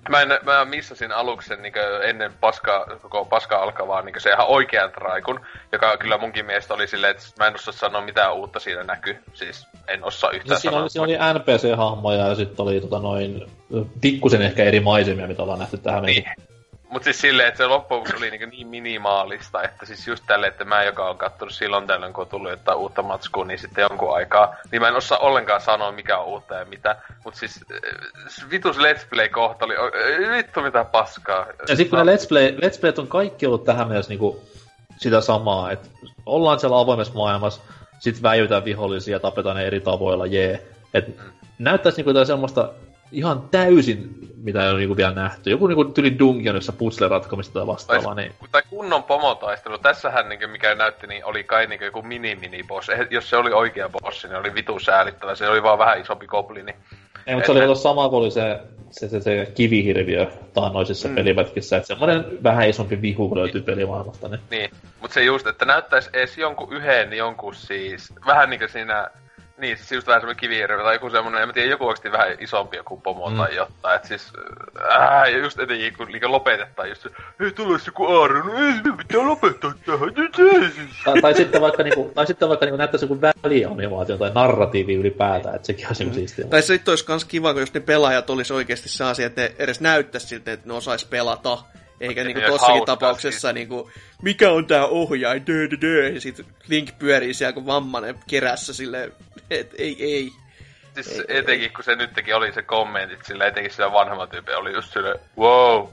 Mä, en, mä missasin aluksen niin ennen paskaa, koko paskaa alkavaa niin se ihan oikean traikun, joka kyllä munkin mielestä oli silleen, että mä en osaa sanoa mitään uutta siinä näkyy. Siis en osaa yhtään siinä sanoa. Oli, siinä oli N P C-hahmoja ja sitten oli tota noin pikkusen ehkä eri maisemia, mitä ollaan nähty tähän niin. Mut siis silleen, että se loppujen oli niin, niin minimaalista, että siis just tälleen, että mä, joka on kattonut silloin tällöin, kun on tullut jotain uutta matskua, niin sitten jonkun aikaa, niin mä en osaa ollenkaan sanoa, mikä on uutta ja mitä. Mut siis vitus Let's Play-kohta oli, vittu mitä paskaa. Ja sit kun ne Let's, Play, Let's Playt on kaikki ollut tähän mennessä niinku sitä samaa, että ollaan siellä avoimessa maailmassa, sit väijytään vihollisia, tapetaan ne eri tavoilla, jee. Et mm. näyttäis niinku jotain semmoista ihan täysin, mitä ei ole niinku vielä nähty. Joku niinku tyli Dungeonissa puzzle-ratkomista tai vastaavaa. Niin. Tai kunnon pomotaistelu. Tässähän niinku, mikä näytti, niin oli kai niinku joku mini-mini-boss. Eh, jos se oli oikea bossi, niin oli vitu säälittävä. Se oli vaan vähän isompi goblini. Ei, mutta se oli tuossa sama kuin oli se, se, se, se kivihirviö taannoisissa mm. pelipätkissä. Että semmoinen vähän isompi vihu löytyy pelimaailmasta. Niin, niin. Mutta se just, että näyttäisi edes jonkun yhden jonkun siis, vähän niinku siinä. Niin, siis just vähän semmoinen kivihirviö tai joku semmonen, en mä tiedä, joku oikeesti vähän isompi joku pomo mm. tai jotain, et siis, ää, ja just etenkin kun liikaa lopetetaan just se, ei tulos joku aaro, no ei me pitää lopettaa tähän, nyt ei siis. Tai, tai sitten vaikka niinku, tai sitten vaikka niinku näyttäisi joku välianimaatio tai narratiivi ylipäätään, että sekin olisi mm. siistiä. Tai sitten olisi kans kiva, kun jos ne pelaajat olisi oikeesti sellaisia, että ne edes näyttäisi siltä, että ne osais pelata. Eikä niinku tossakin tapauksessa niinku, mikä on tää ohjain, dö dö dö, ja sit Link pyörii siellä kun vammanen kerässä silleen, et ei ei. Siis ei, etenkin ei. Kun se nytkin oli se kommentit sillä etenkin sillä vanhemman tyypillä oli just silleen, wow,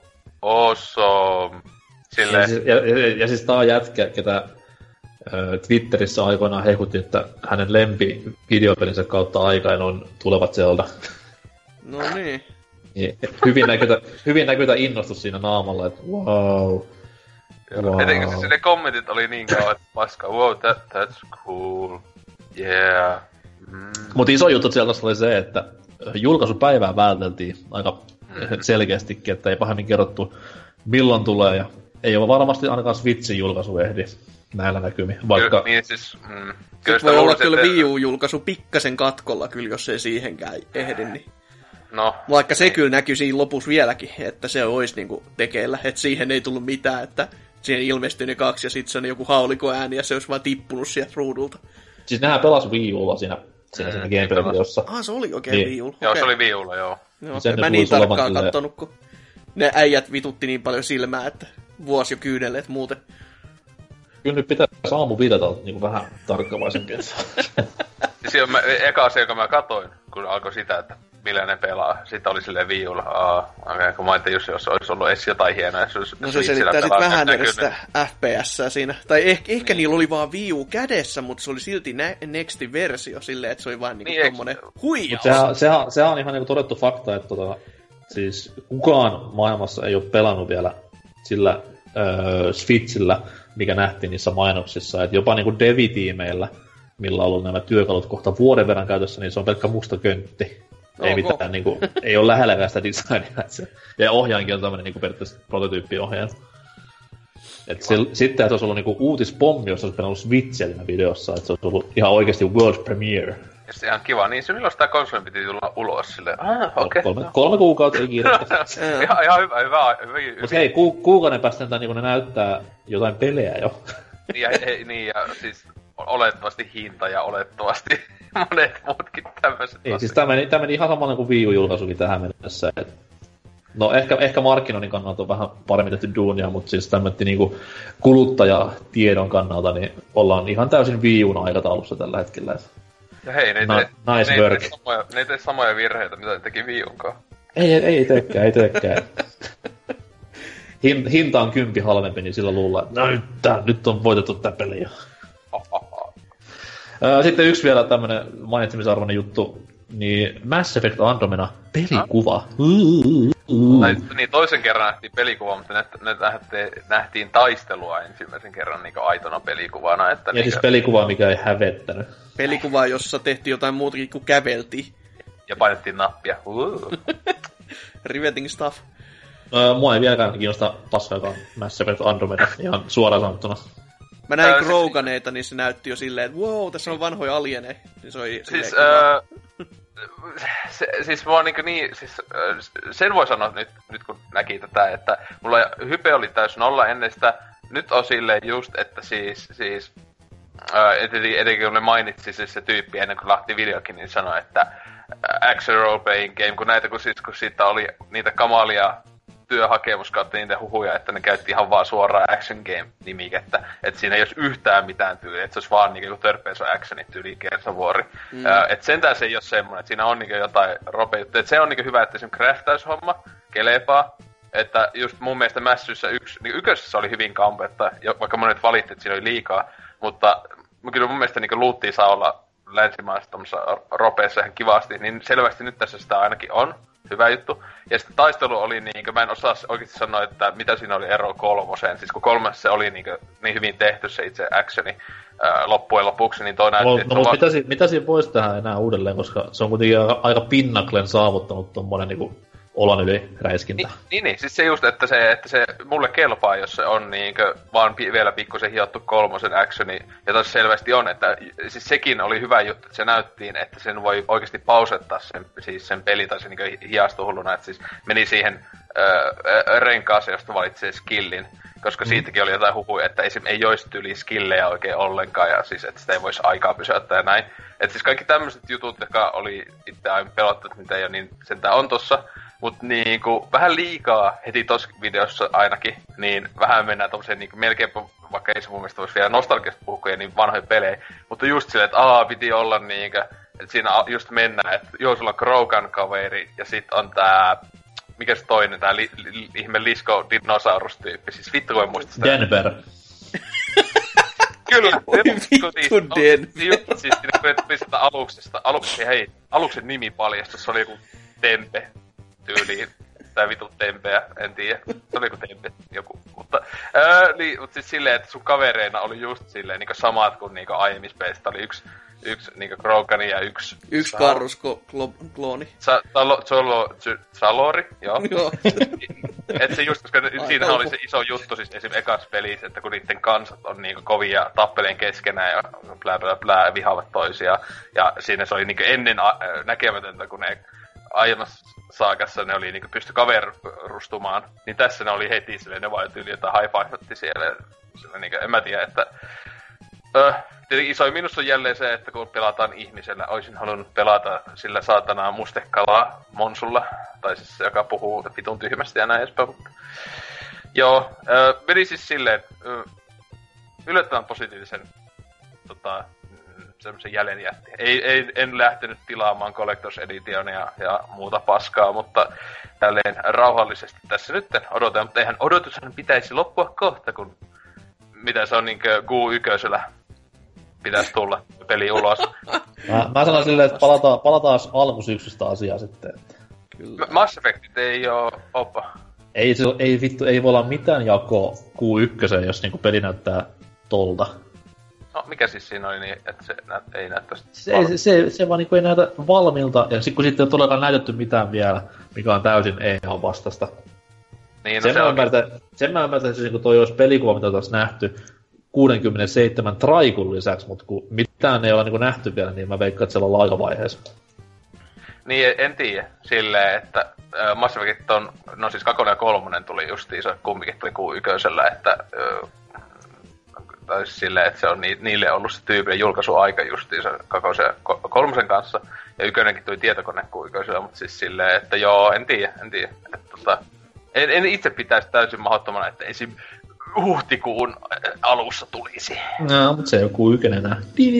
awesome. Silleen. Ja, ja, ja, ja siis tää on jätkä, ketä äh, Twitterissä aikoinaan hehkutti, että hänen lempi videopelinsä kautta aikain on tulevat Zelda. No niin. Niin, hyvin näkytä, hyvin näkytä innostus siinä naamalla, että wow. wow. Etenkin siis ne kommentit oli niin kauan, että paska, wow, that, that's cool, yeah. Mm. Mut iso juttu sieltä oli se, että julkaisupäivää välteltiin aika mm-hmm. selkeästikin, että ei pahemmin kerrottu milloin tulee, ja ei ole varmasti ainakaan Switchin julkaisu ehdi näillä näkymin, vaikka... Kyllä, niin siis, mm, kyllä voi olla kyllä Wii U-julkaisu pikkasen katkolla kyllä, jos ei siihenkään ehdi, niin... No, vaikka se ei. Kyllä näkyy siinä lopussa vieläkin, että se olisi niinku tekeillä, että siihen ei tullut mitään, että siihen ilmestyi ne kaksi ja sitten se on joku haulikoääni ja se olisi vaan tippunut sieltä ruudulta. Siis nehän pelas Wii Ulla siinä, siinä, mm, siinä gameplay-videossa. Ah, se oli oikein niin. Wii Ulla. Joo, okay. se oli Wii Ulla, joo. joo okay. Mä niin tarkkaan kattonut, kun ne äijät vitutti niin paljon silmää, että vuosi jo kyynelleet muuten. Kyllä nyt pitää aamu viitata niin vähän tarkkavaisempi. Siis mä, eka asia, joka mä katoin, kun alkoi sitä, että millä ne pelaa. Sitten oli silleen Wii Ulla, aah, okay, kun mä ajattelin just, jos olisi ollut edes jotain hienoa. Jos no se selittää sitten vähän edes sitä F P S:ää siinä. Tai ehkä, ehkä niin. Niillä oli vaan Wii U kädessä, mutta se oli silti nä- Nextin versio silleen, että se oli vaan niinku niin, tommonen huijaus. Sehän, sehän, sehän on ihan niinku todettu fakta, että tota, siis kukaan maailmassa ei ole pelannut vielä sillä öö, Switchillä, mikä nähtiin niissä mainoksissa. Että jopa niinku devitiimeillä, millä on ollut nämä työkalut kohta vuoden verran käytössä, niin se on pelkkä musta köntti. Ei okay. mitään, niinku, ei ole lähelläkään sitä designia. Se, ja ohjainkin on tämmönen niinku periaatteessa prototyyppiohjaaja. Et se, sitten, että se olisi ollut niinku uutispommi, jos olisi pelannut Switchillä videossa, että se olisi ollut ihan oikeasti world premiere. Ja se ihan kiva, niin se milloin sitä konsolin piti tulla ulos silleen, ah, okei. Okay. Kolme, kolme kuukautta, ei kiirettä. ihan, ihan hyvä, hyvä, hyvä. Mut hei, ku, kuukauden päästä niinku ne näyttää jotain pelejä jo. niin, ja, he, niin, ja siis olettavasti hinta ja olettavasti monet muutkin tämmöiset. Niin, siis tämä meni, meni ihan samalla kuin Wii U-julkaisukin tähän mennessä. Et, no ehkä, ehkä markkinoinnin kannalta on vähän paremmin tehty duunia, mutta siis tämmöinen niinku kuluttajatiedon kannalta niin ollaan ihan täysin Wii U:n aikataulussa tällä hetkellä. Ja hei, ne ei, Na, tee, nice ne, work. ei samoja, ne ei tee samoja virheitä, mitä ne teki Wii U:nkaan. Ei, ei, ei teekään, ei teekään. Hinta on kympi halvempi, niin silloin luullaan, että no nyt, tää, nyt on voitettu tää peli. Sitten yksi vielä tämmönen mainitsemisarvoinen juttu, niin Mass Effect Andromeda pelikuva. Tai, niin toisen kerran nähtiin pelikuva, mutta ne, ne nähtiin, nähtiin taistelua ensimmäisen kerran niin aitona pelikuvana. Että ja niin siis pelikuva, mikä ei hävettänyt. Pelikuva, jossa tehtiin jotain muutakin kuin käveltiin. Ja painettiin nappia. Riveting stuff. Öö, mua ei vieläkään kiinnosta paskaakaan Mass Effect Andromeda ihan suoraan sanottuna. Mä näin öö, Kroganeita, niin se näytti jo silleen, että wow, tässä on vanhoja alieneja. Niin se oli siis, öö, se, siis mua niinku niin, siis sen voi sanoa nyt, nyt kun näki tätä, että mulla hype oli täys nolla ennen sitä. Nyt on silleen just, että siis, siis etenkin, etenkin kun ne mainitsi siis se tyyppi ennen kuin lähti videokin, niin sanoi, että action role-playing game, kun näitä, kun, siis, kun siitä oli niitä kamalia työhakemus kautta niitä huhuja, että ne käytti ihan vaan suoraan action game-nimikettä. Että siinä ei olisi yhtään mitään tyyliä, että se olisi vaan niinku törpeensä actionit tyyliin Kersavuori. Mm. Että sentään se ei ole semmoinen, että siinä on niinku jotain rope-juttuja. Että se on niinku hyvä, että se craftaus-homma kelepaa. Että just mun mielestä Mässyssä yksi, niin yköisessä oli hyvin kampetta, vaikka monet valitti, että siinä oli liikaa. Mutta kyllä mun mielestä niinku luuttia saa olla länsimaissa tommosessa ropeessa ihan kivasti, niin selvästi nyt tässä sitä ainakin on. Hyvä juttu. Ja sitten taistelu oli niinkö, mä en osaa oikeesti sanoa, että mitä siinä oli ero kolmoseen. Siis kun kolmessa se oli niinkö niin hyvin tehty se itse actioni ää, loppujen lopuksi, niin toi näytti, no, että... No, va- mitä, si- mitä siinä voisi tehdä enää uudelleen, koska se on kuitenkin aika pinnaklen saavuttanut tommonen niinku olan yli räiskintä. Niin, niin, niin, siis se just, että se, että se mulle kelpaa, jos se on niinkö vaan pi- vielä pikkusen hiottu kolmosen actioni, ja tässä selvästi on, että siis sekin oli hyvä juttu, että se näyttiin, että sen voi oikeasti pausettaa sen, siis sen peli, tai se niinkö hiastui hulluna, että siis meni siihen öö, renkaaseen, josta valitsee skillin, koska mm. siitäkin oli jotain huhuja, että ei, ei olisi tyyli skillejä oikein ollenkaan, ja siis, että sitä ei voisi aikaa pysäyttää ja näin. Että siis kaikki tämmöiset jutut, jotka oli itse aina pelottanut, mitä ei ole, niin sentään on tossa. Mut niinku vähän liikaa heti tossa videossa ainakin, niin vähän mennään tommoseen niinku melkeinpä, vaikka ei se mun mielestä vois vielä nostalgisesti puhua niin vanhoja pelejä, mutta just silleen, että aa, piti olla niinkö, että siinä just mennään, että joo, sulla on Krogan kaveri, ja sit on tää, mikä se toinen, tää li, li, ihme Lisko dinosaurus-tyyppi, siis vittu kun en muista sitä. Denver. Kyllä, vittu Denver. Just siis, kun tuli sitä aluksesta, aluksi, hei, aluksen nimi paljastus, se oli joku Tempe. Tyyliin. Tai vitu tempeä, en tiedä. Se oli joku tempe joku. Mutta, ää, niin, mutta siis silleen, että sun kavereina oli just silleen niinku samat kuin niinku aiemmin Spacesta. Oli yksi, yksi niinku Krogani ja yksi... Yksi Karrus-klooni. Salori, joo. Joo. Et se just, koska siinä oli se iso juttu siis esim. Ekas pelissä, että kun niitten kansat on niinku kovia tappeleen keskenään ja blää blää blää vihaavat toisiaan. Ja siinä se oli niinku ennen a- näkemätöntä, kun ne aiemmassa saakassa ne oli niinku pysty kaverustumaan, niin tässä ne oli heti silleen, ne vaan tyyli jotain high-fivatti siellä. Sillä niinku, en mä tiedä, että... Öh, tietenkin isoin minus on jälleen se, että kun pelataan ihmisellä, olisin halunnut pelata sillä saatanaa mustekalaa Monsulla, tai siis se, joka puhuu vitun tyhmästi ja näin edespäin. Joo, öö, meni siis silleen, öö, yllättävän positiivisen tota, semmoisen jäljen jätti. Ei, ei, en lähtenyt tilaamaan Collector's Editionia ja muuta paskaa, mutta tälleen rauhallisesti tässä nyt odotan. Mutta eihän odotushan pitäisi loppua kohta, kun mitä se on niinkö Q yksi pitäisi tulla peli ulos. Mä, mä sanon silleen, että palataan, palataan alkusyksystä asiaa sitten. Että... Kyllä. Mass Effectit ei oo opa. Ei, se, ei vittu, ei voi olla mitään jakoa Q yksi, jos niinku peli näyttää tolta. No, mikä siis siinä oli niin, että se näyt, ei näyttäisi se, se, se, se vaan niinku ei näytä valmiilta, ja sit kun sitten ei ole todellakaan näytetty mitään vielä, mikä on täysin E A-vastasta. Niin, no sen, se mä on... ymmärtän, sen mä ymmärtän, että kun toi olisi pelikuva, mitä taas nähty, kuusikymmentäseitsemän traikun lisäksi, mutta kun mitään ei ole niin nähty vielä, niin mä veikkaan, että siellä ollaan aikavaiheessa. Niin, en tiedä. Silleen, että äh, Mass Effect on, no siis kakonen ja kolmonen tuli justiinsa, kumminkin tuli Q yksi, että äh, tai siis silleen, että se on ni, niille ollut se tyypillinen julkaisuaika justiinsa kakosen ja kolmosen kanssa, ja ykönenkin tuli tietokone Q yksi, mutta siis silleen, että joo, en tiedä, en tiedä. Että, tota, en, en itse pitäisi täysin mahdottomana, että esim. Huhtikuun alussa tulisi. No, mutta se ei ole Q yksi enää.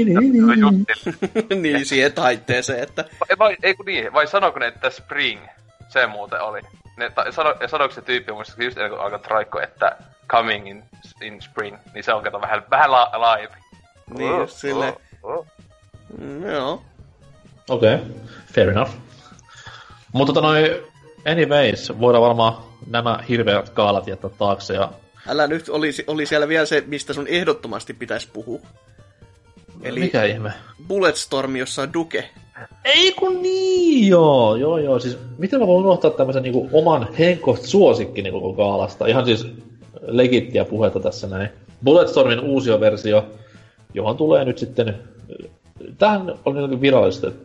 Niin, siihen taitteeseen, että... Vai, vai, ei kun niin, vai sanoiko ne, että spring, se muuten oli. Ne, ta, sano, ja sanoiko se tyyppi, muista just ennen kuin alkoi traikko, että coming in, in spring, niin se on kato vähän, vähän la, live. Niin, oh, just silleen. Oh, oh. Mm, joo. Okei, okay. Fair enough. Mutta tota noin, anyways, voidaan varmaan nämä hirveät kaalat jättää taakse ja... Älä nyt, oli, oli siellä vielä se, mistä sun ehdottomasti pitäisi puhua. Eli mikä ihme? Bulletstorm, jossa on Duke. Ei kun niin, joo, joo, joo. Siis miten mä voin unohtaa tämmösen niinku oman henkkoht suosikki niinku koko kaalasta. Ihan siis legittiä puhetta tässä näin. Bulletstormin uusioversio, johon tulee nyt sitten... Tähän on niinku virallistettu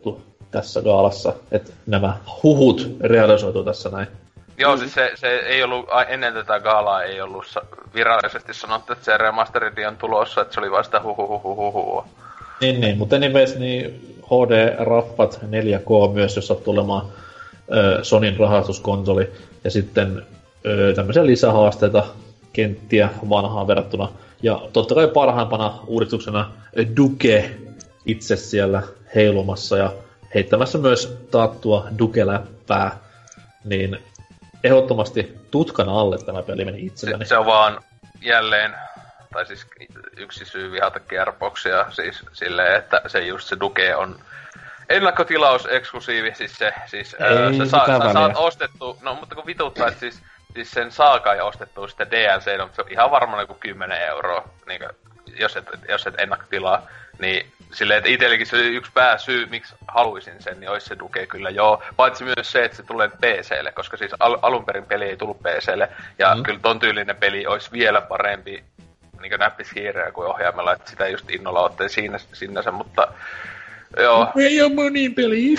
tässä gaalassa, että nämä huhut realisoituu tässä näin. Joo, siis se, se ei ollut, ennen tätä gaalaa ei ollut virallisesti sanottu, että se remasteridi on tulossa, että se oli vasta huhuhuhuhuhua. Niin, niin, mutta anyways, niin H D-raffat neljä K myös, jos sattuu olemaan äh, Sonyn rahastuskonsoli, ja sitten äh, tämmöisiä lisähaasteita, kenttiä vanhaan verrattuna. Ja totta kai parhaimpana uudistuksena Duke itse siellä heilumassa ja heittämässä myös taattua Duke-läppää, niin ehdottomasti tutkan alle tämä peli meni itselläni. Se, se on vaan jälleen, tai siis yksi syy vihata Gearboxia, siis silleen, että se just se Duke on ennakkotilaus eksklusiivi, siis se, siis ää, sä, saa, sä saat ostettu, no mutta kun vituttaa, että siis, siis sen saa kai ostettua sitten D L C, mutta se on ihan varmaan joku kymmenen euroa, niin kuin, jos, et, jos et ennakkotilaa, niin silleen, että itsellekin se yksi pääsyy, miksi haluaisin sen, niin olisi se Duke kyllä joo. Paitsi myös se, että se tulee P C:lle, koska siis al- alun perin peli ei tullut P C:lle. Ja mm. kyllä ton tyylinen peli olisi vielä parempi niin kuin näppis hiireä kuin ohjaimella, että sitä just innolla otteen siinä, siinä sen, mutta joo. Ei oo monipeli.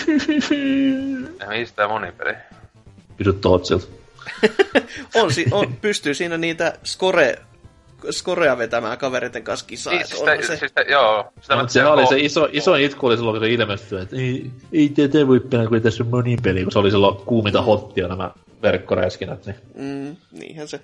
Ja mihin sitä monipeli? Kysy Tootsilta. on, si- on, pystyy siinä niitä score... skorea vetämään kavereiden kanssa kisaa. Niin, siis sitä, se... siis sitä, joo. Sitä no, se oli se iso, iso itku oli silloin, kun se ilmestyi, että ei, ei te voi pelaa, kun tässä on monin peli, kun se oli silloin kuuminta hottia nämä verkkoräiskinät. Niin. Mm, niinhän se.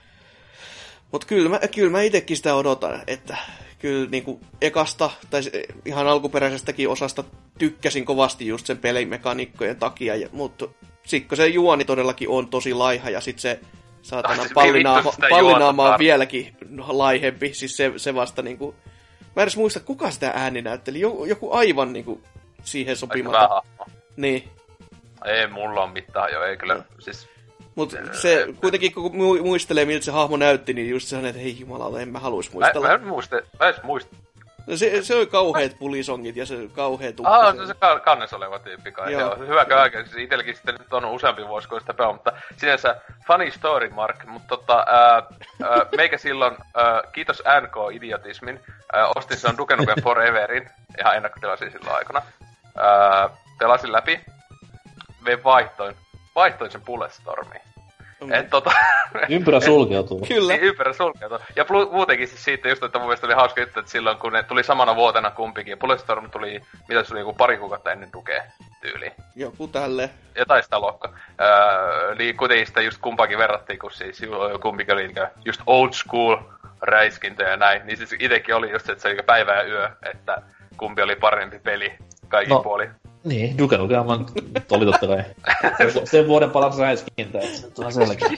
Mut kyllä mä, kyl mä itekin sitä odotan, että kyllä niinku ekasta, tai ihan alkuperäisestäkin osasta tykkäsin kovasti just sen pelimekaniikkojen takia, ja, mutta sit kun se juoni todellakin on tosi laiha, ja sit se saatana ah, siis pallinaama, pallinaama on vieläkin laihempi, siis se, se vasta niinku... Mä en edes muista, kuka sitä ääni näytteli, joku, joku aivan niinku siihen sopimaton. Niin. Ei mulla on mitään jo, ei kyllä, no. Siis... Mut se kuitenkin, kun muistelee, miltä se hahmo näytti, niin just sehän, että hei jumalauta, en mä haluis muistella. Mä, mä en muista, mä en muista. No se, se oli kauheet pulisongit ja se kauhea tukka. Ah, se on se kannes oleva tyyppi kai. Joo. Joo. Hyvä kaiken. Siis itselläkin sitten nyt on useampi vuosi, kun sitä pelaa, mutta sinänsä funny story, Mark. Mutta tota, ää, ää, meikä silloin, ää, kiitos N K-idiotismin, ää, ostin silloin Duke Nukem Foreverin. Ihan ennakkotilasin silloin aikana. Ää, pelasin läpi. Vein vaihtoin. Vaihtoin sen Bulletstormiin. Mm. Et tota... Ympyrä sulkeutuu. Kyllä. Niin, ympyrä sulkeutuu. Ja plu- muutenkin siis siitä just, että mun mielestä oli hauska juttu, että silloin kun ne tuli samana vuotena kumpikin, ja Bulletstorm tuli, mitä se oli, joku pari kuukautta ennen Dukea tyyliin. Joku tälle. Jotain sitä luokka. Öö, niin kuitenkin sitä just kumpaakin verrattiin, kun siis kumpikin oli just old school räiskintä ja näin. Niin siis itekin oli just, että se oli päivä ja yö, että kumpi oli parempi peli kaikin no. puolin. Niin, Duke Nukem oli totta kai. Sen vuoden palas räiskintä, että se on selkeä.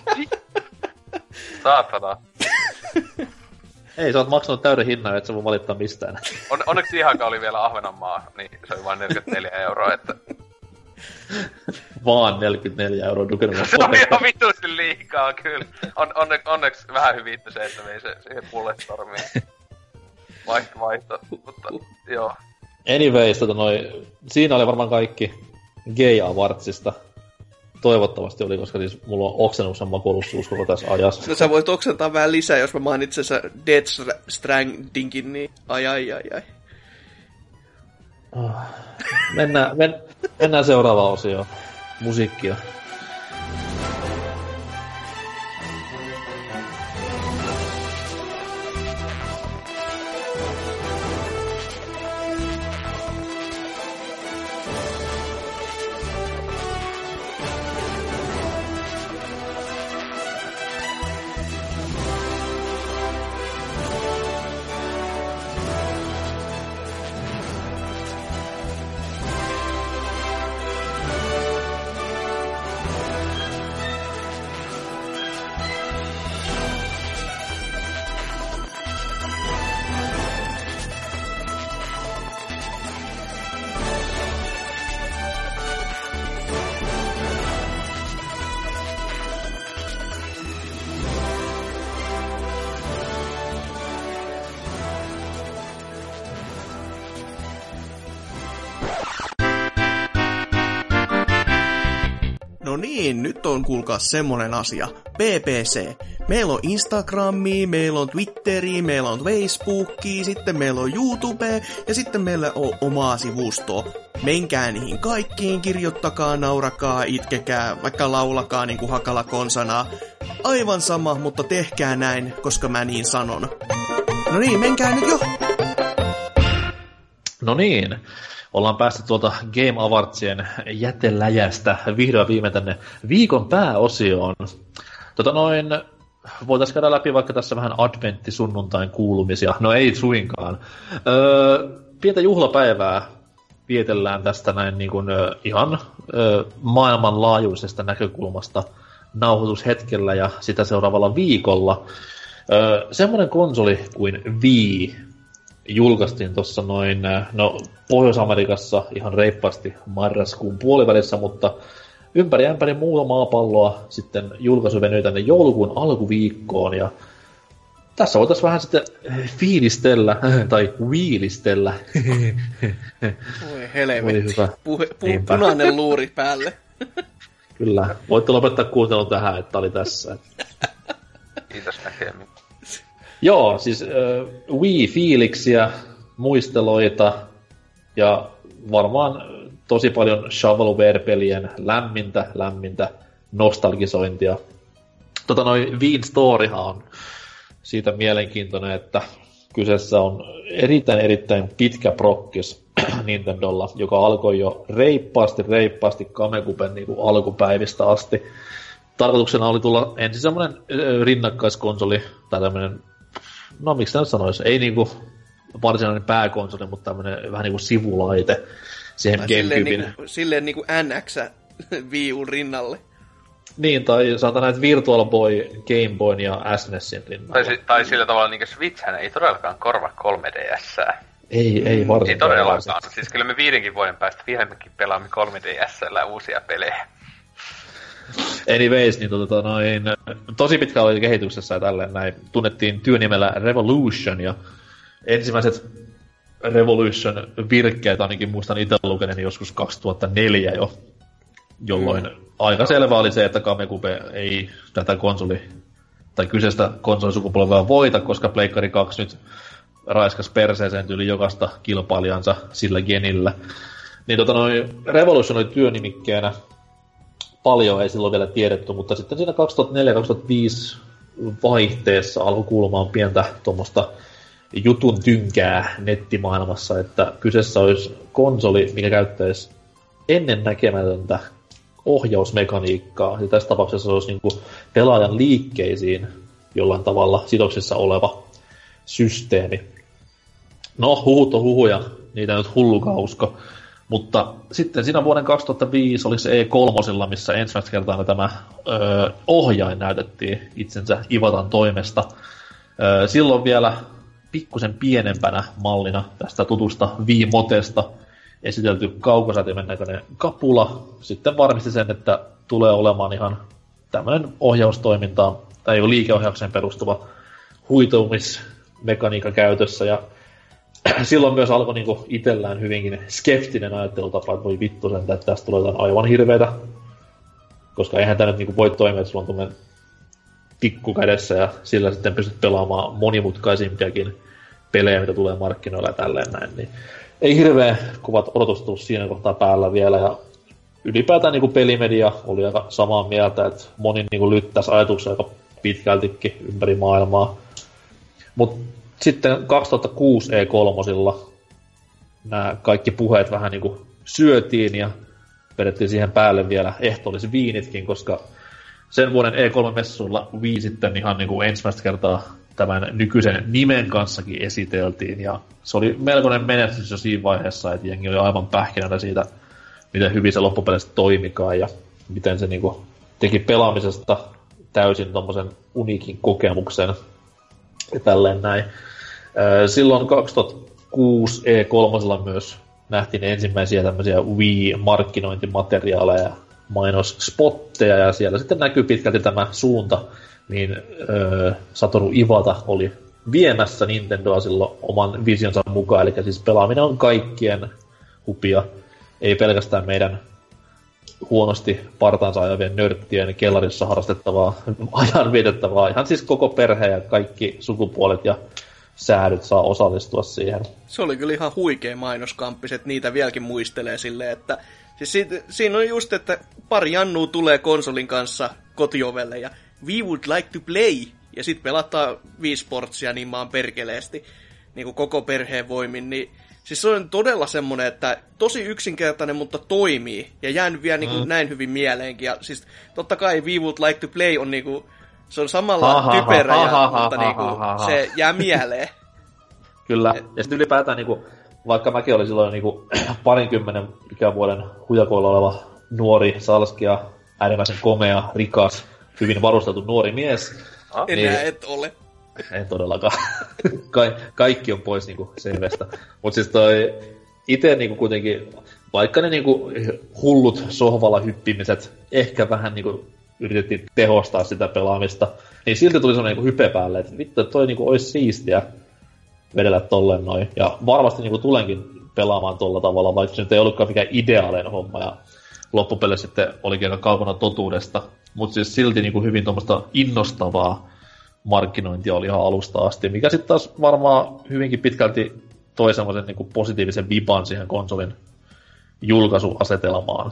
Saatana. Ei, sä oot maksanut täyden hinnan, et sä voi valittaa mistään. On, onneksi ihankaan oli vielä Ahvenanmaa, niin se oli vain neljäkymmentäneljä euroa, että... Vaan neljäkymmentäneljä euroa Duke Nukem. Se on ihan vitusti liikaa, kyllä. On, onne, onneksi vähän hyvittö se, että vei se siihen Bulletstormiin. Vaihto, vaihto, mutta joo. Anyways, tota noi, siinä oli varmaan kaikki Gay Awardsista. Toivottavasti oli, koska siis mulla on oksennuksen makuulussuus koko tässä ajassa. No sä voit oksentaa vähän lisää, jos mä mainitsen sä Death Strandingin, niin ai ai ai ai. Oh. Mennään, men, mennään seuraavaan osioon. Musiikkia. No niin, nyt on kuulkaa semmonen asia. P P C, Meillä on Instagramia, meillä on Twitteriä, meillä on Facebookia, sitten meillä on YouTube ja sitten meillä on omaa sivustoa. Menkää niihin kaikkiin, kirjoittakaa, naurakaa, itkekää, vaikka laulakaa niin kuin Hakala konsanaa. Aivan sama, mutta tehkää näin, koska mä niin sanon. No niin, menkää nyt jo! No niin, ollaan päästy tuolta Game Awardsien jäteläjästä vihdoin viime tänne viikon pääosioon. Tota noin, voitaisiin käydä läpi vaikka tässä vähän adventtisunnuntain kuulumisia. No ei suinkaan. Öö, pientä juhlapäivää vietellään tästä näin niin kuin, ö, ihan ö, maailmanlaajuisesta näkökulmasta nauhoitushetkellä ja sitä seuraavalla viikolla. Öö, semmoinen konsoli kuin Wii julkaistiin tuossa noin, no Pohjois-Amerikassa ihan reippaasti marraskuun puolivälissä, mutta ympäri ämpäri muuta maapalloa sitten julkaisu venyi tänne joulukuun alkuviikkoon, ja tässä voitaisiin vähän sitten fiilistellä, tai viilistellä. Voi helvetti, Puhe, pu- punainen luuri päälle. Kyllä, voitte lopettaa kuuntelun tähän, että oli tässä. Kiitos näkemiin. Joo, siis äh, Wii-fiiliksiä, muisteloita ja varmaan tosi paljon shovelware-pelien lämmintä, lämmintä nostalgisointia. Tota noin Wii'n storyhan on siitä mielenkiintoinen, että kyseessä on erittäin erittäin pitkä prokkis Nintendolla, joka alkoi jo reippaasti reippaasti Kamekupen niin kuin alkupäivistä asti. Tarkoituksena oli tulla ensin semmoinen rinnakkaiskonsoli tai tämmöinen, no miksi tämä sanoisi, ei niinku varsinainen pääkonsoli, mutta tämmöinen vähän niinku sivulaite siihen GameCubin. Niinku, silleen niinku N X Wii U:n rinnalle. Niin, tai sanotaan näitä Virtual Boy, Game Boyn ja S N E Sin rinnalle. Tai, tai sillä tavalla niinku Switchhän ei todellakaan korva kolme D S:ää. Ei, ei varsinkaan. Ei todellakaan. Siis kyllä me viidenkin vuoden päästä vihdoinkin pelaamme kolme D S:llä uusia pelejä. Anyways, niin tota noin, tosi pitkä oli kehityksessä ja tälleen näin. Tunnettiin työnimellä Revolution, ja ensimmäiset Revolution-virkkeet ainakin muistan itse lukeneeni joskus kaksituhattaneljä jo, jolloin mm. aika selvä oli se, että Kamekube ei tätä konsoli, tai kyseistä konsolisukupolvea voita, koska Pleikkari kaksi nyt raiskas perseeseen tyyli jokaista kilpailijansa sillä genillä. Niin tota noin, Revolution oli työnimikkeenä. Paljon ei silloin vielä tiedetty, mutta sitten siinä kaksituhattaneljä kaksituhattaviisi vaihteessa alkoi kuulumaan pientä tuommoista jutun tynkää nettimaailmassa, että kyseessä olisi konsoli, mikä käyttäisi ennennäkemätöntä ohjausmekaniikkaa, ja tässä tapauksessa se olisi niin kuin pelaajan liikkeisiin jollain tavalla sidoksissa oleva systeemi. No, huhut on huhuja, niitä nyt hullukaan usko. Mutta sitten siinä vuoden kaksituhattaviisi oli se E kolme, missä ensimmäistä kertaa tämä öö, ohjain näytettiin itsensä Ivatan toimesta. Öö, silloin vielä pikkusen pienempänä mallina tästä tutusta Wii-motesta esitelty kaukosäätimen näköinen kapula. Sitten varmisti sen, että tulee olemaan ihan tämmöinen ohjaustoiminta, tai liikeohjaukseen perustuva huitoumismekaniikka käytössä, ja silloin myös alkoi niinku itsellään hyvinkin skeptinen ajattelutapa, että voi vittu sen, että tästä tulee jotain aivan hirveetä. Koska eihän tämä nyt niinku voi toimia, että sulla on tuommoinen tikku kädessä ja sillä sitten pystyt pelaamaan monimutkaisimpiakin pelejä, mitä tulee markkinoilla ja tälleen näin. Niin ei hirveän kovat odotustus siinä kohtaa päällä vielä, ja ylipäätään niinku pelimedia oli aika samaa mieltä, että moni niinku lyttäisi ajatuksia aika pitkältikin ympäri maailmaa. Mut sitten kaksituhattakuusi E kolme nämä kaikki puheet vähän niin kuin syötiin ja vedettiin siihen päälle vielä ehtoolliset viinitkin, koska sen vuoden E kolme-messuilla Wii sitten ihan niin kuin ensimmäistä kertaa tämän nykyisen nimen kanssakin esiteltiin, ja se oli melkoinen menestys jo siinä vaiheessa, että jengi oli aivan pähkinänä siitä, miten hyvin se loppupeleissä toimikaan ja miten se niin kuin teki pelaamisesta täysin tommosen uniikin kokemuksen ja tälleen näin. Silloin kaksituhattakuusi E kolme myös nähtiin ensimmäisiä tämmöisiä Wii-markkinointimateriaaleja ja mainosspotteja, ja siellä sitten näkyy pitkälti tämä suunta, niin öö, Satoru Iwata oli viemässä Nintendoa silloin oman visionsa mukaan, eli siis pelaaminen on kaikkien hupia, ei pelkästään meidän huonosti partaansa ajavien nörttien kellarissa harrastettavaa, ajan vietettävää. Ihan siis koko perhe ja kaikki sukupuolet ja säädyt saa osallistua siihen. Se oli kyllä ihan huikea mainoskampis, että niitä vieläkin muistelee silleen, että siis siitä, siinä on just, että pari jannua tulee konsolin kanssa kotiovelle ja we would like to play. Ja sit pelataan Wii Sportsia niin maan perkeleesti niin kuin koko perheen voimin, niin siis se on todella semmonen, että tosi yksinkertainen, mutta toimii. Ja jäänyt vielä niin kuin mm. näin hyvin mieleenkin. Ja siis totta kai We Would Like to Play on niinku, se on samalla ha, ha, typerä, ha, ja, ha, ha, mutta ha, niinku, ha, ha, ha. se jää mieleen. Kyllä. Ja sitten ylipäätään, niinku, vaikka mäkin olin silloin niinku, parinkymmenen ikävuoden hujakoilla oleva nuori salskia, äärimmäisen komea, rikas, hyvin varusteltu nuori mies. Ah, niin, enää et ole. En todellakaan. Ka- kaikki on pois niinku selvästä. Mut siis toi ite niinku kuitenkin, vaikka ne niinku hullut sohvalla hyppimiset ehkä vähän niinku yritettiin tehostaa sitä pelaamista, niin silti tuli semmonen niinku hype päälle, että vittu, toi niinku ois siistiä vedellä tolleen noin. Ja varmasti niinku tulenkin pelaamaan tolla tavalla, vaikka se nyt ei ollutkaan mikään ideaalinen homma, ja loppupeleissä sitten olikin aika kaukana totuudesta. Mut siis silti niinku hyvin tuommoista innostavaa markkinointia oli ihan alusta asti, mikä sitten taas varmaan hyvinkin pitkälti toi semmoisen niinku positiivisen viban siihen konsolin julkaisuasetelmaan.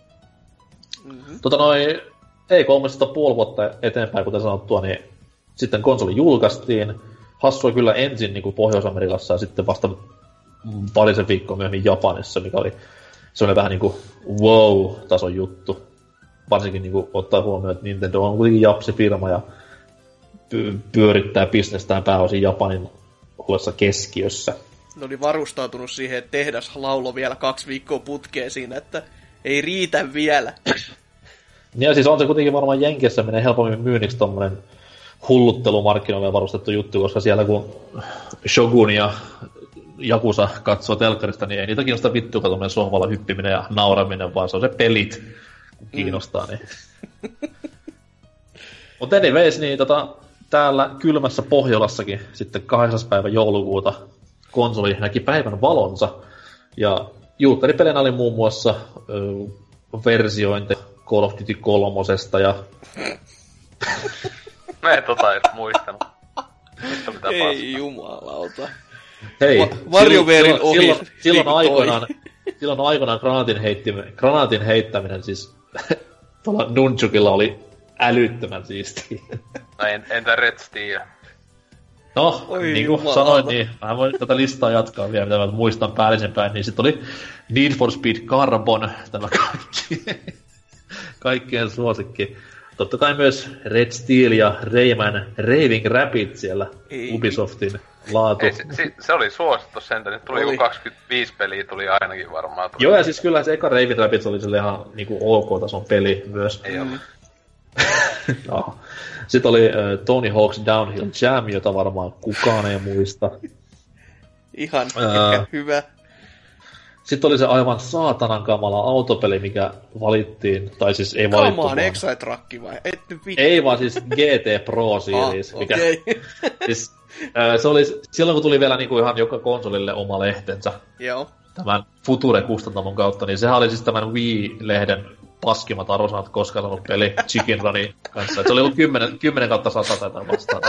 Mm-hmm. Tota noin, ei kolmesta puoli vuotta eteenpäin, kuten sanottua, niin sitten konsoli julkaistiin. Hassua kyllä ensin niin kuin Pohjois-Amerikassa ja sitten vasta parisen viikkoa myöhemmin Japanissa, mikä oli semmoinen vähän niin kuin wow-tason juttu. Varsinkin niin kuin ottaa huomioon, että Nintendo on kuitenkin japsifirma ja py- pyörittää bisnestään pääosin Japanin ollessa keskiössä. Ne oli varustautunut siihen, että tehdas laulo vielä kaksi viikkoa putkeen siinä, että ei riitä vielä. Ja siis on se kuitenkin varmaan Jenkeissä menee helpommin myynniksi tommonen hulluttelumarkkinoille varustettu juttu, koska siellä kun Shogun ja Yakuza katsoo telkkarista, niin ei niitä kiinnosta vittua tommonen sohvalla hyppiminen ja nauraminen, vaan se on se pelit, kun kiinnostaa. Mm. Niin. Mutta anyways, niin tota, täällä kylmässä Pohjolassakin sitten kahdeksas päivä joulukuuta konsoli näki päivän valonsa, ja julkkaripeleinä oli muun muassa ö, versiointi Call of Duty kolmosesta ja... Mä en tota edes muistanut. Ei jumalauta. Hei, Varjoveerin ohi. Silloin, silloin, aikoinaan, silloin aikoinaan granaatin, granaatin heittäminen siis tuolla Nunchukilla oli älyttömän siistiä. No en, entä Red Steel? No, oi, niin kuin sanoin, niin mä voin tätä listaa jatkaa vielä, mitä mä muistan päällisin päin, niin sitten oli Need for Speed Carbon, tämä kaikki, kaikkien suosikki. Totta kai myös Red Steel ja Rayman Raving Rapid siellä, ei, Ubisoftin laatu. Ei, se, se, se oli suosittu sentään, nyt tuli oli. joku kaksikymmentäviisi peliä, tuli ainakin varmaan. Tuli. Joo, ja siis kyllä se eka Raving Rapids oli sille ihan niinku OK-tason peli myös. Ei ollut. No. Sitten oli uh, Tony Hawk's Downhill Jam, jota varmaan kukaan ei muista. Ihan uh, hyvä. Sitten oli se aivan saatanan kamala autopeli, mikä valittiin, tai siis ei valittu vaan. Come on, Excite-rakki vai? Et ei vaan siis G T Pro Series, ah, mikä... Okay. Siis, uh, se oli, silloin kun tuli vielä niinku ihan joka konsolille oma lehtensä. Joo. Tämän Future-kustantamon kautta, niin sehän oli siis tämän Wii-lehden paskimmat arvosanat koskaan ollut peli Chicken Runin kanssa. Et se oli ollut kymmenen kautta sata tätä vastaan.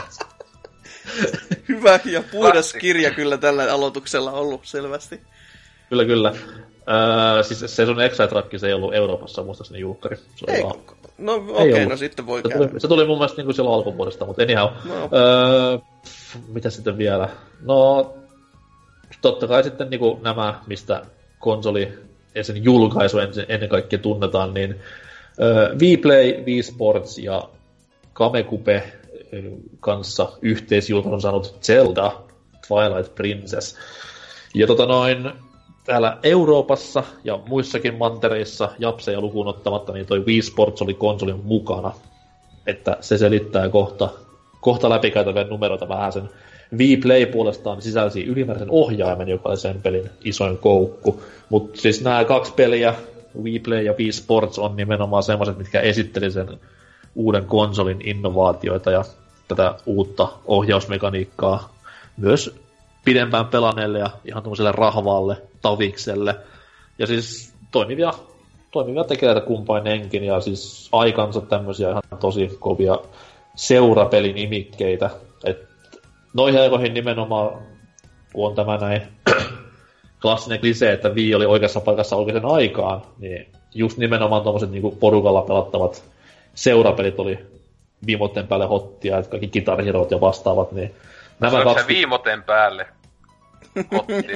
Hyvä ja puhdas kirja kyllä tällä aloituksella ollut selvästi. Kyllä, kyllä. Öö, siis se sun Excite-rakki, se ei ollut Euroopassa muistaakseni julkkari. Ei, vaan... no okei, okay, no sitten voi se käydä. Tuli, se tuli mun mielestä niin silloin alkuvuodesta, mutta anyhow. No. Öö, mitä sitten vielä? No, totta kai sitten niin kuin nämä, mistä konsoli ja sen julkaisu ennen kaikkea tunnetaan, niin öö, Vplay, Wii Sports ja Kamekube kanssa yhteisjulkaisun saanut Zelda Twilight Princess. Ja tota noin, täällä Euroopassa ja muissakin mantereissa, japseja lukuun ottamatta, niin toi Wii Sports oli konsolin mukana. Että se selittää kohta, kohta läpikäytävien numeroita vähän sen. Wii Play puolestaan sisälsi ylimääräisen ohjaimen, joka oli sen pelin isoin koukku. Mutta siis nämä kaksi peliä, Wii Play ja Wii Sports, on nimenomaan semmoiset, mitkä esitteli sen uuden konsolin innovaatioita ja tätä uutta ohjausmekaniikkaa myös pidempään pelanneelle ja ihan tuollaiselle rahvaalle tavikselle. Ja siis toimivia toimivia tekijöitä kumpainenkin, ja siis aikansa tämmöisiä ihan tosi kovia seurapelinimikkeitä. Et noihin aikoihin nimenomaan, kun on tämä näin klassinen klisee, että Wii oli oikeassa paikassa oikeaan aikaan, niin just nimenomaan tommoset niinku porukalla pelattavat seurapelit oli viimoten päälle hottia, että kaikki Guitar Herot ja vastaavat, niin nämä se kaksi... se viimoten päälle hottia?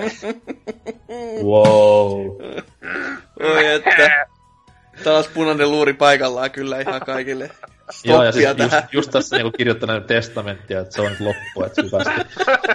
Wow. Oi että. Taas punainen luuri paikallaan kyllä ihan kaikille. Joo, ja siis just, just tässä niinku kirjoittaneen testamenttia, että se on nyt loppu, että hyvästi.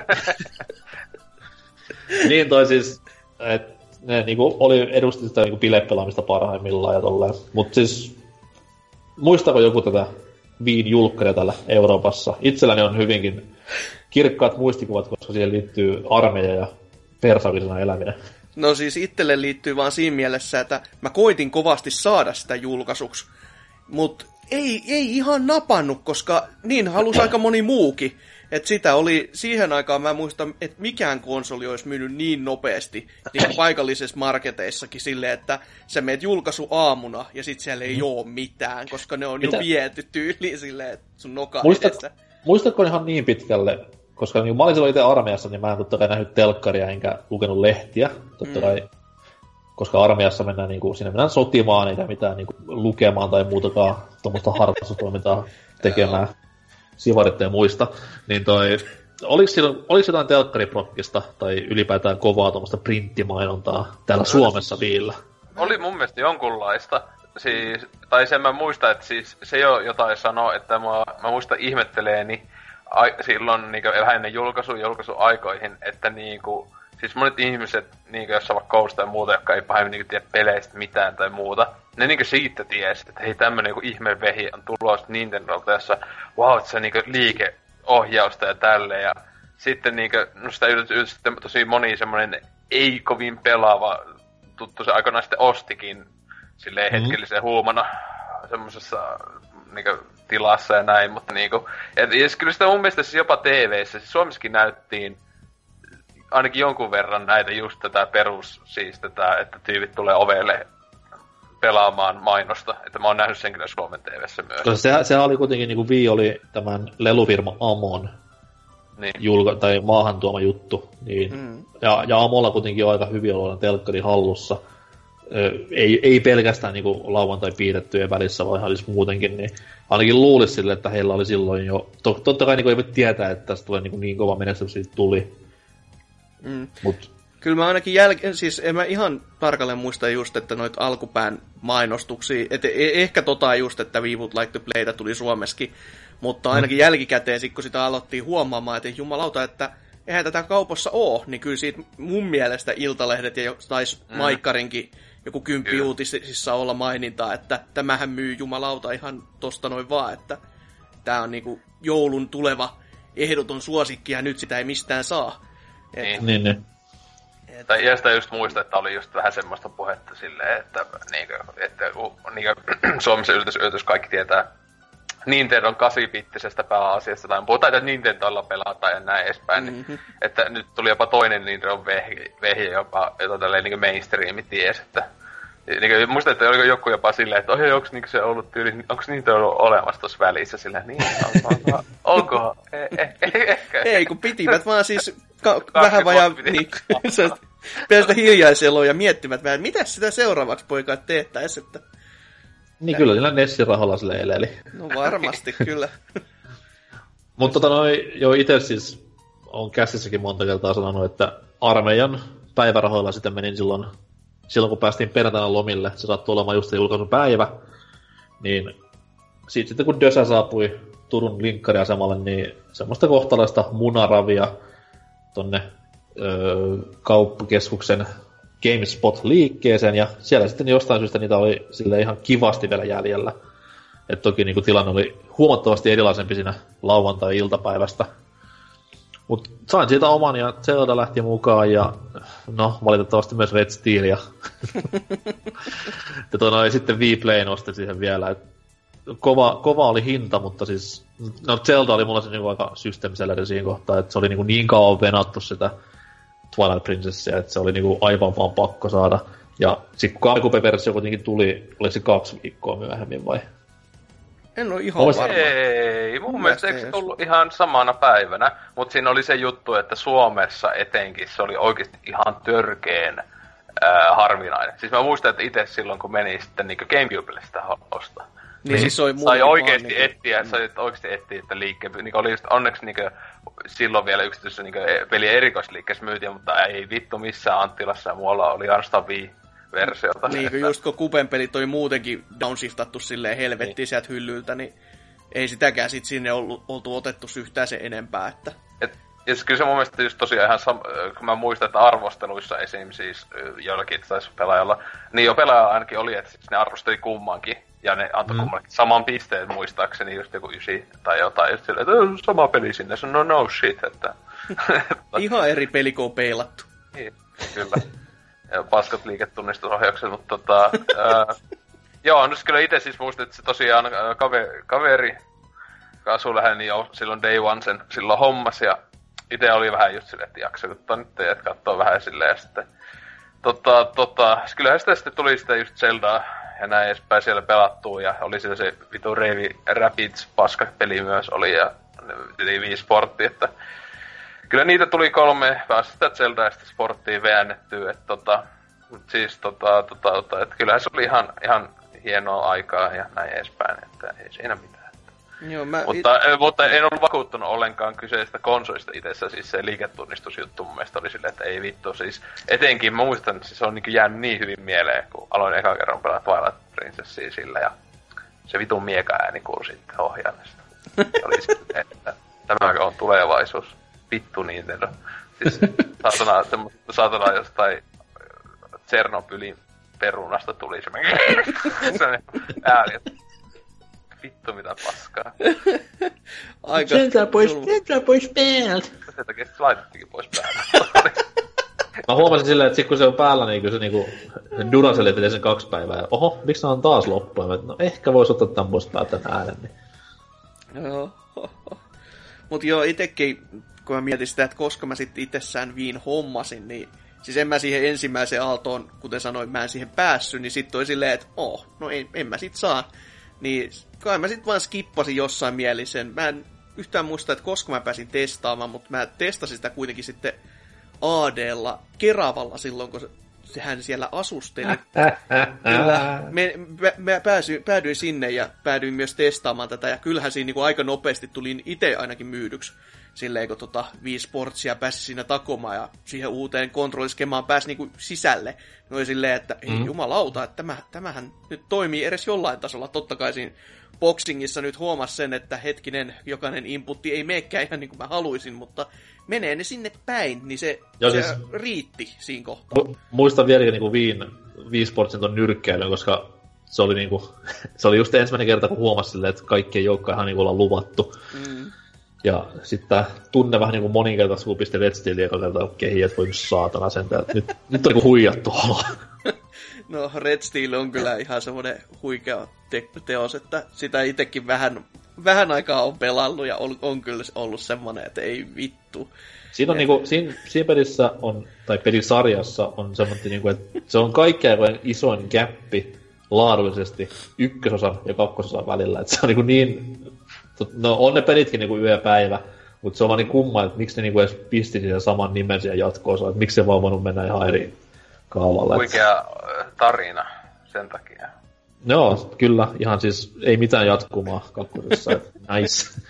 Niin toi siis, että ne niinku oli edusti sitä niinku bilepelaamista parhaimmillaan ja tolleen. Mut siis, muistaako joku tätä Wiin julkkaria täällä Euroopassa? Itselläni on hyvinkin kirkkaat muistikuvat, koska siihen liittyy armeija ja persaukisena eläminen. No siis itselle liittyy vaan siinä mielessä, että mä koitin kovasti saada sitä julkaisuksi, mut ei, ei ihan napannut, koska niin halusi aika moni muukin. Että sitä oli siihen aikaan, mä muistan, että mikään konsoli olisi myynyt niin nopeasti niin paikallisissa marketeissakin silleen, että sä meet julkaisu aamuna ja sit siellä ei mm. oo mitään, koska ne on Mitä? jo viety tyyliin silleen, että sun noka Muistat, edessä. Muistatko ihan niin pitkälle, koska niin, mä olin silloin itse armeijassa, niin mä en totta kai nähnyt telkkaria enkä lukenut lehtiä, totta kai, mm. koska armeijassa mennään niinku, sinne mennään sotimaan eikä mitään niinku, lukemaan tai muutakaan tuommoista harrastustoimintaa tekemään. Sivarit ja muista, niin toi, oliko, silloin, oliko jotain telkkariprokkista tai ylipäätään kovaa tuommoista printtimainontaa täällä no, Suomessa Wiillä? Oli mun mielestä jonkunlaista. Siis, tai sen mä muistan, että siis se jo jotain sanoo, että mä, mä muistan ihmetteleeni ai, silloin niin vähän ennen julkaisu, julkaisuaikoihin, että niinku, siis monet ihmiset, niinku, jos ovat koulusta ja muuta, jotka ei pahemmin niinku, tiedä peleistä mitään tai muuta, ne niinku siitä tiesi, että hei tämmönen niinku ihmevehi on tulossa Nintendolta, jossa wow, että se on niinku liikeohjausta ja tälleen, ja sitten niinku, no sitä yleensä tosi moni semmonen ei kovin pelaava tuttu se aikanaan sitten ostikin silleen mm-hmm. hetkellisen huumana semmosessa niinku tilassa ja näin, mutta niinku, et, ja kyllä sitä mun mielestä siis jopa T V:ssä, siis Suomessakin näyttiin ainakin jonkun verran näitä just tätä perus, siis tätä, että tyypit tulee ovelle pelaamaan mainosta, että mä oon nähnyt sen kyllä Suomen T V:ssä myös. Koska se, sehän oli kuitenkin, niinku Wii oli tämän lelufirma Amon niin. julka, tai maahan tuoma juttu, niin, mm. ja, ja Amolla kuitenkin on aika hyvin ollut telkkari hallussa. Ö, ei, ei pelkästään niinku lauantai piirrettyjen välissä, vaan ihan siis muutenkin, niin ainakin luulisi sille, että heillä oli silloin jo, to, totta kai niinku ei voi tietää, että tästä tulee niinku niin kova menestys, siitä tuli. Mm. Mut. Kyllä mä ainakin jälkeen, siis en mä ihan tarkalleen muista just, että noit alkupään mainostuksia, et ehkä tota just, että We Would Like to Playtä tuli Suomessakin, mutta ainakin mm. jälkikäteen, sit kun sitä alettiin huomaamaan, että jumalauta, että eihän tätä kaupassa oo, niin kyllä siitä mun mielestä Iltalehdet ja tais mm. Maikkarinkin joku kymppi uutisissa olla mainintaa, että tämähän myy jumalauta ihan tosta noin vaan, että tää on niinku joulun tuleva ehdoton suosikki ja nyt sitä ei mistään saa. Et, niin. niin, niin. Et... Tai ja sitä just muista, että oli just vähän semmoista puhetta silleen, että, niinkö, että niinkö, Suomessa yllätys, yllätys kaikki tietää Nintendon kahdeksanbittisestä pääasiasta, tai puhutaan, että Nintendolla pelataan ja näin edespäin. Mm-hmm. Että nyt tuli jopa toinen Nintendon vehje, jopa, jota tälleen niin mainstreami ties, että niin, muistan, että oliko joku jopa silleen, että oi, onko niin se ollut tyyli, onko niitä ollut olemassa tuossa välissä silleen, niin, onko, onko, ehkä. Ei, kun pitivät vaan siis ka- vähän vajaa, niin, pelkästään hiljaiseloa ja miettivät vähän, mitä sitä seuraavaksi poikaa teettäisi, että... Niin kyllä, sillä Nessin rahalla sille eleli. No varmasti, kyllä. Mutta tota noin, jo itse siis on käsissäkin monta kertaa sanonut, että armeijan päivärahoilla sitten menin silloin, silloin kun päästiin perjantaina lomille, se saattoi olemaan just se julkaisupäivä, niin siitä sitten kun Dösä saapui Turun linkkariasemalle, niin semmoista kohtalaista munaravia tonne öö, kauppakeskuksen GameSpot-liikkeeseen, ja siellä sitten jostain syystä niitä oli sille ihan kivasti vielä jäljellä. Et toki niin tilanne oli huomattavasti erilaisempi siinä lauantai-iltapäivästä. Mut sain siitä oman, ja Zelda lähti mukaan, ja no, valitettavasti myös Red Steel, ja, ja toi, no, sitten Vplay nosti siihen vielä. Et kova, kova oli hinta, mutta siis, no Zelda oli mulla se niin aika system selleri siinä kohtaa, että se oli niin, niin kauan venattu sitä Twilight Princessia, että se oli niinku aivan vaan pakko saada. Ja sitten kun Gamecube-versio kuitenkin tuli, oliko se kaksi viikkoa myöhemmin vai? En ole ihan varma. Ei, mun mielestä eikö se tullut ihan samana päivänä, mutta siinä oli se juttu, että Suomessa etenkin se oli oikeasti ihan törkeen äh, harvinainen. Siis mä muistan, että itse silloin kun meni sitten niin Gamecubelle sitä ostaa, niin, niin siis sai oikeasti niin etsiä, mm. sai oikeasti etsiä, että liikkeen, niin oli just onneksi niin silloin vielä yksityisessä niin pelien erikoisliikkeessä myytiin, mutta ei vittu missään Anttilassa ja muualla oli ainoastaan Wii-versiota. Niin, kun just kun Kupen pelit oli muutenkin downshiftattu silleen helvettiin niin sieltä hyllyltä, niin ei sitäkään sit sinne ollut, oltu otettu yhtään sen enempää, että... Et, ja kyllä se mun mielestä just tosiaan ihan sam- kun mä muistan, että arvosteluissa esim. Siis jollakin taisi pelaajalla, niin jo pelaajalla ainakin oli, että siis ne arvosteli kummankin. Ja ne antoi mm. kummallekin saman pisteen muistaakseni, just joku ysi tai jotain, just silleen, että sama peli sinne, se on no no shit, että... Ihan eri peli, kun on peilattu. Niin, kyllä. Ja paskat liiketunnistusohjaukset, mutta tota... ää, joo, nyt kyllä itse siis muistin, että se tosiaan ää, kaveri, kaveri joka asui lähellä, niin jo silloin day one sen silloin hommas, ja itse oli vähän just silleen, että jakso, kun nyt teet kattoo vähän silleen, ja sitten... Tota, tota, kyllähän sitä sitten tuli sitä just Zeldaa, ja näin edespäin siellä pelattua, ja oli siellä se vitu Reivi Rapids paskapeli myös oli, ja Wii Sportti, että kyllä niitä tuli kolme, pääsi sitä Zeldaa ja sitä Sporttia väännettyä, että tota, siis tota, tota, tota, että kyllähän se oli ihan, ihan hienoa aikaa ja näin edespäin, että ei siinä mitään. Joo, mä mutta, it... mutta en ollut vakuuttunut ollenkaan kyseistä konsolista itsessä, siis se liiketunnistusjuttu mun mielestä oli silleen, että ei vittu, siis etenkin mä muistan, että se on niin jäänyt niin hyvin mieleen, kun aloin ekan kerran pelaa Twilight Princessia sillä ja se vitun mieka ääni kuului sitten ohjaimesta. Oli silleen, että tämäkö on tulevaisuus, vittu Nintendo. Siis saatana, saatana jostain Tsernobylin perunasta tuli se ääni, että vittu mitä paskaa. Aika... Sieltä pois, sieltä pois päältä. Sen takia se laitettikin pois päältä. Mä huomasin silleen, että sit kun se on päällä, niin kyllä se niinku Duracell tekee sen kaksi päivää. Ja oho, miksi on taas loppu? No ehkä vois ottaa tämän pois päältä tämän äänen. Niin. Joo. Mut joo, itekin, kun mä mietin sitä, että koska mä sit itsessään Viin hommasin, niin siis en mä siihen ensimmäiseen aaltoon, kuten sanoin, mä en siihen päässyt, niin sit oli silleen, että oh, no en, en mä sit saa. Niin kai mä sit vaan skippasin jossain mielisen. Mä en yhtään muista, että koska mä pääsin testaamaan, mutta mä testasin sitä kuitenkin sitten A D:lla Keravalla silloin, kun sehän siellä asusteli. Kyllä. Me, mä, mä pääsyin, päädyin sinne ja päädyin myös testaamaan tätä, ja kyllähän siinä niin aika nopeasti tuli itse ainakin myydyksi. Silleen, kun tota Wii Sportsia pääsi siinä takomaan ja siihen uuteen kontrolliskemaan pääsi niinku sisälle. Ne oli silleen, että ei mm. jumalauta, että tämä, tämähän nyt toimii edes jollain tasolla. Totta kai siinä boxingissa nyt huomasi sen, että hetkinen, jokainen inputti ei meekään ihan niin kuin mä haluaisin, mutta menee ne sinne päin, niin se, ja se siis, riitti siinä kohtaa. Mu- muistan vieläkin niinku Viin, Wii Sportsin ton nyrkkäilyn, koska se oli, niinku, se oli just ensimmäinen kerta, kun huomasi silleen, että kaikki ei olekaan ihan niinku ollaan luvattu. Mm. Ja sitten tää tunne vähän niinku moninkertaisesti, kun pisti Red Steelia joka kertaa kehiin, että voi nyt saatana sentään. Nyt, nyt on niinku huijattu olo. No Red Steel on kyllä ihan semmoinen huikea te- teos, että sitä itsekin vähän, vähän aikaa on pelannut ja on, on kyllä ollut semmoinen, että ei vittu. Siinä on Et... niinku, siinä, siinä pelissä on, tai pelisarjassa on semmoinen niinku, että se on kaikkein isoin gappi laadullisesti ykkösosan ja kakkososan välillä. Että se on niinku niin... No on ne pelitkin niinku yö ja päivä, mutta se on vaan niin kumma, että miksi ne niinku edes pisti siihen saman nimen siihen jatko-osaan, että miksi se vaan voinut mennä ihan eri kaavalla. Huikea tarina sen takia. Joo, kyllä, ihan siis ei mitään jatkumaa kakkosessa, että nice.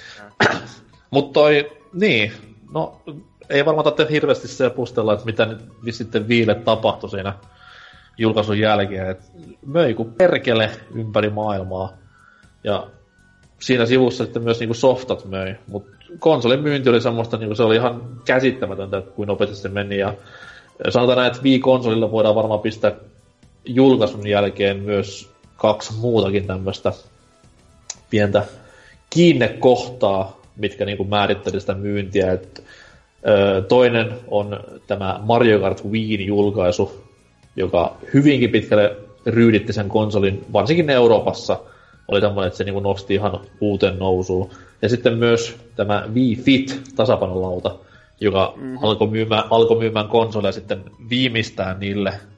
Mutta toi, niin, no ei varmaan tarvitse hirveästi se pustella, että mitä nyt sitten Viille tapahtui siinä julkaisun jälkeen, että möi kuin perkele ympäri maailmaa, ja siinä sivussa sitten myös niinku softat möi, mutta konsolin myynti oli semmoista, niinku se oli ihan käsittämätöntä, että kuin nopeasti se meni. Ja sanotaan näin, että Wii-konsolilla voidaan varmaan pistää julkaisun jälkeen myös kaksi muutakin tämmöistä pientä kiinnekohtaa, mitkä niinku määritteli sitä myyntiä. Et, ö, toinen on tämä Mario Kart Wiin julkaisu, joka hyvinkin pitkälle ryyditti sen konsolin, varsinkin Euroopassa. Oli semmoinen, että se niinku nosti ihan uuteen nousuun. Ja sitten myös tämä Wii Fit tasapainolauta, joka mm-hmm. alkoi myymään, alkoi myymään konsoleja sitten viimeistään niille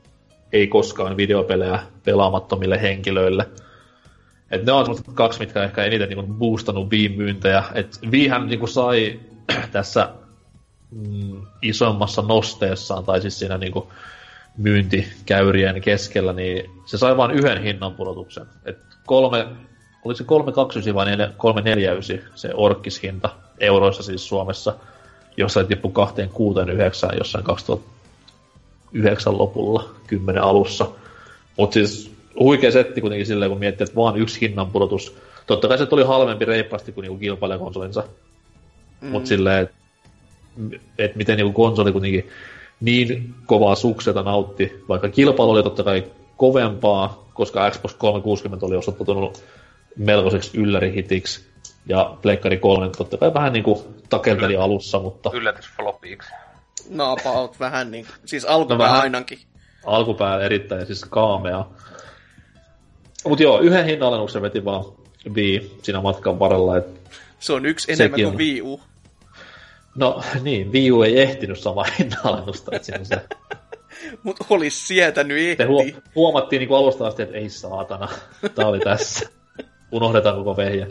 ei koskaan videopelejä pelaamattomille henkilöille. Et ne on semmoiset kaksi, mitkä ehkä eniten niinku boostannut Wiin myyntejä. Et Wiihän niinku sai tässä mm, isommassa nosteessaan, tai siis siinä niinku myyntikäyrien keskellä, niin se sai vain yhden hinnanpudotuksen. Et kolme, oliko se kolme kaksikymmentä vai kolme neljäkymmentä se orkkishinta euroissa siis Suomessa, jossain tippu kaksi kuusi yhdeksän jossain kaksituhattayhdeksän lopulla, kymmenen alussa. Mut siis huikea setti kuitenkin silleen, kun miettii, että vaan yksi hinnanpudotus. Totta kai se tuli halvempi reippaasti kuin niinku kilpailijakonsolinsa. Mm. Mut silleen, että et miten niinku konsoli kuitenkin niin kovaa sukseta nautti, vaikka kilpailu oli totta kai kovempaa, koska Xbox kolmesataakuusikymmentä oli osoittautunut melkoiseksi yllärihitiksi, ja Pleikkari kolme totta kai vähän niinku takelteli Yllä... alussa, mutta... Yllätys flopiiksi. No about vähän niinku, siis alkupää no, ainakin. Alkupää erittäin siis kaamea. Mut joo, yhden hinnanalennuksen veti vaan Wii siinä matkan varrella, et... Se on yksi enemmän sekin... kuin Wii U. No niin, Wii U ei ehtinyt samaa hinnalennusta, että siinä se... Mut olis sietänyt ehti. Huo- huomattiin niinku alusta asti, että ei saatana, tää oli tässä. Unohdetaan koko vehjä.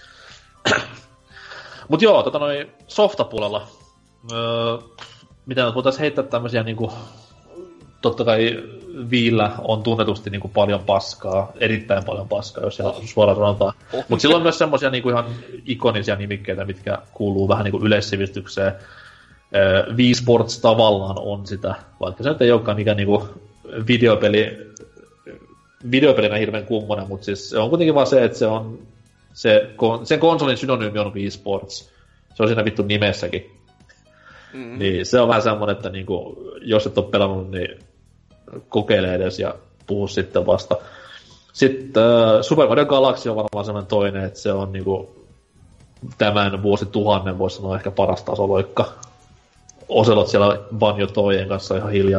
Mut joo, tota noin softapuolella. Öö, mitä voitais heittää tämmösiä niinku... Totta kai Wiillä on tunnetusti niinku paljon paskaa, erittäin paljon paskaa, jos siellä suoraan sanotaan. Oh. Mut sillä on myös semmosia niinku ihan ikonisia nimikkeitä, mitkä kuuluu vähän niinku yleissivistykseen. Wii Sports tavallaan on sitä, vaikka se nyt ei olekaan mikään niinku videopeli, videopelinä hirveän kummonen, mutta siis se on kuitenkin vaan se, että se on, se, sen konsolin synonyymi on Wii Sports. Se on siinä vittu nimessäkin. Mm. Niin se on vähän semmonen, että niinku, jos et ole pelannut, niin kokeile edes ja puhu sitten vasta. Sitten äh, Super Mario Galaxy on varmaan semmoinen toinen, että se on niinku tämän vuosituhannen, voisi sanoa ehkä paras tasoloikka. Oselot siellä Banjo Toien kanssa ihan hiljaa.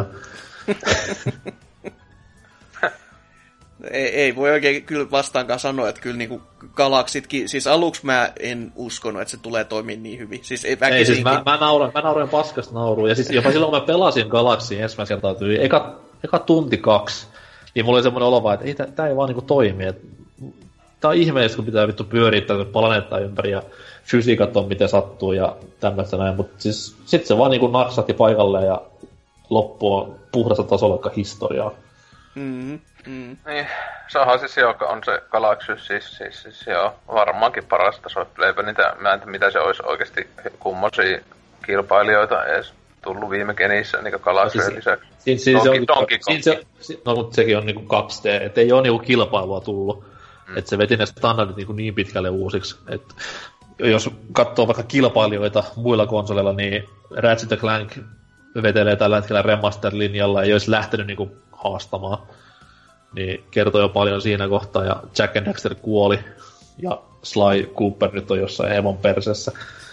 ei, ei voi oikein kyllä vastaankaan sanoa, että kyllä niinku Galaxitkin, siis aluksi mä en uskonut, että se tulee toimimaan niin hyvin. Siis ei, ei siis mä, mä, nauran, mä nauran paskasta nauruun, ja siis jopa silloin kun mä pelasin Galaxyin ensimmäisen kertaa tyyli, eka, eka tunti kaksi, niin mulla oli semmoinen olo vaan, että ei, tää, tää ei vaan niinku toimi, että tää on ihmeellistä, kun pitää vittu pyörittää planeettaa ympäri, ja fysiikat on miten sattuu, ja tämmöistä näin, mutta siis sit se vaan niinku naksahti paikalleen, ja loppu on puhdasta tasolla historiaa. Mm-hmm. Mm. Niin, se onhan siis joka on se Galaxy, siis, siis, siis joo, varmaankin paras tasoittelepä niitä, mä en tiedä mitä se olisi oikeesti kummosia kilpailijoita edes tullut viime genissä niinku Galaxyn siis, lisäksi. Siis, siis Donkey, on, Donkey Kong. Se, no mutta sekin on niinku kaksi D, et ei oo niinku kilpailua tullut. Mm. Et se veti ne standardit niinku niin pitkälle uusiksi, et jos katsoo vaikka kilpailijoita muilla konsoleilla, niin Ratchet and Clank vetelee tällä hetkellä remaster-linjalla, ei olisi lähtenyt niinku haastamaan. Niin kertoo jo paljon siinä kohtaa, ja Jack and Daxter kuoli, ja Sly Cooper nyt on jossain Emon persessä.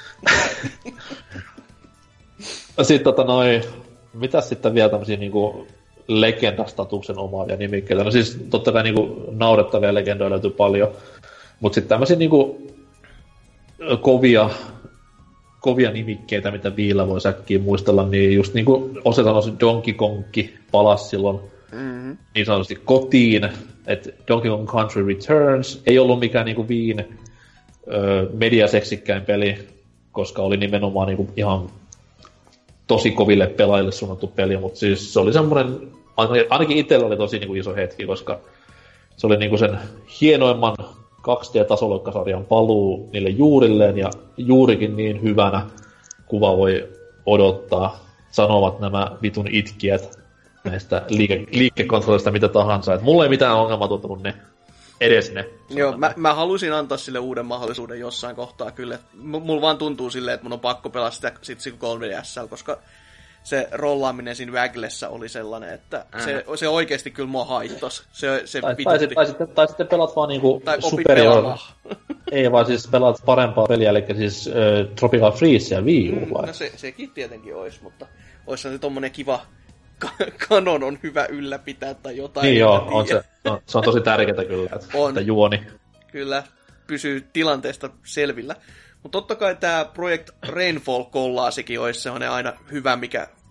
Sitten tota noin, mitäs sitten vielä tämmösiä niinku legendastatuksen omaavia nimikkeitä? No siis totta kai niinku naurettavia legendoja löytyy paljon, mut sitten tämmösiä niinku kovia, kovia nimikkeitä, mitä Wiillä voi säkkiin muistella, niin just niinku osetan osin Donkey Kongki palasi silloin mm-hmm. niin sanotusti kotiin, että Donkey Kong Country Returns ei ollut mikään niinku Wiin ö, mediaseksikkäin peli, koska oli nimenomaan niinku ihan tosi koville pelaajille suunnattu peli, mutta siis se oli semmoinen, ainakin itsellä oli tosi niinku iso hetki, koska se oli niinku sen hienoimman kaksi D-tasoloikkasarjan paluu niille juurilleen, ja juurikin niin hyvänä kuva voi odottaa, sanovat nämä vitun itkijät näistä liike- liikkekontrollista mitä tahansa. Et mulla ei mitään ongelmaa tuntunut ne, edes ne. Joo, mä, mä halusin antaa sille uuden mahdollisuuden jossain kohtaa kyllä. M- mulla vaan tuntuu silleen, että mun on pakko pelata sitä sit kolme D S L, koska se rollaaminen siinä Waglessa oli sellainen, että mm. se, se oikeesti kyllä mua haittos. Se, se tai, tai, tai, sitten, tai sitten pelaat vaan niinku superior. Ei vaan siis pelaat parempaa peliä, eli siis äh, Tropical Freeze ja Wii U. Mm, no se, sekin tietenkin ois, mutta ois se tommonen kiva kanon on hyvä ylläpitää tai jotain. Niin joo, on se, no, se on tosi tärkeää kyllä, että, on. että juoni. Kyllä, pysyy tilanteesta selvillä. Mutta totta kai tämä Project Rainfall-kollaasikin olisi sellainen aina hyvä, mikä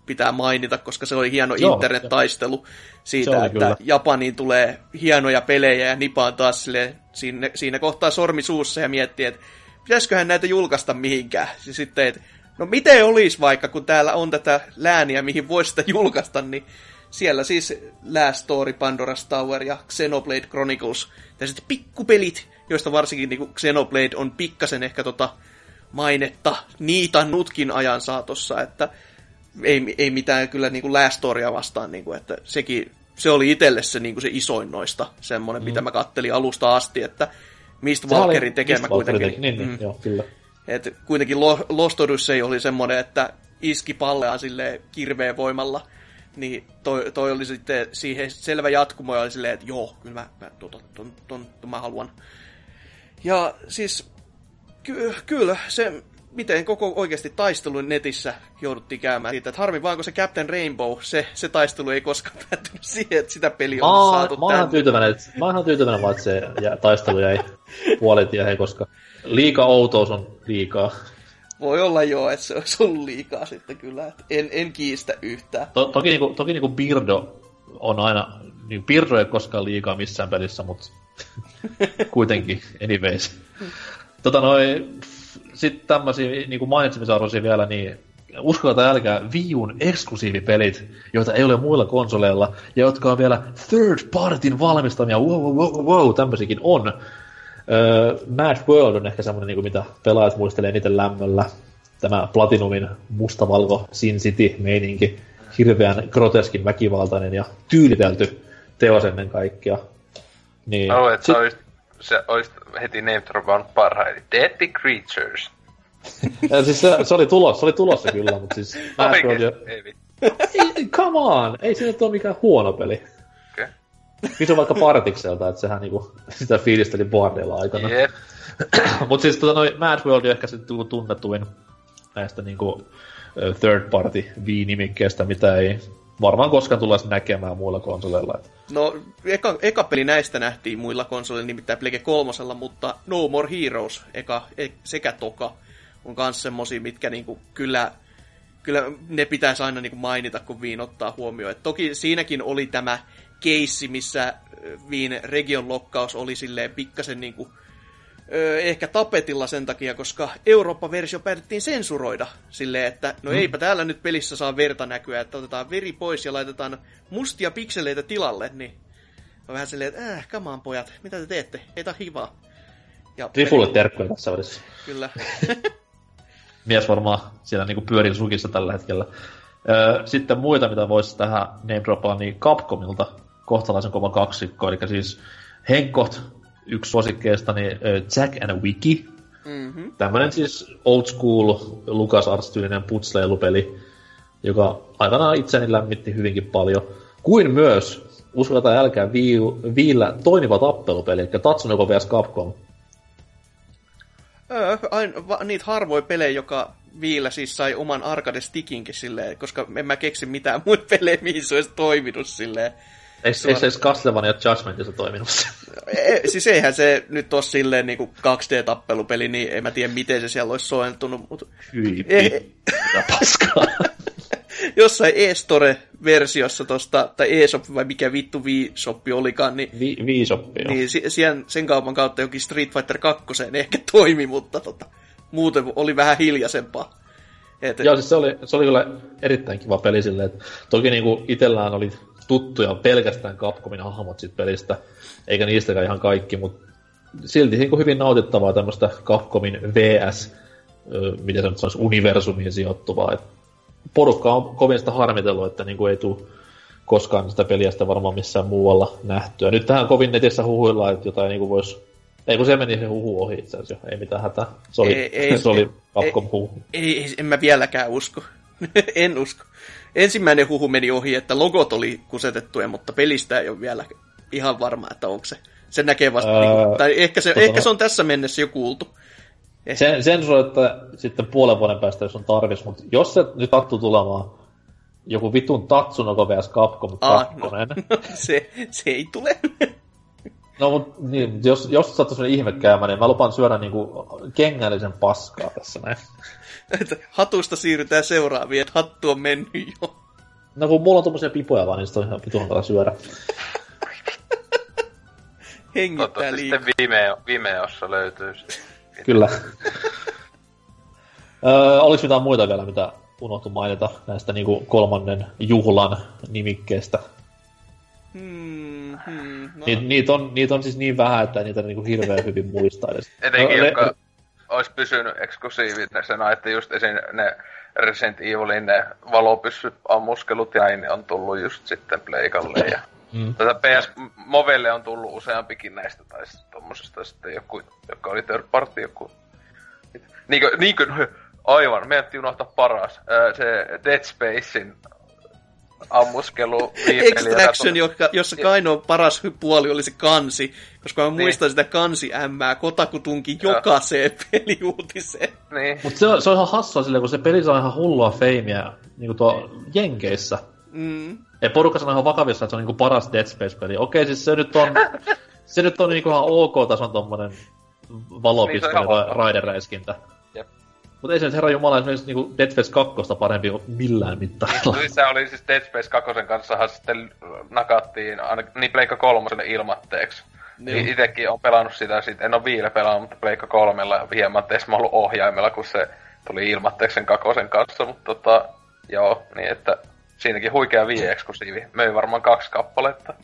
pitää mainita, koska se oli hieno Joo, internet-taistelu siitä, oli että kyllä. Japaniin tulee hienoja pelejä ja Nippaan taas silleen, siinä, siinä kohtaa sormi suussa ja miettii, että pitäisiköhän näitä julkaista mihinkään. Ja sitten, että no miten olisi vaikka, kun täällä on tätä lääniä, mihin voisi sitä julkaista, niin siellä siis Last Story, Pandora's Tower ja Xenoblade Chronicles. Ja sitten pikkupelit, joista varsinkin niin kuin Xenoblade on pikkasen ehkä tota mainetta niitannutkin ajan saatossa, että ei, ei mitään kyllä niin kuin Last Storya vastaan, niin kuin, että sekin, se oli itselle se, niin kuin se isoin noista, semmoinen, mm. mitä mä kattelin alusta asti, että Mist Walkerin tekemä kuitenkin. Teki. Niin, niin, mm. joo, kyllä. Et kuitenkin Lost Odyssey oli semmoinen, että iski palleaan silleen kirveen voimalla, niin toi, toi oli sitten siihen selvä jatkumo, ja oli silleen, että joo, kyllä mä, mä, ton, ton, ton, ton mä haluan. Ja siis, ky, kyllä, se, miten koko oikeasti taistelu netissä jouduttiin käymään siitä, että harmi vaan, kun se Captain Rainbow, se, se taistelu ei koskaan päättynyt siihen, että sitä peliä on Aa, saatu mä oon tyytyväinen, että, mä oon tyytyväinen vaan, että se taistelu jäi puolitiehen, koska liika outous on liikaa. Voi olla joo, että se olisi ollut liikaa sitten kyllä. En, en kiistä yhtään. To, toki niinku, toki niinku Birdo on aina... Niin Birdo ei koskaan liikaa missään pelissä, mutta kuitenkin, anyways. Tota noin... Sitten tämmöisiä niinku mainitsemisarvoisia vielä, niin... Uskokaa tai älkää, Wii U:n eksklusiivipelit, joita ei ole muilla konsoleilla, ja jotka on vielä third partyn valmistamia, wow, wow, wow, wow, tämmöisiäkin on. Uh, Mad World on ehkä semmoinen, niin mitä pelaajat muistelee eniten lämmöllä. Tämä Platinumin mustavalko Sin City-meininki. Hirveän groteskin väkivaltainen ja tyylitelty teos ennen kaikkea. Niin, mä luulen, että sit... se olisi, se olisi heti name-dropannut parhaiten. Deadly Creatures. ja siis se, se, oli tulossa, se oli tulossa kyllä, mutta siis... Mad World jo... ei, come on! Ei se nyt ole mikään huono peli. Kysy vaikka Partikselta, että sehän niinku sitä fiilisteli boardeilla aikana. Yep. Mut siis tota noi Mad World on ehkä sit tunnetuin näistä niinku third party Wii-nimikkeestä, mitä ei varmaan koskaan tulisi näkemään muilla konsoleilla. No, eka, eka peli näistä nähtiin muilla konsoleilla, nimittäin Plege kolmosella, mutta No More Heroes eka, e, sekä toka on kans semmosia, mitkä niinku kyllä, kyllä ne pitäisi aina niinku mainita, kun Viin ottaa huomioon. Et toki siinäkin oli tämä keissi, missä Viin region lokkaus oli silleen pikkasen niinku, ö, ehkä tapetilla sen takia, koska Eurooppa-versio päätettiin sensuroida silleen, että no mm. eipä täällä nyt pelissä saa verta näkyä, että otetaan veri pois ja laitetaan mustia pikseleitä tilalle, niin on vähän silleen, että äh, come on pojat, mitä te teette? Ei tää hivaa. Trifulle terkkuja tässä välissä. Kyllä. Mies varmaan siellä niinku pyörii sukissa tällä hetkellä. Sitten muita, mitä voisi tähän name dropaa, niin Capcomilta kohtalaisen kova kaksikko, eli siis Henkot, yksi suosikkeista, niin Jack and Wiki. Mm-hmm. Tämmönen siis old school LucasArts-tyylinen putsleilupeli, joka aikanaan itseäni lämmitti hyvinkin paljon. Kuin myös, uskokaa tai älkää, Viillä toimiva tappelupeli, eli Tatsunoko versus Capcom. Öö, aina, va, niitä harvoja pelejä, joka Viillä siis sai oman arcade-stickinkin silleen, koska en mä keksi mitään muita pelejä, mihin se olisi toiminut silleen. Eikö se edes Castlevania Judgmentissa toiminut? E, siis eihän se nyt ole silleen niinku kaksi D-tappelupeli, niin en mä tiedä miten se siellä olisi sointunut, mutta... Hyi, e- mitä paskaa. Jossain eStore-versiossa tosta, tai eShop vai mikä vittu Wii-shoppi olikaan, niin... Vi- Wii-shoppi, joo. Niin sen, sen kaupan kautta jokin Street Fighter kaksi ehkä toimi, mutta tota, muuten oli vähän hiljaisempaa. Et, joo, siis se oli, se oli kyllä erittäin kiva peli silleen, että toki niinku itellään oli tuttuja pelkästään Capcomin hahmot sit pelistä, eikä niistäkään ihan kaikki, mutta silti niinku hyvin nautittavaa tämmöstä Capcomin V S, miten se nyt sanoisi, universumiin sijoittuvaa. Et porukka on kovin sitä harmitellut, että niinku ei tule koskaan sitä peliä sitä varmaan missään muualla nähtyä. Nyt tähän kovin netissä huhuillaan, että jotain niinku vois... Ei kun se meni se huhu ohi itse asiassa, ei mitään hätää. Se oli, ei, ei, se oli Capcom huhu. Ei, ei, en mä vieläkään usko. En usko. Ensimmäinen huhu meni ohi, että logot oli kusetettuja, mutta pelistä ei ole vielä ihan varma, että onko se. Se näkee vasta, öö, niin kuin, tai ehkä se, ehkä se on tässä mennessä jo kuultu. Eh. Sen, sen sanoo, että sitten puolen vuoden päästä, jos on tarvis, mutta jos se nyt sattuu tulemaan joku vitun Tatsunoko versus Capcom kakkonen. No, no, se, se ei tule. No mut niin, jos, jos sattuu sellainen ihme käymään, niin mä lupaan syödä niinku kengällisen paskaa tässä näin. Hatusta siirrytään seuraaviin, että hattu on mennyt jo. No kun mulla on tommosia pipoja vaan, niin sitä on ihan pitu hankala syödä. Hengittää liikaa. Sitten Vimeo, Vimeossa löytyy se. Kyllä. öö, oliks mitään muita vielä, mitä unohtu mainita näistä niinku kolmannen juhlan nimikkeestä? Hmm, hmm, no. Ni, niitä, on, niitä on siis niin vähän, että niitä niinku hirveän hyvin muistaa edes. Etenkin, no, jotka ne... ois pysynyt eksklusiivisena, että just esim. Ne Resident Evilin ne valopyssyammuskelut ja näin on tullut just sitten Pleikalle. Ja mm. tätä P S Movelle on tullut useampikin näistä, tai sitten tommosesta sitten joku, joka oli third party joku. Niinkö, niinkö, aivan, meidän piti unohtaa paras. Se Dead Spacein ammuskelu. Extraction, joka, jossa kainoa paras puoli oli se kansi, koska mä niin. muistan sitä kansi-ämmää, Kotaku tunki jokaiseen peliuutiseen. Niin. Mut se on, se on ihan hassua silleen, kun se peli saa ihan hullua feimiä niinku tuo Jenkeissä. Mm. Ja porukka sanoo ihan vakavissa, että se on niinku paras Dead Space-peli. Okei, siis se nyt on, se nyt on niinku ihan ok-tason tommonen valopistoli niin ra- raideräiskintä. Mutta ei se nyt herra jumala esimerkiksi niinku Dead Space kaksi parempi ole millään mittarilla. Niin, se oli siis Dead Space kaksi kanssahan sitten nakattiin niin Pleikka kolmoselle ilmatteeksi. Niin. Itekin on pelannut sitä, sit en oo vielä pelannut, mutta Pleikka kolmella hieman tees mä ollut ohjaimella, kun se tuli ilmatteeksi sen kakosen kanssa, mutta tota, joo, niin että siinäkin huikea Wii-eksklusiivi. Möi varmaan kaksi kappaletta.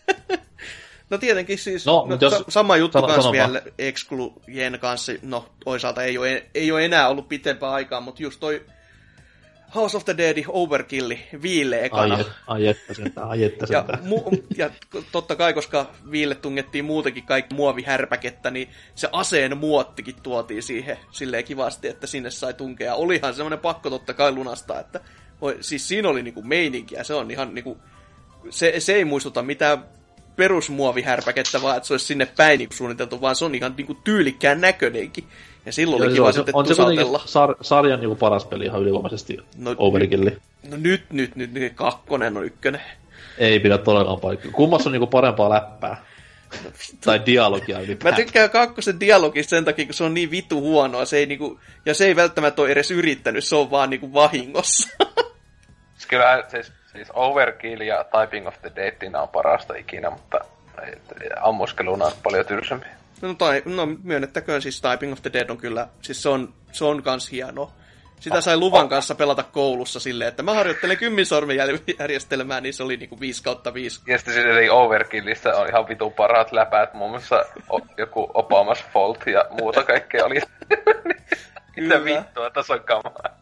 No tietenkin siis, no, no, jos, sa- sama juttu sano, kans vielä Exclujen kanssa, no toisaalta ei ole, ei ole enää ollut pitempää aikaa, mutta just toi House of the Dead Overkilli Viille ekana. Ai että sentään, ai että sentään. Ja, mu- ja totta kai, koska Viille tungettiin muutenkin kaikki muovihärpäkettä, niin se aseen muottikin tuotiin siihen silleen kivasti, että sinne sai tunkea. Olihan semmoinen pakko totta kai lunastaa, että voi, siis siinä oli niinku meininkiä, se on ihan niinku, se, se ei muistuta mitään perusmuovihärpäkettä, vaan että se olisi sinne päin suunniteltu, vaan se on ihan niinku tyylikkään näköinenkin. Ja silloin oli kiva sitten tusautella. On se sar- sarjan niinku paras peli ihan ylivoimaisesti, no, Overkilli. No nyt, nyt, nyt, nyt, kakkonen on ykkönen. Ei pidä todellakaan paikkaa. Kummassa on niinku parempaa läppää? No, tai dialogia ylipäätään. Mä tykkään kakkosen dialogista sen takia, kun se on niin vitu huonoa. Se ei niinku, ja se ei välttämättä ole edes yrittänyt, se on vaan niinku vahingossa. Kyllä siis, siis Overkill ja Typing of the Deadina on parasta ikinä, mutta ammuskeluna on paljon tylsempi. No, tai, no myönnettäköön siis Typing of the Dead on kyllä, siis se on, se on kans hienoa. Sitä sai luvan kanssa pelata koulussa silleen, että mä harjoittelen kymminsormijärjestelmää, niin se oli niinku viisi kautta viisi. Ja sitten siis Overkillissä on ihan vitu parhaat läpäät, muun muassa joku Obamas Fault ja muuta kaikkea oli. Mitä vittua, tässä on kamaa.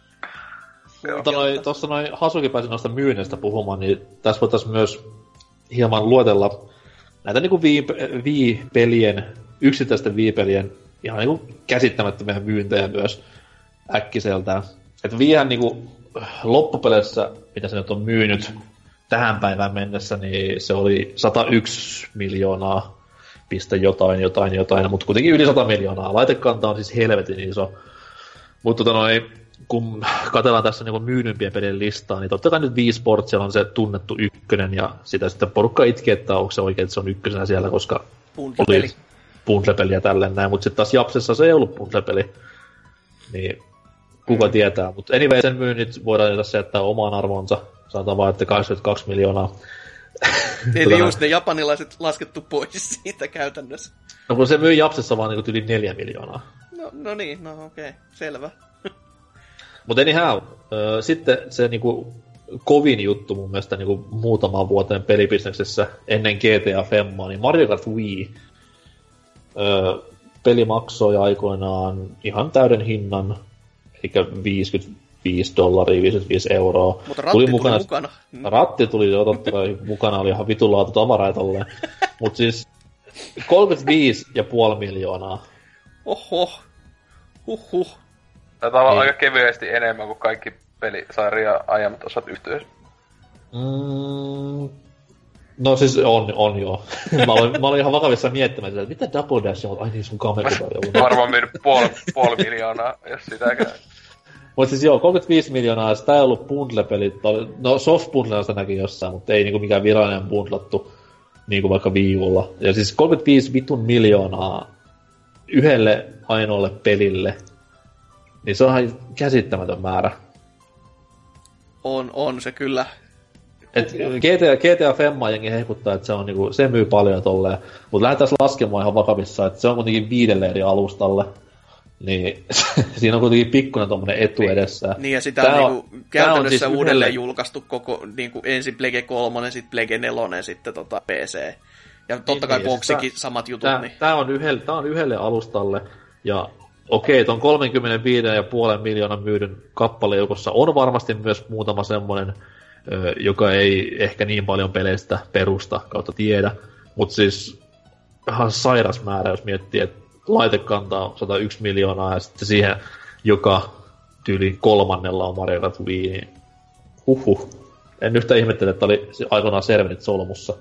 Tuossa noin Hasuki pääsi noista myynneistä puhumaan, niin tässä voitaisiin myös hieman luetella näitä niinku Wii-pelien, yksittäisten Wii-pelien ihan niinku käsittämättömiä myyntejä myös äkkiseltään. Että Wiihän niinku loppupeleissä, mitä se nyt on myynyt tähän päivään mennessä, niin se oli sata yksi miljoonaa piste jotain, jotain, jotain, mutta kuitenkin yli sata miljoonaa. Laitekanta on siis helvetin iso. Mutta tota noin, kun katsellaan tässä niinku myydympien pelien listaa, niin totta kai nyt Wii Sports, siellä on se tunnettu ykkönen, ja sitä sitten porukka itki, että onko se oikein, että se on ykkösenä siellä, koska Bundle-peli. oli bundle-peli ja tälleen näin, mutta sitten taas Japsessa se ei ollut bundle-peli, niin kuka mm. tietää, mutta anyway, sen myynnit voidaan tässä jättää omaan arvonsa, sanotaan vaan, että kahdeksankymmentäkaksi miljoonaa. Eli just ne japanilaiset laskettu pois siitä käytännössä. No kun se myy Japsessa vaan niin yli neljä miljoonaa. No, no niin, no okei, okay. Selvä. Mutta anyhow, äh, sitten se niinku kovin juttu mun mielestä niinku muutaman vuoteen pelibisneksessä ennen G T A Femmaa, niin Mario Kart Wii. Äh, peli maksoi aikoinaan ihan täyden hinnan, eli viisikymmentäviisi dollaria, viisikymmentäviisi euroa. Mutta ratti tuli mukana. mukana. Ratti tuli jo totta kai mukana, oli ihan vitun laatu tavaraa tolleen. Mut siis kolmekymmentäviisi pilkku viisi miljoonaa. Oho. Huhhuh. Taitaa olla niin. Aika kevyesti enemmän kuin kaikki pelisarja aiemmat osat yhteydessä. Mm, no siis on, on joo. mä, olin, mä olin ihan vakavissa miettimään sitä, että mitä Double Dash on? Ai niin, sun kamerikuva. Varmaan myynyt puoli, puoli miljoonaa, jos sitäkään. Mutta siis joo, kolmekymmentäviisi miljoonaa, ja sitä ei ollut bundle-pelit. No soft bundle sitä näkin jossain, mutta ei niinku mikään virallinen bundlattu niin kuin vaikka Wii Ulla. Ja siis kolmekymmentäviisi vitun miljoonaa yhdelle ainoalle pelille, niin se on ihan käsittämätön määrä. On, on se kyllä. Et G T A, G T A Femmaa jengi hehkuttaa, että se, on niinku, se myy paljon tolleen, mutta lähdetään laskemaan ihan vakavissa, että se on kuitenkin viidelle eri alustalle. Niin siinä on kuitenkin pikkuinen tommonen etu edessä. Niin ja sitä on, on niinku käytännössä siis uudelleen yhdelle... julkaistu koko niinku ensin Plege kolme, sitten Plege neljä, sitten tota P C. Ja totta kai niin, boksikin tää, samat jutut. Tää, niin. tää, on yhdelle, tää on yhdelle alustalle, ja okei, ton kolmekymmentäviisi pilkku viisi miljoonan myydyn kappalejoukossa on varmasti myös muutama semmonen, ö, joka ei ehkä niin paljon peleistä perusta kautta tiedä. Mut siis ihan sairas määrä, jos miettii, että laite kantaa sata yksi miljoonaa ja sitten siihen joka tyyliin kolmannella on Mario Kart Wii, niin huhhuh. En yhtään ihmettele, että oli aikoinaan serverit solmussa.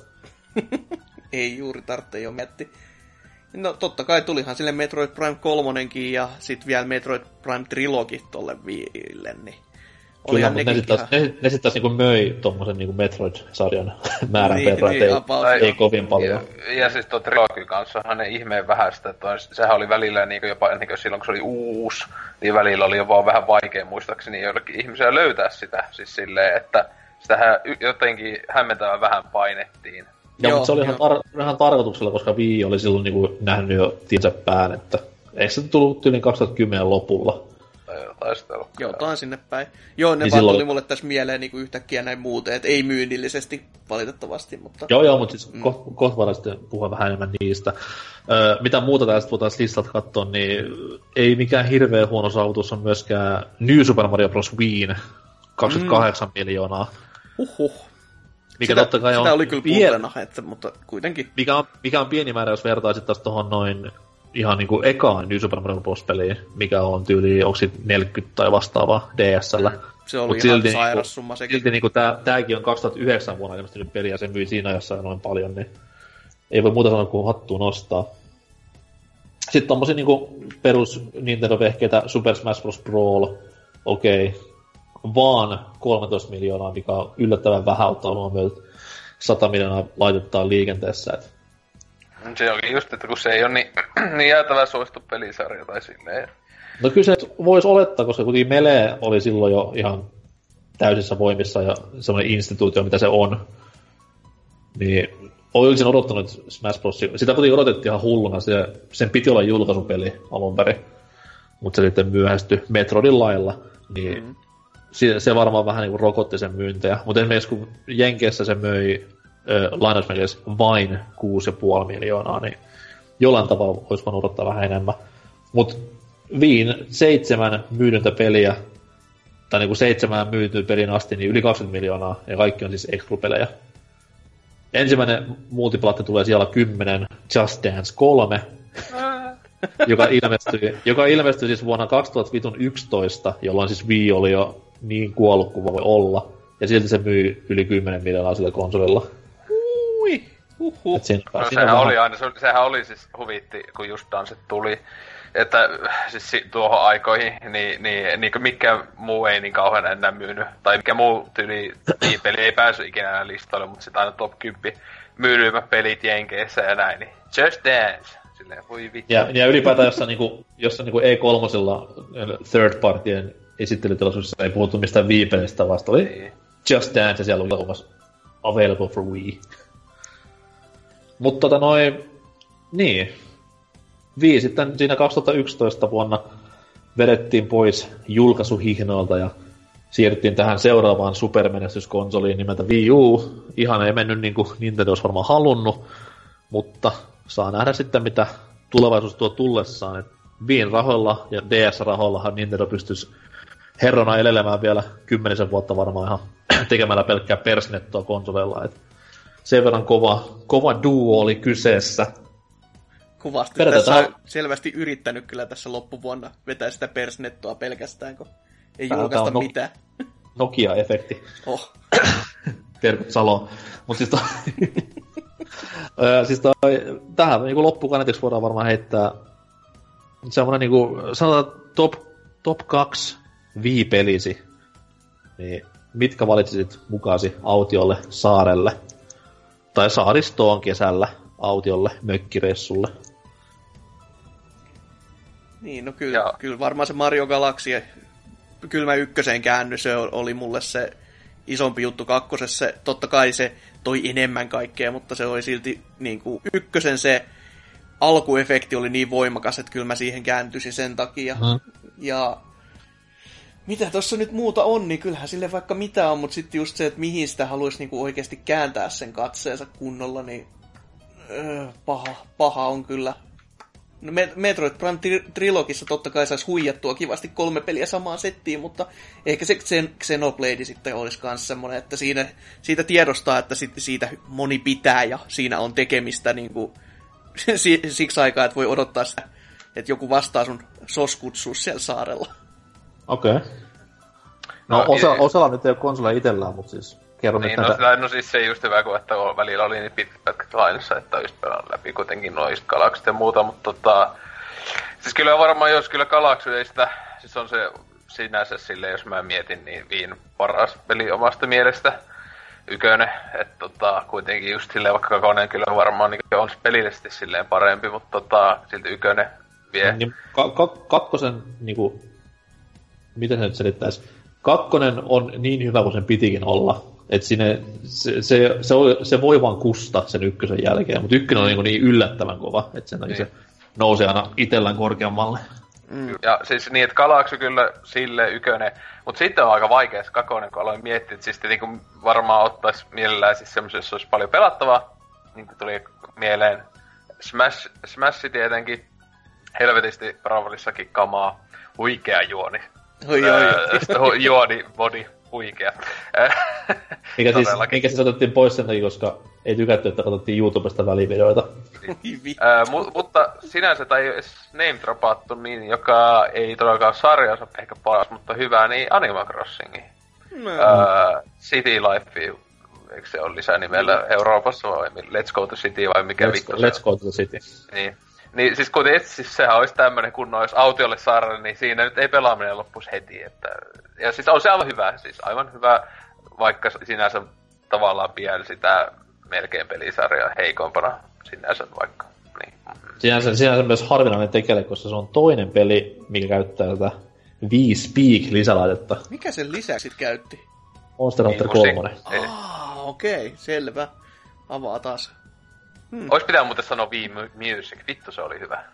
Ei juuri tarvitse jo miettiä. No totta kai tulihan sille Metroid Prime kolmonenkin ja sit vielä Metroid Prime Trilogy tolle Wiille, niin kyllä, mutta ne sitten taas, ne, ne sit taas niinku möi tommosen niinku Metroid-sarjan määrän niin, verran, niin, ei, ei kovin paljon. Ja, ja siis tuo Trilogy kanssahan ne ihmeen vähäistä, että sehän oli välillä niinku jopa niinku silloin kun se oli uusi, niin välillä oli jopa vähän vaikea muistaakseni joillekin ihmisiä löytää sitä, siis silleen, että sitähän jotenkin hämmentävän vähän painettiin. Ja joo, mutta se oli ihan, tar- ihan tarkoituksella, koska Wii oli silloin niinku nähnyt jo tiensä pään, että eikö se tullut tyyliin kaksituhattakymmenen lopulla? Taistelu. Jotain sinne päin. Joo, ne niin vaan silloin... tuli mulle tässä mieleen niin kuin yhtäkkiä näin muuten, että ei myynnillisesti valitettavasti, mutta... Joo, joo, mutta siis mm. kohta koht voidaan sitten puhua vähän enemmän niistä. Öö, mitä muuta tästä voidaan listalta katsoa, niin ei mikään hirveän huono saavutus on myöskään New Super Mario Bros. Wiiin kaksikymmentäkahdeksan mm. miljoonaa. Huhhuh. Mikä sitä, totta kai on... Sitä oli kyllä puolena, että, mutta kuitenkin... Mikä on, mikä on pieni määrä, jos vertaisit taas tohon noin... ihan niinku ekaan New Super Mario Bros. Peliin, mikä on tyyli, onko neljäkymmentä tai vastaavaa D S:llä. Se oli Mut ihan silti, sairas summa sekin. Silti niinku tää, tääkin on kaksituhattayhdeksän vuonna ilmestynyt peli ja se myi siinä ajassa noin paljon, niin ei voi muuta sanoa kuin hattuun nostaa. Sitten tommosia niinku perus Nintendo-vehkeitä, Super Smash Bros. Brawl, okei, okay. vaan kolmetoista miljoonaa, mikä on yllättävän vähän ottaa huomioon, että sata miljoonaa laitetaan liikenteessä, et se onkin just, että kun se ei ole niin, niin jäätävän suosittu pelisarja tai silleen. No kyllä se voisi olettaa, koska kuitenkin Melee oli silloin jo ihan täysissä voimissa ja semmoinen instituutio, mitä se on. Niin olisin odottanut, että Smash Bros. Sitä kuitenkin odotettiin ihan hulluna. Se, sen piti olla julkaisupeli alun perin, mutta se sitten myöhästyi Metroidin lailla. Niin mm. se, se varmaan vähän niin kuin rokotti sen myyntejä. Mutta esimerkiksi kun Jenkeissä se möi lainausmerkeissä vain kuusi pilkku viisi miljoonaa, niin jollain tavalla olisi voinut odottaa vähän enemmän. Mutta Wiin seitsemän myydyntä peliä, tai niinku seitsemän myytyä pelin asti, niin yli kaksikymmentä miljoonaa, ja kaikki on siis Exclu-pelejä. Ensimmäinen multiplatti tulee siellä kymmenen, Just Dance kolme, joka ilmestyi, joka ilmestyi siis vuonna kaksituhattayksitoista, jolloin siis Wii oli jo niin kuollut kuin voi olla, ja silti se myi yli kymmenen miljoonaa sillä konsolilla. Ui, uhuh. Et siinä, no, sehän oli aina, se, sehän oli siis huvitti, kun just Dance tuli, että siis tuohon aikoihin, niin, niin, niin mikään muu ei niin kauhean enää myynyt, tai mikä muu tyyli peli ei päässyt ikinä enää listoille, mutta sitten aina top kymmenen myydyimmät pelit Jenkeissä ja näin, niin Just Dance, silleen voi vittu. Ja, ja ylipäätään jossain niinku, jossain niinku E kolme third partien esittelytilaisuudessa ei puhuttu mistään Wii-pelistä vasta, oli niin. Just Dance ja siellä oli omassa available for Wii. Mutta tota noin, niin, Wii sitten siinä kaksituhattayksitoista vuonna vedettiin pois julkaisuhihnoilta ja siirryttiin tähän seuraavaan supermenestyskonsoliin nimeltä Wii U. Ihan ei mennyt niin kuin Nintendo olisi varmaan halunnut, mutta saa nähdä sitten mitä tulevaisuus tuo tullessaan. Et Wiin rahoilla ja D S-rahoillahan Nintendo pystyisi herrona elelemään vielä kymmenisen vuotta varmaan ihan tekemällä pelkkää persnettoa konsoleilla. Et sen verran kova, kova duo oli kyseessä. Kuvasti. Tässä tähän... on selvästi yrittänyt kyllä tässä loppuvuonna vetää sitä persnettoa pelkästään, kun ei Tää julkaista no... mitään. Nokia-efekti. Oh. Terkut Salo. Mut siis toi... siis toi... Tähän niinku loppukaneetiksi voidaan varmaan heittää semmonen niinku, sanotaan top, top kaksi Wii-pelisi. Niin mitkä valitsisit mukaasi autiolle saarelle? tai saaristoon kesällä autiolle, mökkireissulle. Niin, no kyllä, kyllä varmaan se Mario Galaxy, kyllä mä ykköseen käänny, se oli mulle se isompi juttu kakkosessa. Totta kai se toi enemmän kaikkea, mutta se oli silti niin kuin ykkösen se alkuefekti oli niin voimakas, että kyllä mä siihen kääntyisin sen takia. Hmm. Ja mitä tossa nyt muuta on, niin kyllähän sille vaikka mitä on, mutta sitten just se, että mihin sitä haluaisi niinku oikeasti kääntää sen katseensa kunnolla, niin öö, paha, paha on kyllä. No Metroid Prime Trilogissa totta kai saisi huijattua kivasti kolme peliä samaan settiin, mutta ehkä se Xenoblade sitten olisi myös semmoinen, että siinä, siitä tiedostaa, että siitä moni pitää ja siinä on tekemistä niinku siksi aikaa, että voi odottaa sitä, että joku vastaa sun soskutsuus siellä saarella. Okei. Okay. No, no osa, osalla nyt ei ole konsoleja itsellään, mutta siis kerron niin, nyt no, näitä... no siis se just hyvä, kun että välillä oli niin pitkät pätkät lainassa, että olisi pelannut läpi kuitenkin noista Galaksit ja muuta, mutta tota... Siis kyllä varmaan, jos kyllä Galaxy ei sitä... Siis on se sinänsä silleen, jos mä mietin, niin viin paras peli omasta mielestä. Ykönen, että tota, kuitenkin just silleen, vaikka kakonen kyllä varmaan niin on pelillisesti silleen parempi, mutta tota, silti Ykönen vie. Niin, ka- ka- kakkosen, niinku, miten se nyt selittäisi? Kakkonen on niin hyvä kuin sen pitikin olla, että sinne, se, se, se, se voi vaan kusta sen ykkösen jälkeen, mutta ykkönen on niin, niin yllättävän kova, että sen takia niin. Se nousee aina itsellään korkeammalle. Mm. Ja siis niin, että Galaxy kyllä sille Ykönen, mutta sitten on aika vaikea se kakonen, kun aloin miettiä, että siis niin varmaan ottaisi mielellään siis semmoisen, jos olisi paljon pelattavaa, niin kuin tuli mieleen Smash, Smash tietenkin, helvetisti Brawlissakin kamaa, huikea juoni. Oi, oi. Öö, juoni, body, huikea. Mikä siis, minkä siis otettiin pois sen takia, koska ei tykätty, että katsottiin YouTubesta välivideoita. öö, mu- mutta sinänsä tai edes name dropattu, niin joka ei todellakaan sarjansa ehkä paras, mutta hyvä, niin Animal Crossingi. Mm. Öö, City Life, eikö se ole lisänimellä mm. Euroopassa vai Let's Go to City vai mikä Let's, vittu Let's Go to City. Niin. Niin siis kun et, siis sehän olisi tämmönen kunnon, jos autiolle saarelle, niin siinä nyt ei pelaaminen loppuisi heti. Että... Ja siis on se aivan hyvä, siis aivan hyvä, vaikka sinänsä tavallaan pian sitä melkein pelisarjaa heikompana sinänsä vaikka. Niin. Sinänsä, sinänsä myös harvinainen tekele, koska se on toinen peli, mikä käyttää tätä Wii Speak-lisälaitetta. Mikä sen lisäksi käytti? Monster Hunter kolme. Ah, okei, okay, selvä. Avaa taas. Hmm. Ois pitää muuten sanoa Wii Music, vittu se oli hyvä.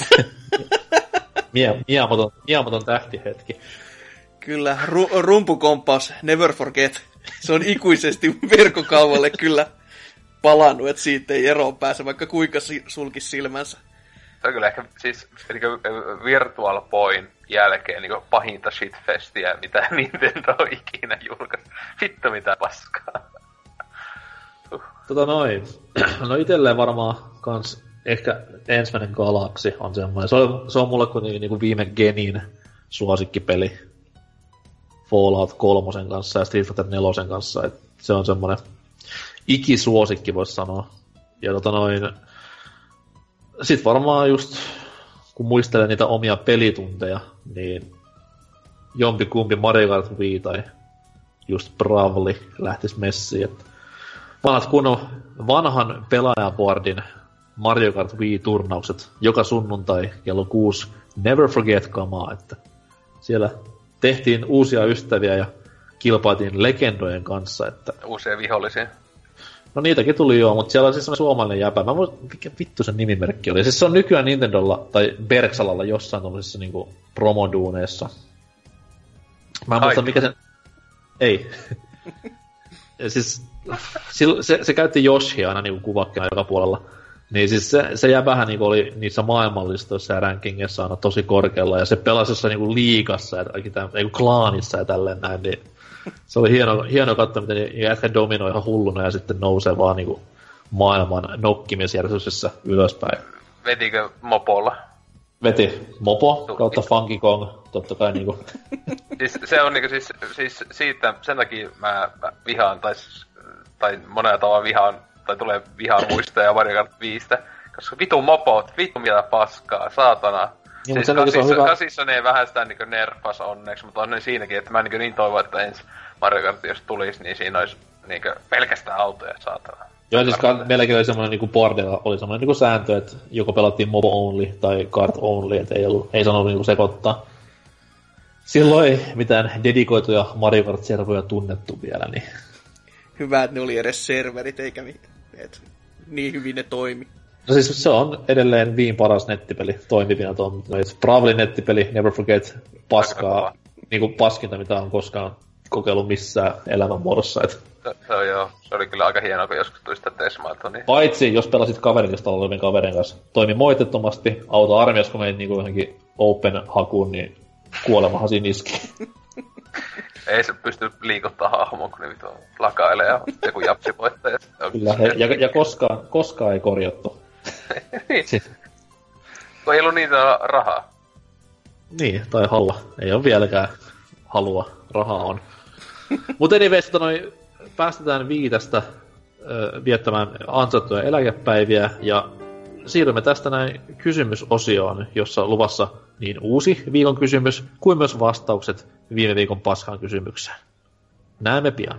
Miamoton, miamoton tähtihetki. Kyllä, ru- rumpukomppaus, never forget. Se on ikuisesti verkkokauvalle kyllä palannut, että siitä ei eroon pääse, vaikka kuinka sulkisi silmänsä. Se on kyllä ehkä siis niin Virtual Boyn jälkeen niin pahinta shitfestiä, mitä Nintendo on ikinä julkaisi. Vittu mitä paskaa. Uh. Tota noin. No itelleen varmaan kans ehkä ensimmäinen Galaxy on semmoinen. Se on, se on mulle kuitenkin niin kuin viime genin suosikkipeli Fallout kolmosen kanssa ja Street Fighter nelosen kanssa. Et se on semmoinen ikisuosikki, voisi sanoa. Ja tota noin... Sit varmaan just, kun muistelen niitä omia pelitunteja, niin jompikumpi Mario Kart Wii tai just Bravely lähtis messiin. Et vanhat kunnon vanhan pelaajaboardin Mario Kart Wii-turnaukset joka sunnuntai kello kuusi Never Forget-kamaa, että siellä tehtiin uusia ystäviä ja kilpailtiin legendojen kanssa, että... Uusia vihollisia. No niitäkin tuli joo, mutta siellä on siis semmoinen suomalainen jäpä. Mä muistan, mikä vittu sen nimimerkki oli. Siis se on nykyään Nintendolla tai Berksalalla jossain tommosissa niinku promoduuneissa. Mä en muista mikä sen... Ei. Ja siis se, se käytti Yoshia aina niinku kuvakkina joka puolella. Niin siis se, se jäbähän niinku oli niissä maailmanlistoissa ja rankingeissa aina tosi korkealla. Ja se pelasi jossain niinku liigassa ja niinku klaanissa ja tälleen näin, niin... Se oli hieno, hieno katsoa, miten jätkä dominoi ihan hulluna ja sitten nousee vaan niinku maailman nokkimisjärjestyksessä ylöspäin. Vetikö mopolla? Veti mopo kautta Funky Kong, totta kai niinku. Siis se on niinku siis, siis siitä, sen takia mä, mä vihaan, tai, tai monella tavalla vihaan, tai tulee vihaan muistoja Mario Kart viisi, koska vitu mopot, vitu mitä paskaa, saatana. Niin, siis kasissa, hyvä... kasissa ne vähän sitä niin nerfas onneksi, mutta on ne siinäkin, että mä niin, niin toivon, että ensi Mario Kart, jos tulisi, niin siinä olisi niin pelkästään autoja saatana. Joo, siis ka- meilläkin oli semmoinen niinku bordella, oli semmoinen niinku sääntö, että joko pelattiin Mobo only tai Kart only, että ei, ollut, ei sanonut niinku sekoittaa. Silloin ei mitään dedikoituja Mario Kart-servoja tunnettu vielä, niin... Hyvä, että ne oli edes serverit, eikä et, niin hyvin ne toimi. No siis se on edelleen viin paras nettipeli, toimivina tuon. Bravely nettipeli, Never Forget, paskaa, niinku paskinta, mitä on koskaan kokeillut missään elämänmuodossa. Et. Se, se on joo, se oli kyllä aika hienoa, kun joskus tuli sitä tesmailtua. Niin... Paitsi, jos pelasit kaverilistalla olevien kaverin kanssa. Toimi moitettomasti, auto armias, kun meit niinku johonkin open-hakuun, niin kuolemahan siinä iski. Ei se pysty liikuttaa hahmoa, kun ne vitu lakailee ja joku japsi voittaa. Ja, kyllä, he, ja, ja koskaan, koskaan ei korjattu. Niin. Kun ei ollut niitä rahaa. Niin, tai halla. Ei ole vieläkään halua. Rahaa on. Mutta anyways, noin, päästetään viitestä ö, viettämään ansaittuja eläkepäiviä ja siirrymme tästä näin kysymysosioon, jossa luvassa niin uusi viikon kysymys kuin myös vastaukset viime viikon paskaan kysymykseen. Näemme pian.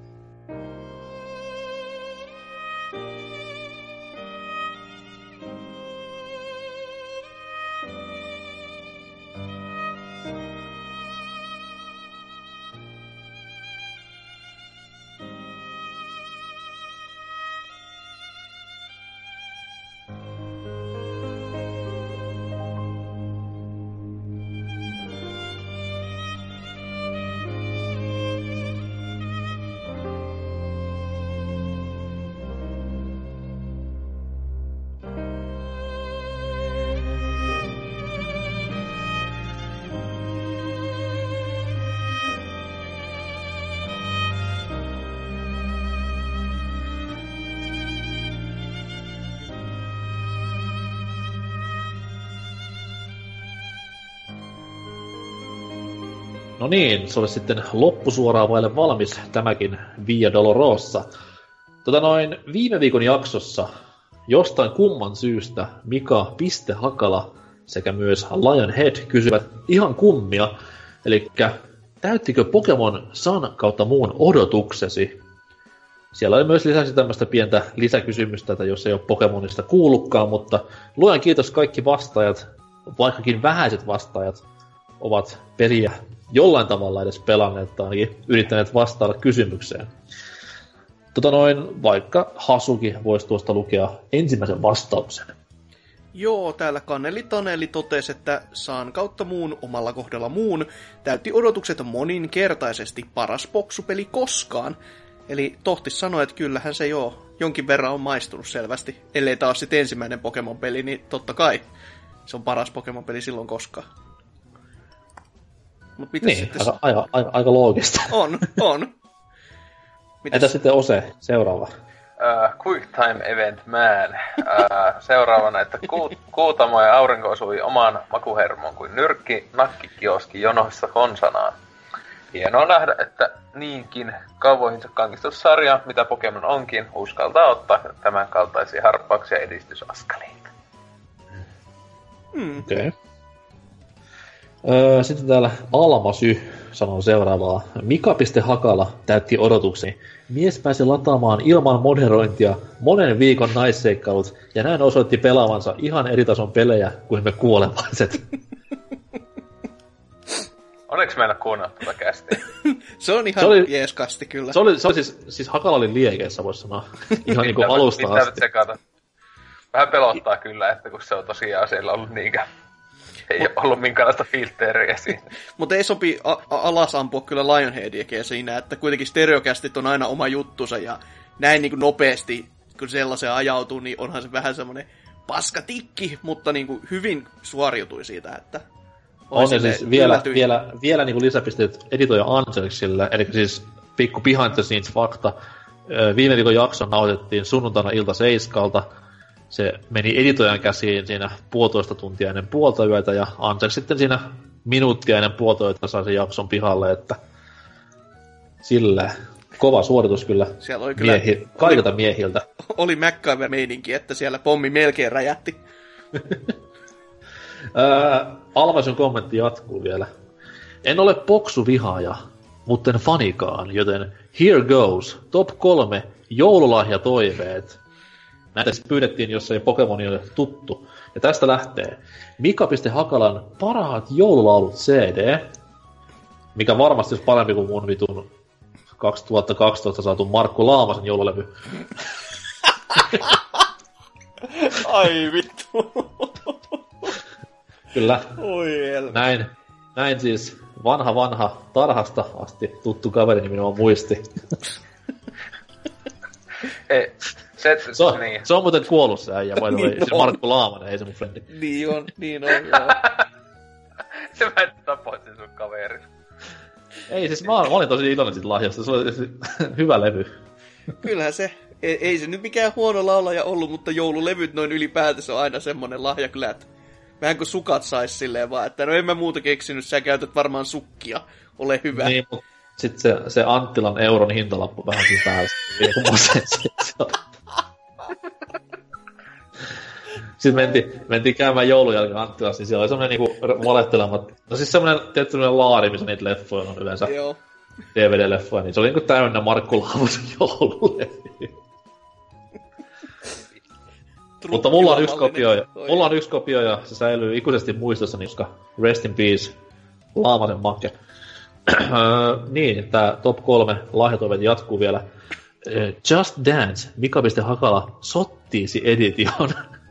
No niin, se olisi sitten loppusuoraan vaille valmis tämäkin Via Dolorosa. Tota noin, viime viikon jaksossa jostain kumman syystä Mika Piste Hakala sekä myös Lionhead kysyvät ihan kummia. Elikkä täyttikö Pokemon Sun kautta muun odotuksesi? Siellä oli myös lisäksi tämmöistä pientä lisäkysymystä, että jos ei ole Pokemonista kuullutkaan, mutta luojan kiitos kaikki vastaajat, vaikkakin vähäiset vastaajat, ovat peliä jollain tavalla edes pelanneet tai ainakin yrittäneet vastailla kysymykseen. Tota noin, vaikka Hasuki voisi tuosta lukea ensimmäisen vastauksen. Joo, täällä Kanneli Taneli totesi, että Saan kautta muun omalla kohdalla muun täytti odotukset moninkertaisesti paras boksupeli koskaan. Eli tohtis sanoi, että kyllähän se joo, jonkin verran on maistunut selvästi. Ellei taas sitten ensimmäinen Pokemon-peli, niin totta kai se on paras Pokemon-peli silloin koskaan. Mut mitäs niin, sitten... aika, aika, aika, aika loogista. On, on. Mitäs... Entä sitten Ose, seuraava? Uh, quick Time Event Man. Uh, seuraavana, että ku, Kuutamo ja Aurinko osui omaan makuhermoon kuin nyrkki nakkikioski jonoissa konsanaan. Hienoa nähdä, että niinkin kauvoihinsa kankistussarja, mitä Pokemon onkin, uskaltaa ottaa tämän kaltaisia harppauksia edistysaskaleita. Mm. Okei. Okay. Öö, sitten täällä Almasy sanoo seuraavaa. Mika Piste Hakala täytti odotukseni. Mies pääsi lataamaan ilman moderointia monen viikon naisseikkailut ja näin osoitti pelaavansa ihan eri tason pelejä kuin me kuolevaiset. Onneksi mä en ole kuunnellut tuota kästiä. Se on ihan oli, jeeskasti kyllä. Se oli, se oli siis, siis Hakala oli liekeissä, voisi sanoa. Ihan niinku alusta asti. Vähän pelottaa kyllä, että kun se on tosiaan siellä ollut niinkään. Ei Mut, ole ollut minkäänlaista filtteriä siinä. Mutta ei sopi a- a- alas ampua kyllä Lionheadiakin siinä, että kuitenkin stereokästit on aina oma juttusa ja näin niin kuin nopeasti, kun sellaiseen ajautuu, niin onhan se vähän semmoinen paskatikki, mutta niin kuin hyvin suoriutui siitä, että... On ja siis vielä, vielä, vielä niin kuin lisäpisteet editoija Angelixille, eli siis pikku behind the scenes fakta. Viime viikon jakson nautettiin sunnuntaina ilta seiskalta. Se meni editoijan käsiin siinä puolitoista tuntia ennen puolta yötä, ja Angelix sitten siinä minuuttia ennen puolta yötä sai sen jakson pihalle, että sillä kova suoritus kyllä, siellä oli kyllä miehi, kaikilta oli, miehiltä. Oli MacGyver-meininki, että siellä pommi melkein räjähti. Ää, Almaisen kommentti jatkuu vielä. En ole boksuvihaaja, mutten fanikaan, joten here goes, top kolme joululahjatoiveet. Näitä siis pyydettiin, jos ei Pokemoni ole tuttu. Ja tästä lähtee Mika.Hakalan parhaat joululaulut C D, mikä varmasti olisi parempi kuin mun vitun kaksituhattakaksitoista saatu Markku Laamasen joululevy. Ai vittu. Kyllä. Oi helvetti. Näin, näin siis vanha vanha tarhasta asti tuttu kaveri minua muisti. Ei, se, se, on, niin. se on muuten kuollut se äijä, vai niin siis Markku Laamanen, ei se mun frendi. Niin on, niin on, joo. Se mä et tapoit sen sun kaveri. Ei siis mä, mä olin tosi iloinen siitä lahjasta, se oli hyvä levy. Kyllähän se, ei, ei se nyt mikään huono laulaja ollut, mutta joululevyt noin ylipäätänsä on aina semmonen lahja kyllä, että vähän kuin sukat sais silleen vaan, että no en mä muuta keksinyt, sä käytät varmaan sukkia, ole hyvä. Niin, mutta sit se, se Anttilan euron hintalappu vähän siinä päällä. Sitten mentiin, mentiin käymään joulun jälkeen Anttilassa, niin siellä oli semmonen niinku valehtelemat... No siis semmonen tietty laari, missä niitä leffoja on yleensä. Joo. D V D-leffoja, niin se oli niinku täynnä Markku Laamasen joululevy. Mutta mulla on yksi kopio, ja, mulla on yksi kopio ja se säilyy ikuisesti muistossani, koska rest in peace, Laamasen makke. Niin, tää top kolme lahjatoiveet jatkuu vielä. Just Dance, Mika.Hakala, Sottiisi Edition.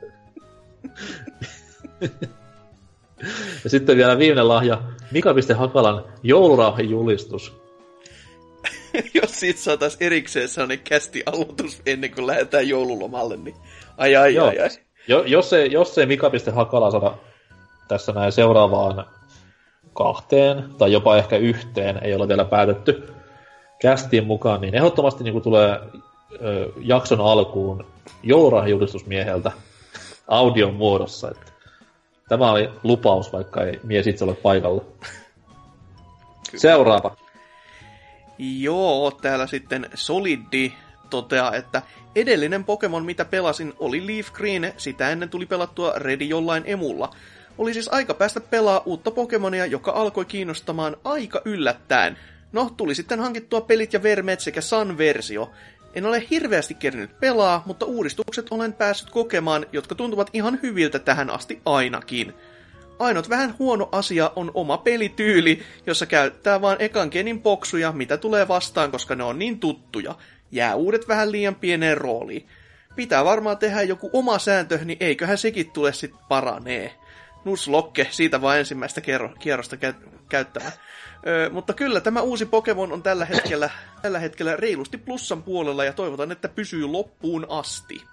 Ja sitten vielä viimeinen lahja, Mika.Hakalan joulurauhan julistus. Jos siitä saatais erikseen sellainen kästi-aloitus ennen kuin lähdetään joululomalle, niin ai ai Joo. ai ai. Jo, jos ei, jos ei Mika.Hakala saada tässä näin seuraavaan kahteen, tai jopa ehkä yhteen, ei ole vielä päätetty kästiin mukaan, niin ehdottomasti niin tulee ö, jakson alkuun joulurauhanjulistusmieheltä audion muodossa. Että tämä oli lupaus, vaikka ei mies itse ole paikalla. Seuraava. Joo, täällä sitten Solidi toteaa, että edellinen Pokemon, mitä pelasin, oli Leaf Green, sitä ennen tuli pelattua Redi jollain emulla. Oli siis aika päästä pelaa uutta Pokemonia, joka alkoi kiinnostamaan aika yllättäen. No, tuli sitten hankittua pelit ja vermeet sekä Sun-versio. En ole hirveästi kerännyt pelaa, mutta uudistukset olen päässyt kokemaan, jotka tuntuvat ihan hyviltä tähän asti ainakin. Ainut vähän huono asia on oma pelityyli, jossa käyttää vaan ekan genin boksuja, mitä tulee vastaan, koska ne on niin tuttuja. Jää uudet vähän liian pieneen rooliin. Pitää varmaan tehdä joku oma sääntö, niin eiköhän sekin tule sit paranee. Nuslokke, siitä vaan ensimmäistä kerro- kierrosta kä- käyttämään. Öö, mutta kyllä tämä uusi Pokemon on tällä hetkellä, tällä hetkellä reilusti plussan puolella ja toivotan, että pysyy loppuun asti.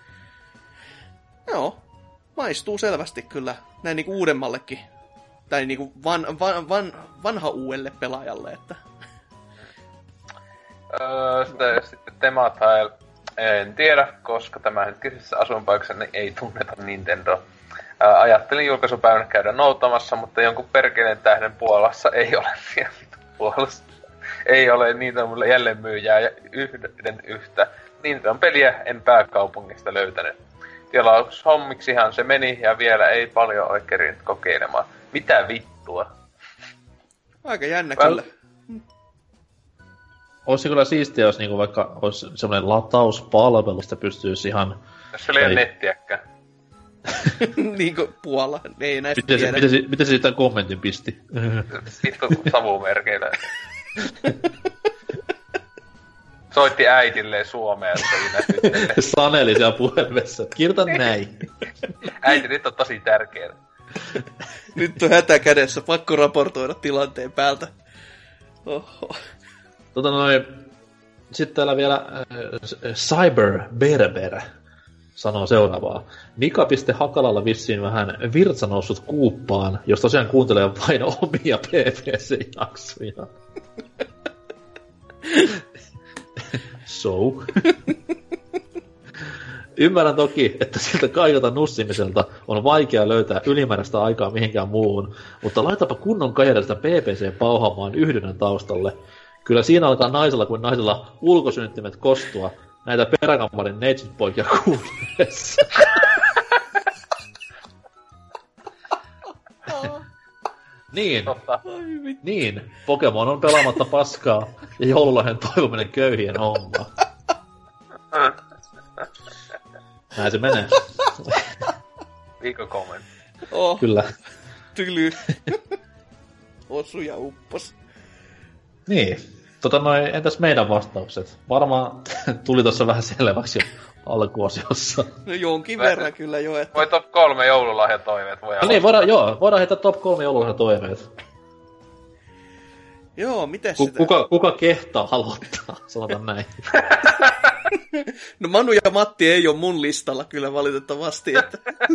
Joo, maistuu selvästi kyllä näin niinku uudemmallekin. Tai niinku van, van, van, vanha uudelle pelaajalle, että... Öö, sitten, sitten Tematile, en tiedä, koska tämänhetkisessä asuinpaikassa ei tunneta Nintendo. Ää, ajattelin julkaisupäivänä käydä noutamassa, mutta jonkun perkeleen tähden Puolassa ei ole vielä Puolassa. Ei ole niitä mulle jälleen myyjää ja yhden yhtä. Niitä on peliä, en pääkaupungista löytänyt. Tilaushommiksihan se meni ja vielä ei paljon ole kerinyt kokeilemaan. Mitä vittua? Aika jännä Väl... kyllä. Olisi kyllä siistiä, jos niinku vaikka olisi semmoinen latauspalvelu, mistä pystyisi ihan... Jos se oli tai... nettiäkään. Niin kuin Puola, ei näistä miten tiedä. Se, miten, se, miten se siitä kommentin pisti? Vittu savumerkeillä. Soitti äitilleen Suomeen. Saneli siellä puhelimessa. Kirjoita näin. Äiti, nyt on tosi tärkeää. Nyt on hätä kädessä, pakko raportoida tilanteen päältä. Oho. Tota noin, sitten täällä vielä äh, Cyber Berber sanoo seuraavaa. Mika.Hakalalla vissiin vähän virtsa noussut kuuppaan, jos tosiaan kuuntelee vain omia P P C-jaksoja. So. Ymmärrän toki, että siltä kaikilta nussimiselta on vaikea löytää ylimääräistä aikaa mihinkään muuhun, mutta laitapa kunnon kajadesta P P C pauhaamaan yhdynnän taustalle. Kyllä siinä alkaa naisella kuin naisella ulkosynnyttimet kostua näitä peräkammarin neitsytpoikia kuunnellessa. Niin, Totta. niin. Pokemon on pelaamatta paskaa ja joululahjan toivominen köyhien hommaa. Näin se menee. Viikon kommentti. Oh, Kyllä. tyly. Osu ja uppos. Niin. Tota noin, entäs meidän vastaukset? Varmaan tuli tossa vähän selväksi jo alkuosiossa. No jonkin Väh... verran kyllä jo, että... Voi top kolme joululahjatoiveet voi No niin, voidaan, joo, voidaan heittää top kolme joululahjatoiveet. Joo, miten Ku, sitä... Kuka, kuka kehtaa aloittaa, sanotaan näin. No Manu ja Matti ei ole mun listalla kyllä valitettavasti, että...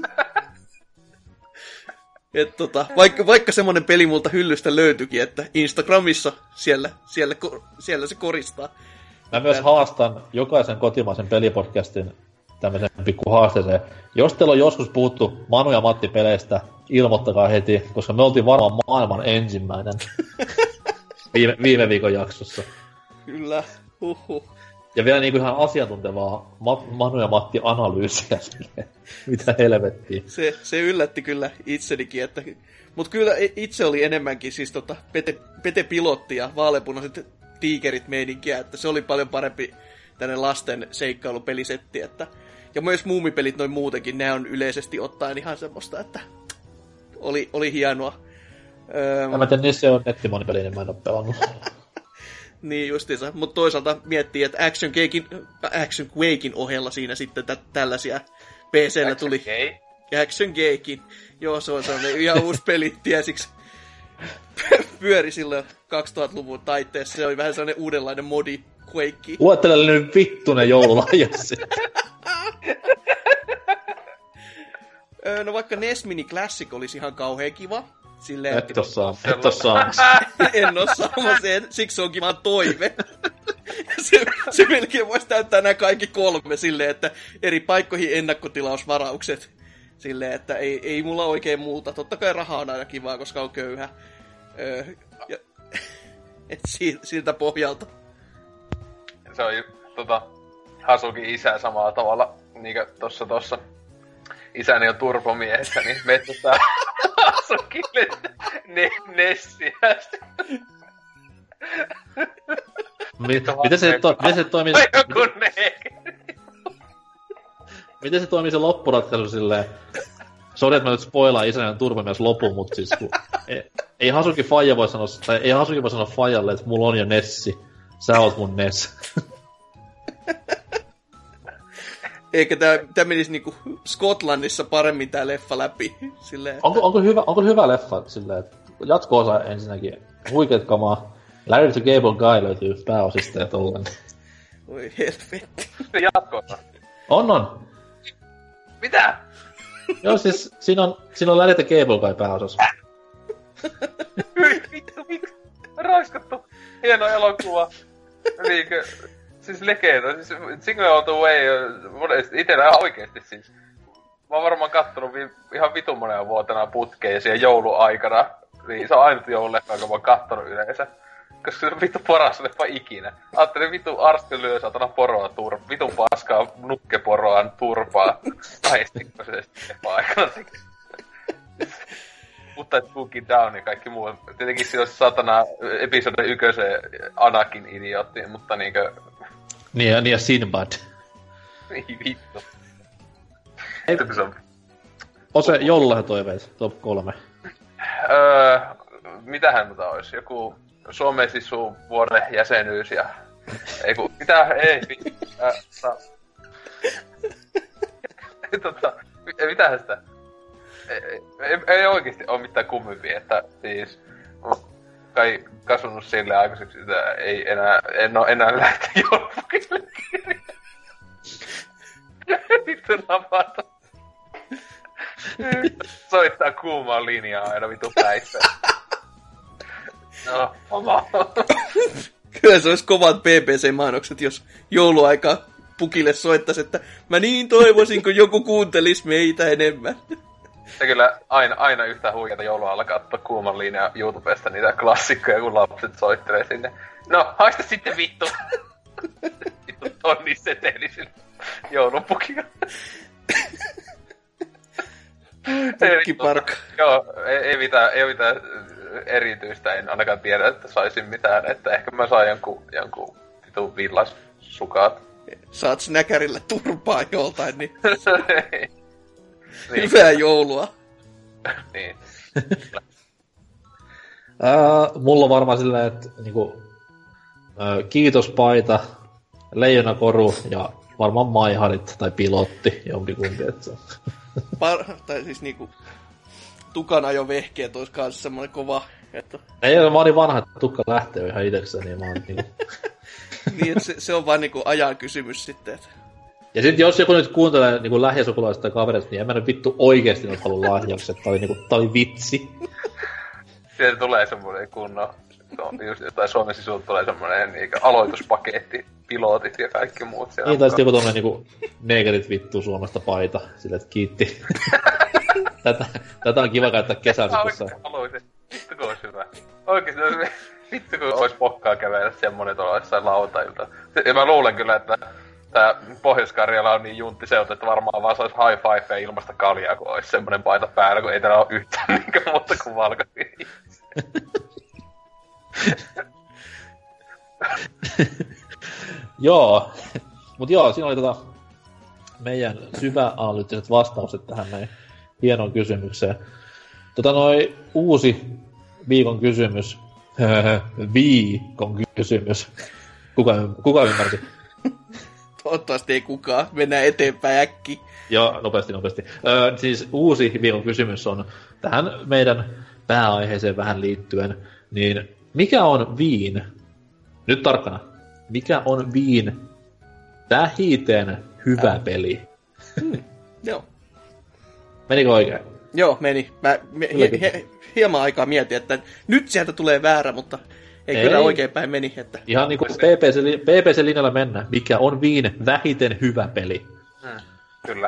Et tota, vaikka, vaikka semmonen peli multa hyllystä löytyikin, että Instagramissa siellä, siellä, siellä se koristaa. Mä myös haastan jokaisen kotimaisen pelipodcastin tämmöisen pikku haasteeseen. Jos teillä on joskus puhuttu Manu ja Matti peleistä, ilmoittakaa heti, koska me oltiin varmaan maailman ensimmäinen viime, viime viikon jaksossa. Kyllä, huhhuh. Ja vielä niinku ihan asiantuntevaa Ma- Manu ja Matti analyysiä silleen. Mitä helvettiä. Se, se yllätti kyllä itsenikin, että... Mut kyllä itse oli enemmänkin siis tota Pete, Pete Pilotti ja vaaleanpunaiset tiikerit meininkiä, että se oli paljon parempi tänne lasten seikkailupelisetti, että... Ja myös muumipelit noin muutenkin, ne on yleisesti ottaen ihan semmoista, että... Oli, oli hienoa. Öö... Ja mä tiedän, niissä on nettimonipeli, niin mä en oo pelannut. Niin justiinsa, mutta toisaalta miettii, että Action Quakein, Action Quakein ohella siinä sitten tä- tällaisia P C:llä tuli. Gay. Action Quakein. Joo, se on sellainen ihan uusi peli, tiesiksi. Pyöri silloin kaksituhattaluvun taitteessa, se oli vähän sellainen uudenlainen modi Quake. Luettele nyt vittunen joululahjasi. No vaikka N E S Mini Classic olisi ihan kauhean kiva. Silleen, et oo saamassa. Et oo saamassa. En oo saamassa, siksi se onkin vaan toive. se, se melkein voisi täyttää nämä kaikki kolme silleen, että eri paikkoihin ennakkotilausvaraukset. Silleen, että ei, ei mulla oikein muuta. Totta kai rahaa on aina kivaa, koska on köyhä. Öö, ja, et si, siltä pohjalta. Se on tota, Hasukin isä samalla tavalla, niinkö tossa tossa. Isäni on turbomiehessä, niin metsästää Hasukille ne, Nessiä. Mi- miten se, to- miten se toimii? Joku Miten se toimii se loppuratkaisu silleen? Sori, että mä nyt spoilaan isänän turvamies lopun, mut siis kun... Ei, ei Hasuki faija voi sanoa, tai ei Hasuki voi sanoa faijalle, että mulla on jo Nessi. Sä oot mun Ness. Eikä tää, tää menisi niinku Skotlannissa paremmin tää leffa läpi. Silleen, että... onko, onko, hyvä, onko hyvä leffa silleen, että jatko-osa ensinnäkin huikeet kamaa. Larry the Cable Guy löytyy pääosista ja tolleen. Oi helvetti. Se jatko-osa. On, on. Mitä? Joo, siis siinä on, siinä on Larry the Cable Guy pääosassa. Vittu, vittu. Raiskattu. Hieno elokuva. Niinkö... Siis legenda, siis Single All The Way, itellä ihan oikeesti siis. Mä oon varmaan kattonut vi- ihan vitun monen vuotena putkeen siihen jouluaikana. Niin se on ainut joululeffa, jonka mä oon kattonut yleensä. Koska se on vittu paras leffa ikinä. Ajattelin vittu Arsti lyö satana poroa turpaa, vitun paskaa nukkeporoaan turpaa. Taistikko se sitten leffa aikana. Mutta et Boogie Down ja kaikki muu. Tietenkin siinä olisi satana episode ykösen Anakin idiootti, mutta niinkö... Niin ja, niin ja Sinbad. Ei vittu. Ei, se on... Ose joululahjatoiveet, top kolme. Öö, mitähän tota ois? Joku Suomen sisuvuoden jäsenyys ja... Ei ku... Mitä? Ei vittu. Äh, sa... tota... Mitähän sitä? Ei, ei, ei oikeesti oo mitään kummempia, että siis... Kai kasvanut silleen aikaiseksi, että ei enää, en oo enää lähteä joulupukille kirjaan. Vittu napata. Soittaa kuumaa linjaa aina vittu päissä. No, oma. Kyllä se olisi kovat P P C-mainokset, jos jouluaika pukille soittaisi, että mä niin toivoisin, kun joku kuuntelis meitä enemmän. Se kyllä aina, aina yhtä huikeata joulua katsoa kuuman linjaa YouTubesta niitä klassikkoja, kun lapset soittelee sinne. No, haista sitten vittu! Vittu tonni seteli sille joulupukilla. Pukkiparkka. Joo, ei, ei mitään, ei mitään erityistä en ainakaan tiedä, että saisin mitään. Että ehkä mä saan jonkun, jonkun vitun villassukat. Saat snäkärillä turpaa joltain, niin... niin. Hyvää joulua. niin. uh, mulla on varmaan silleen, että niinku, uh, kiitospaita, leijonakoru ja varmaan maiharit tai pilotti jompikumpi. Että... Par- tai siis niinku... Tukana jo vehkeet ois kanssa semmonen kova, että... Ei, mä olin vanha, että tukka lähtee jo ihan itekseen, niin mä oon niinku... niin, että se, se on vaan niinku ajan kysymys sitten, että... Ja sit jos joku nyt kuuntelee niinku lähisukulaiset tai kavereista, niin en mä nyt vittu oikeesti nyt halua lahjaksi, että tää oli niinku, tää oli vitsi. Sieltä tulee semmonen kunnon... No, just jotain Suomen sisuilta tulee semmonen niinku aloituspaketti, pilotit ja kaikki muut siellä. Niin, tai sit joku tommonen niinku negerit vittu Suomesta paita, silleen, että kiitti. tätä, tätä on kiva käyttää kesällä tuossa. Haluaisin. Vittu kun ois hyvä. Oikeesti ois... Vittu kun ois pokkaa kävellä semmonen tuolla jossain lautailta. Ja mä luulen kyllä, että tää Pohjois-Karjala on niin junttiseutu, että varmaan vaan sais high five ilmasta kaljaa, kun ois semmonen paita päällä, kun ei täällä oo yhtään niinkään muuta kuin valkoisia. Joo, mut joo, siinä oli tota meidän syväanalyyttiset vastaukset tähän näin hienoon kysymykseen. Tota noi uusi viikon kysymys, viikon kysymys, kuka, kuka ymmärsi? Toivottavasti ei kukaan, mennään eteenpäin äkki. Joo, nopeasti, nopeasti. Öö, siis uusi viikon kysymys on tähän meidän pääaiheeseen vähän liittyen, niin mikä on Viin, nyt tarkkana, mikä on Viin vähiten hyvä äh. peli? Hmm. Joo. Menikö oikein? Joo, meni. Mä me, he, he, hieman aikaa mietin, että nyt sieltä tulee väärä, mutta ei, ei. kyllä oikein päin meni. Että... Ihan niin kuin P P C-linjalla mennä, mikä on Viin vähiten hyvä peli. Hmm. Kyllä.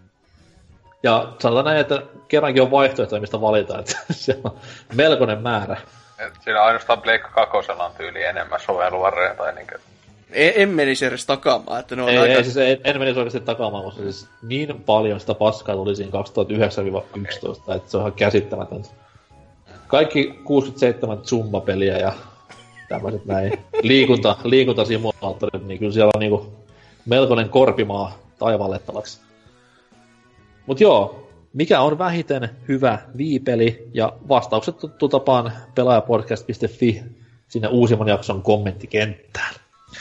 Ja sanotaan näin, että kerrankin on vaihtoehtoja, mistä valitaan, että se on melkoinen määrä. Et siinä ainoastaan Pleikka kakosella on tyyli enemmän sovelluvareja tai niinkö... En, en menisi edes takaamaan, että ne on ei, aika... Ei, siis en, en menisi oikeasti takaamaan, koska siis niin paljon sitä paskaa tuli siinä kaksituhattayhdeksän yksitoista, okay. Että se on ihan käsittämätöntä. Kaikki kuusikymmentäseitsemän Zumba-peliä ja tämmöiset näin liikunta, liikuntasimulaattorit, niin kyllä siellä on niinku melkoinen korpimaa taivallettavaksi. Mut joo, mikä on vähiten hyvä Wii-peli, ja vastaukset tuttu tapaan pelaajapodcast piste fi sinne uusimman jakson kommenttikenttään.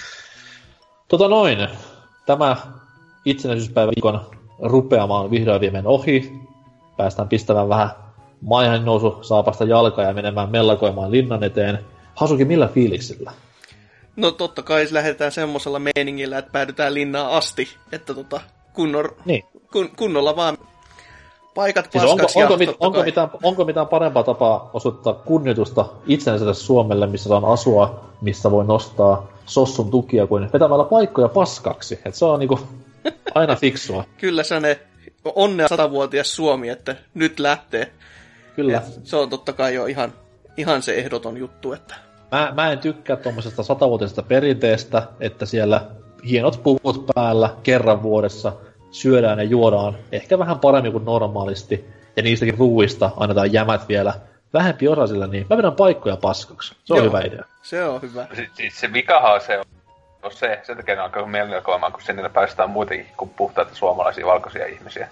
Tota noin, tämä itsenäisyyspäiväviikon rupeamaan vihdoin viimein ohi. Päästään pistämään vähän maihan nousu saapasta jalkaa ja menemään mellakoimaan linnan eteen. Hasuki, millä fiiliksillä? No totta kai lähdetään semmosella meiningillä, että päädytään linnaan asti, että tota kunnon, niin. kun, kunnolla vaan paikat siis paskaksi. Onko, onko, mit, onko, mitään, onko mitään parempaa tapaa osoittaa kunnioitusta itsenäiselle Suomelle, missä saan asua, missä voi nostaa sossun tukia, kuin vetämällä paikkoja paskaksi. Et se on niinku aina fiksua. Kyllä se on ne onnea satavuotias Suomi, että nyt lähtee. Kyllä. Et se on totta kai jo ihan, ihan se ehdoton juttu, että... Mä, mä en tykkää tuommoisesta satavuotisesta perinteestä, että siellä hienot puvut päällä kerran vuodessa syödään ja juodaan ehkä vähän paremmin kuin normaalisti, ja niistäkin ruuista annetaan jämät vielä vähempi osasilla, niin mä vedän paikkoja paskaksi. Se on Joo, hyvä idea. Se on hyvä. Siis se vikahan se on, on se, sen takia ne alkaa mielenilkoimaan, kun sinne päästään muutenkin kuin puhtaita suomalaisia valkoisia ihmisiä.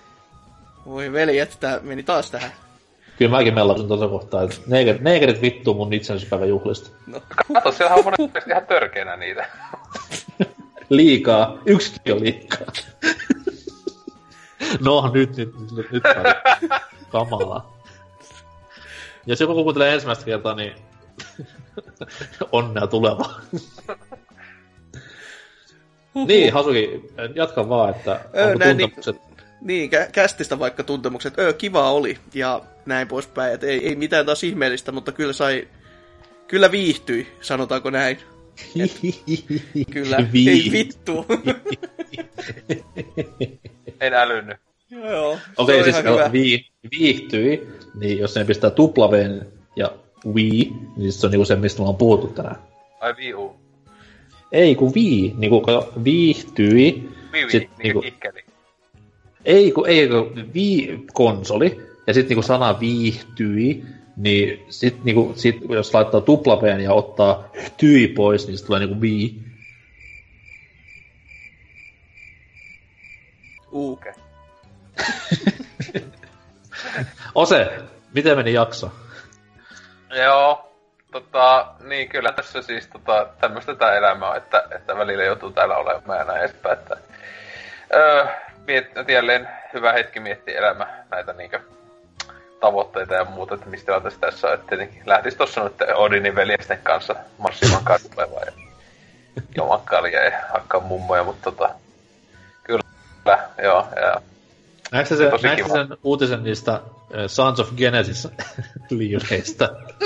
Voi veli, että tää meni taas tähän. Kyllä mäkin mellasin tuossa kohtaa, että neekerit, neekerit vittuu mun itsenäisyyspäivän juhlista. No. Kato, siellä on monesti ihan törkeänä niitä. Liikaa. Yksikin on liikaa. No, nyt, nyt, nyt, nyt kamalaa. Jos joku kuuntelee ensimmäistä kertaa, niin onnea tulevaa. Niin, Hasuki, jatka vaan, että öö, onko tuntemukset... Niin, niin kä- kästistä vaikka tuntemukset. Öö, kiva oli, ja näin poispäin. Et ei, ei mitään taas ihmeellistä, mutta kyllä sai... Kyllä viihtyi, sanotaanko näin. Et, kyllä, Vi- ei vittu. En älynnyt. Joo, okei, okay, siis no, vi- viihtyi, niin jos ne pistää tuplaveen ja Wii, niin se on niinku se, mistä me on puhuttu tänään. Ai Wii U. Ei, kun Wii, niinku viihtyi. Wii, Wii, niinku kikkeli. Ei, kun ei, kun Wii-konsoli, ja sit niinku sana viihtyi, niin sit niinku, sit, jos laittaa tuplapeen ja ottaa tyi pois, niin se tulee niinku vii. Uuke. Ose, miten meni jakso? Joo, tota, niin kyllä tässä siis tota, tämmöistä tää elämä on, että, että välillä joutuu täällä olemaan ja näin edespäin, että öö, miet, jälleen hyvä hetki miettiä elämä näitä niinkö tavoitteita ja muuta, että mistä otais tässä on, että tietenkin lähtis tossa nyt Odinin veljesten kanssa massiivan kasvelemaan ja juomaan kaljaa ja hakkaa mummoja, mutta tota, kyllä, joo, ja näetkö se, näetkö sen uutisen niistä uh, Sons of Genesis liireistä?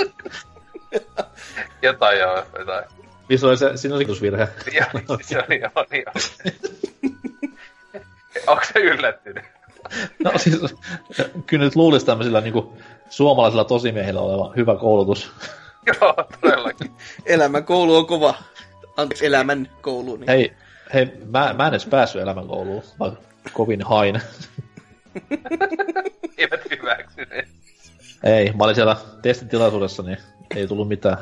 Jotain joo, jotain. Missä oli se, siinä oli kiitusvirhe. Joo, se oli joo, niin on. Onko se yllättynyt? No siis, kyllä nyt luulisi tämmöisillä niinku suomalaisilla tosimiehillä oleva hyvä koulutus. Joo, todellakin. Elämän koulu on kova. Anteeksi, elämän koulu. Niin. Hei, hei mä, mä en edes päässyt elämän kouluun, vaan kovin hain. Eivät hyväksyneet. Ei, mä olin siellä testitilaisuudessa, niin ei tullut mitään.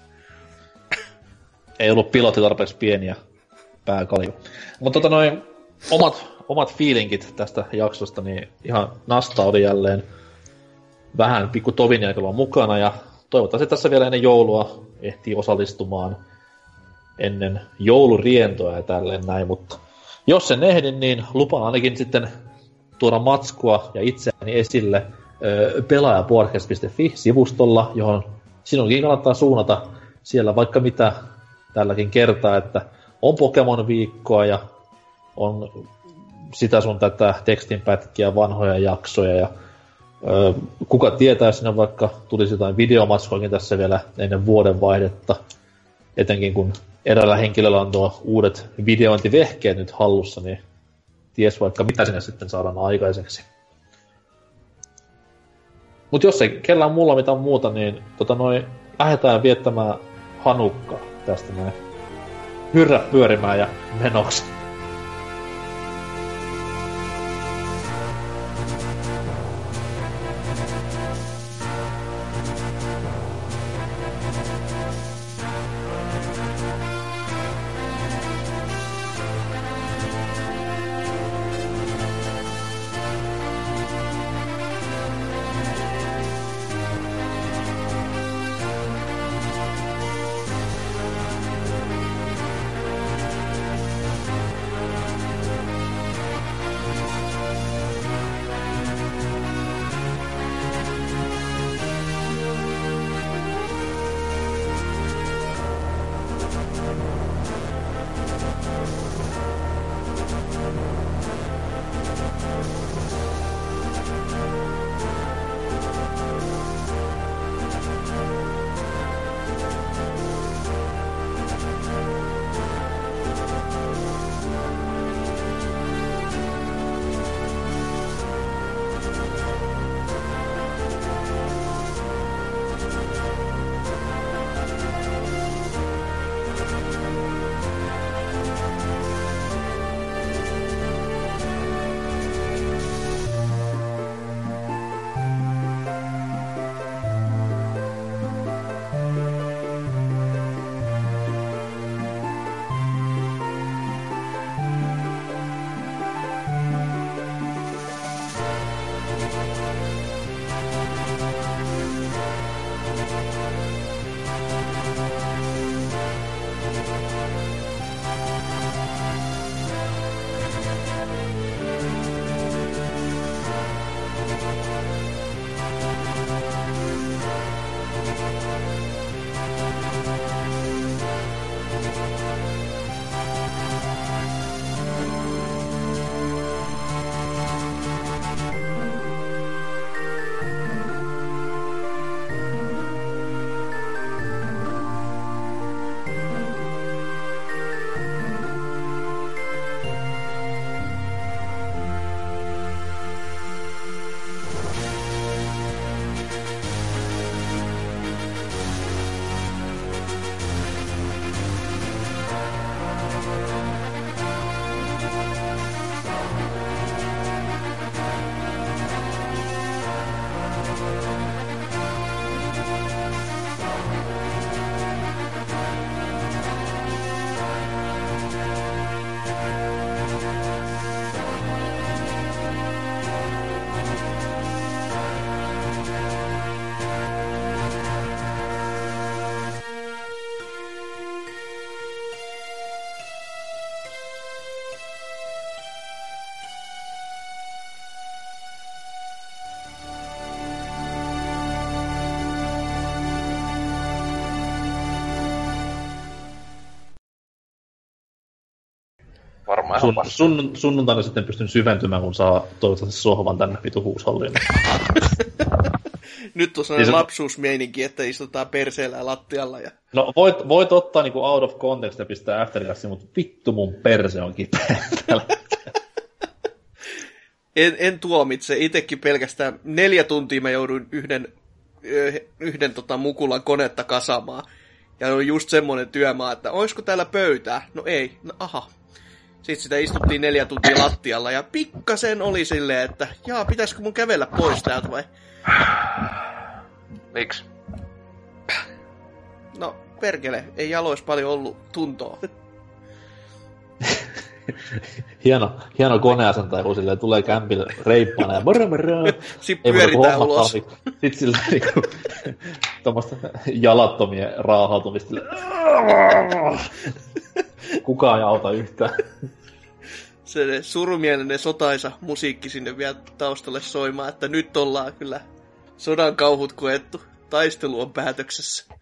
Ei ollut pilotti tarpeeksi pieniä pääkalju. Mutta tota noin, omat, omat fiilinkit tästä jaksosta, niin ihan nasta oli jälleen vähän pikku Toviniaikolla mukana, ja toivottavasti tässä vielä ennen joulua ehtii osallistumaan ennen joulurientoa ja tälleen näin, mutta jos sen ehdin, niin lupaan ainakin sitten tuoda matskua ja itseäni esille ö, pelaajapodcast piste fi-sivustolla, johon sinunkin kannattaa suunnata siellä vaikka mitä tälläkin kertaa, että on Pokemon-viikkoa ja on sitä sun tätä tekstinpätkiä, vanhoja jaksoja ja ö, kuka tietää, jos sinne vaikka tulisi jotain videomatskoakin tässä vielä ennen vuoden vaihdetta, etenkin kun eräällä henkilöllä on tuo uudet videointivehkeet nyt hallussa, niin ties vaikka mitä sinne sitten saadaan aikaiseksi. Mut jos ei kellään mulla mitään muuta, niin tota noin, lähdetään viettämään Hanukkaa tästä näin. Hyrrä pyörimään ja menoksi. varmaan sun, ihan paskaa. sun, sunnuntaina sitten pystyn syventymään, kun saa toivottavasti sohvan tänne vitu huusholliin. Nyt on sellainen lapsuusmeininki, että istutaan perseellä lattialla. Ja... No voit, voit ottaa niinku out of context ja pistää aftercastiin, mutta vittu mun perse on kipeä. en, en tuomitse. Itekin pelkästään neljä tuntia mä jouduin yhden, yhden tota, mukulan konetta kasaamaan. Ja oli just semmoinen työmaa, että oisko täällä pöytää? No ei. No aha. Sitten sitä istuttiin neljä tuntia lattialla ja pikkasen oli silleen, että jaa, pitäisikö mun kävellä pois täältä vai? Miksi? No, perkele, ei jalois paljon ollut tuntoa. hieno, hieno koneasentaja, kun silleen tulee kämpille reippana ja moro moro. Sitten pyöritään ulos. Sitten silleen niinku tommoista jalattomia raahautumista. Kukaan ei auta yhtään. Se surumielinen sotaisa musiikki sinne vielä taustalle soimaan, että nyt ollaan kyllä sodan kauhut koettu. Taistelu on päätöksessä.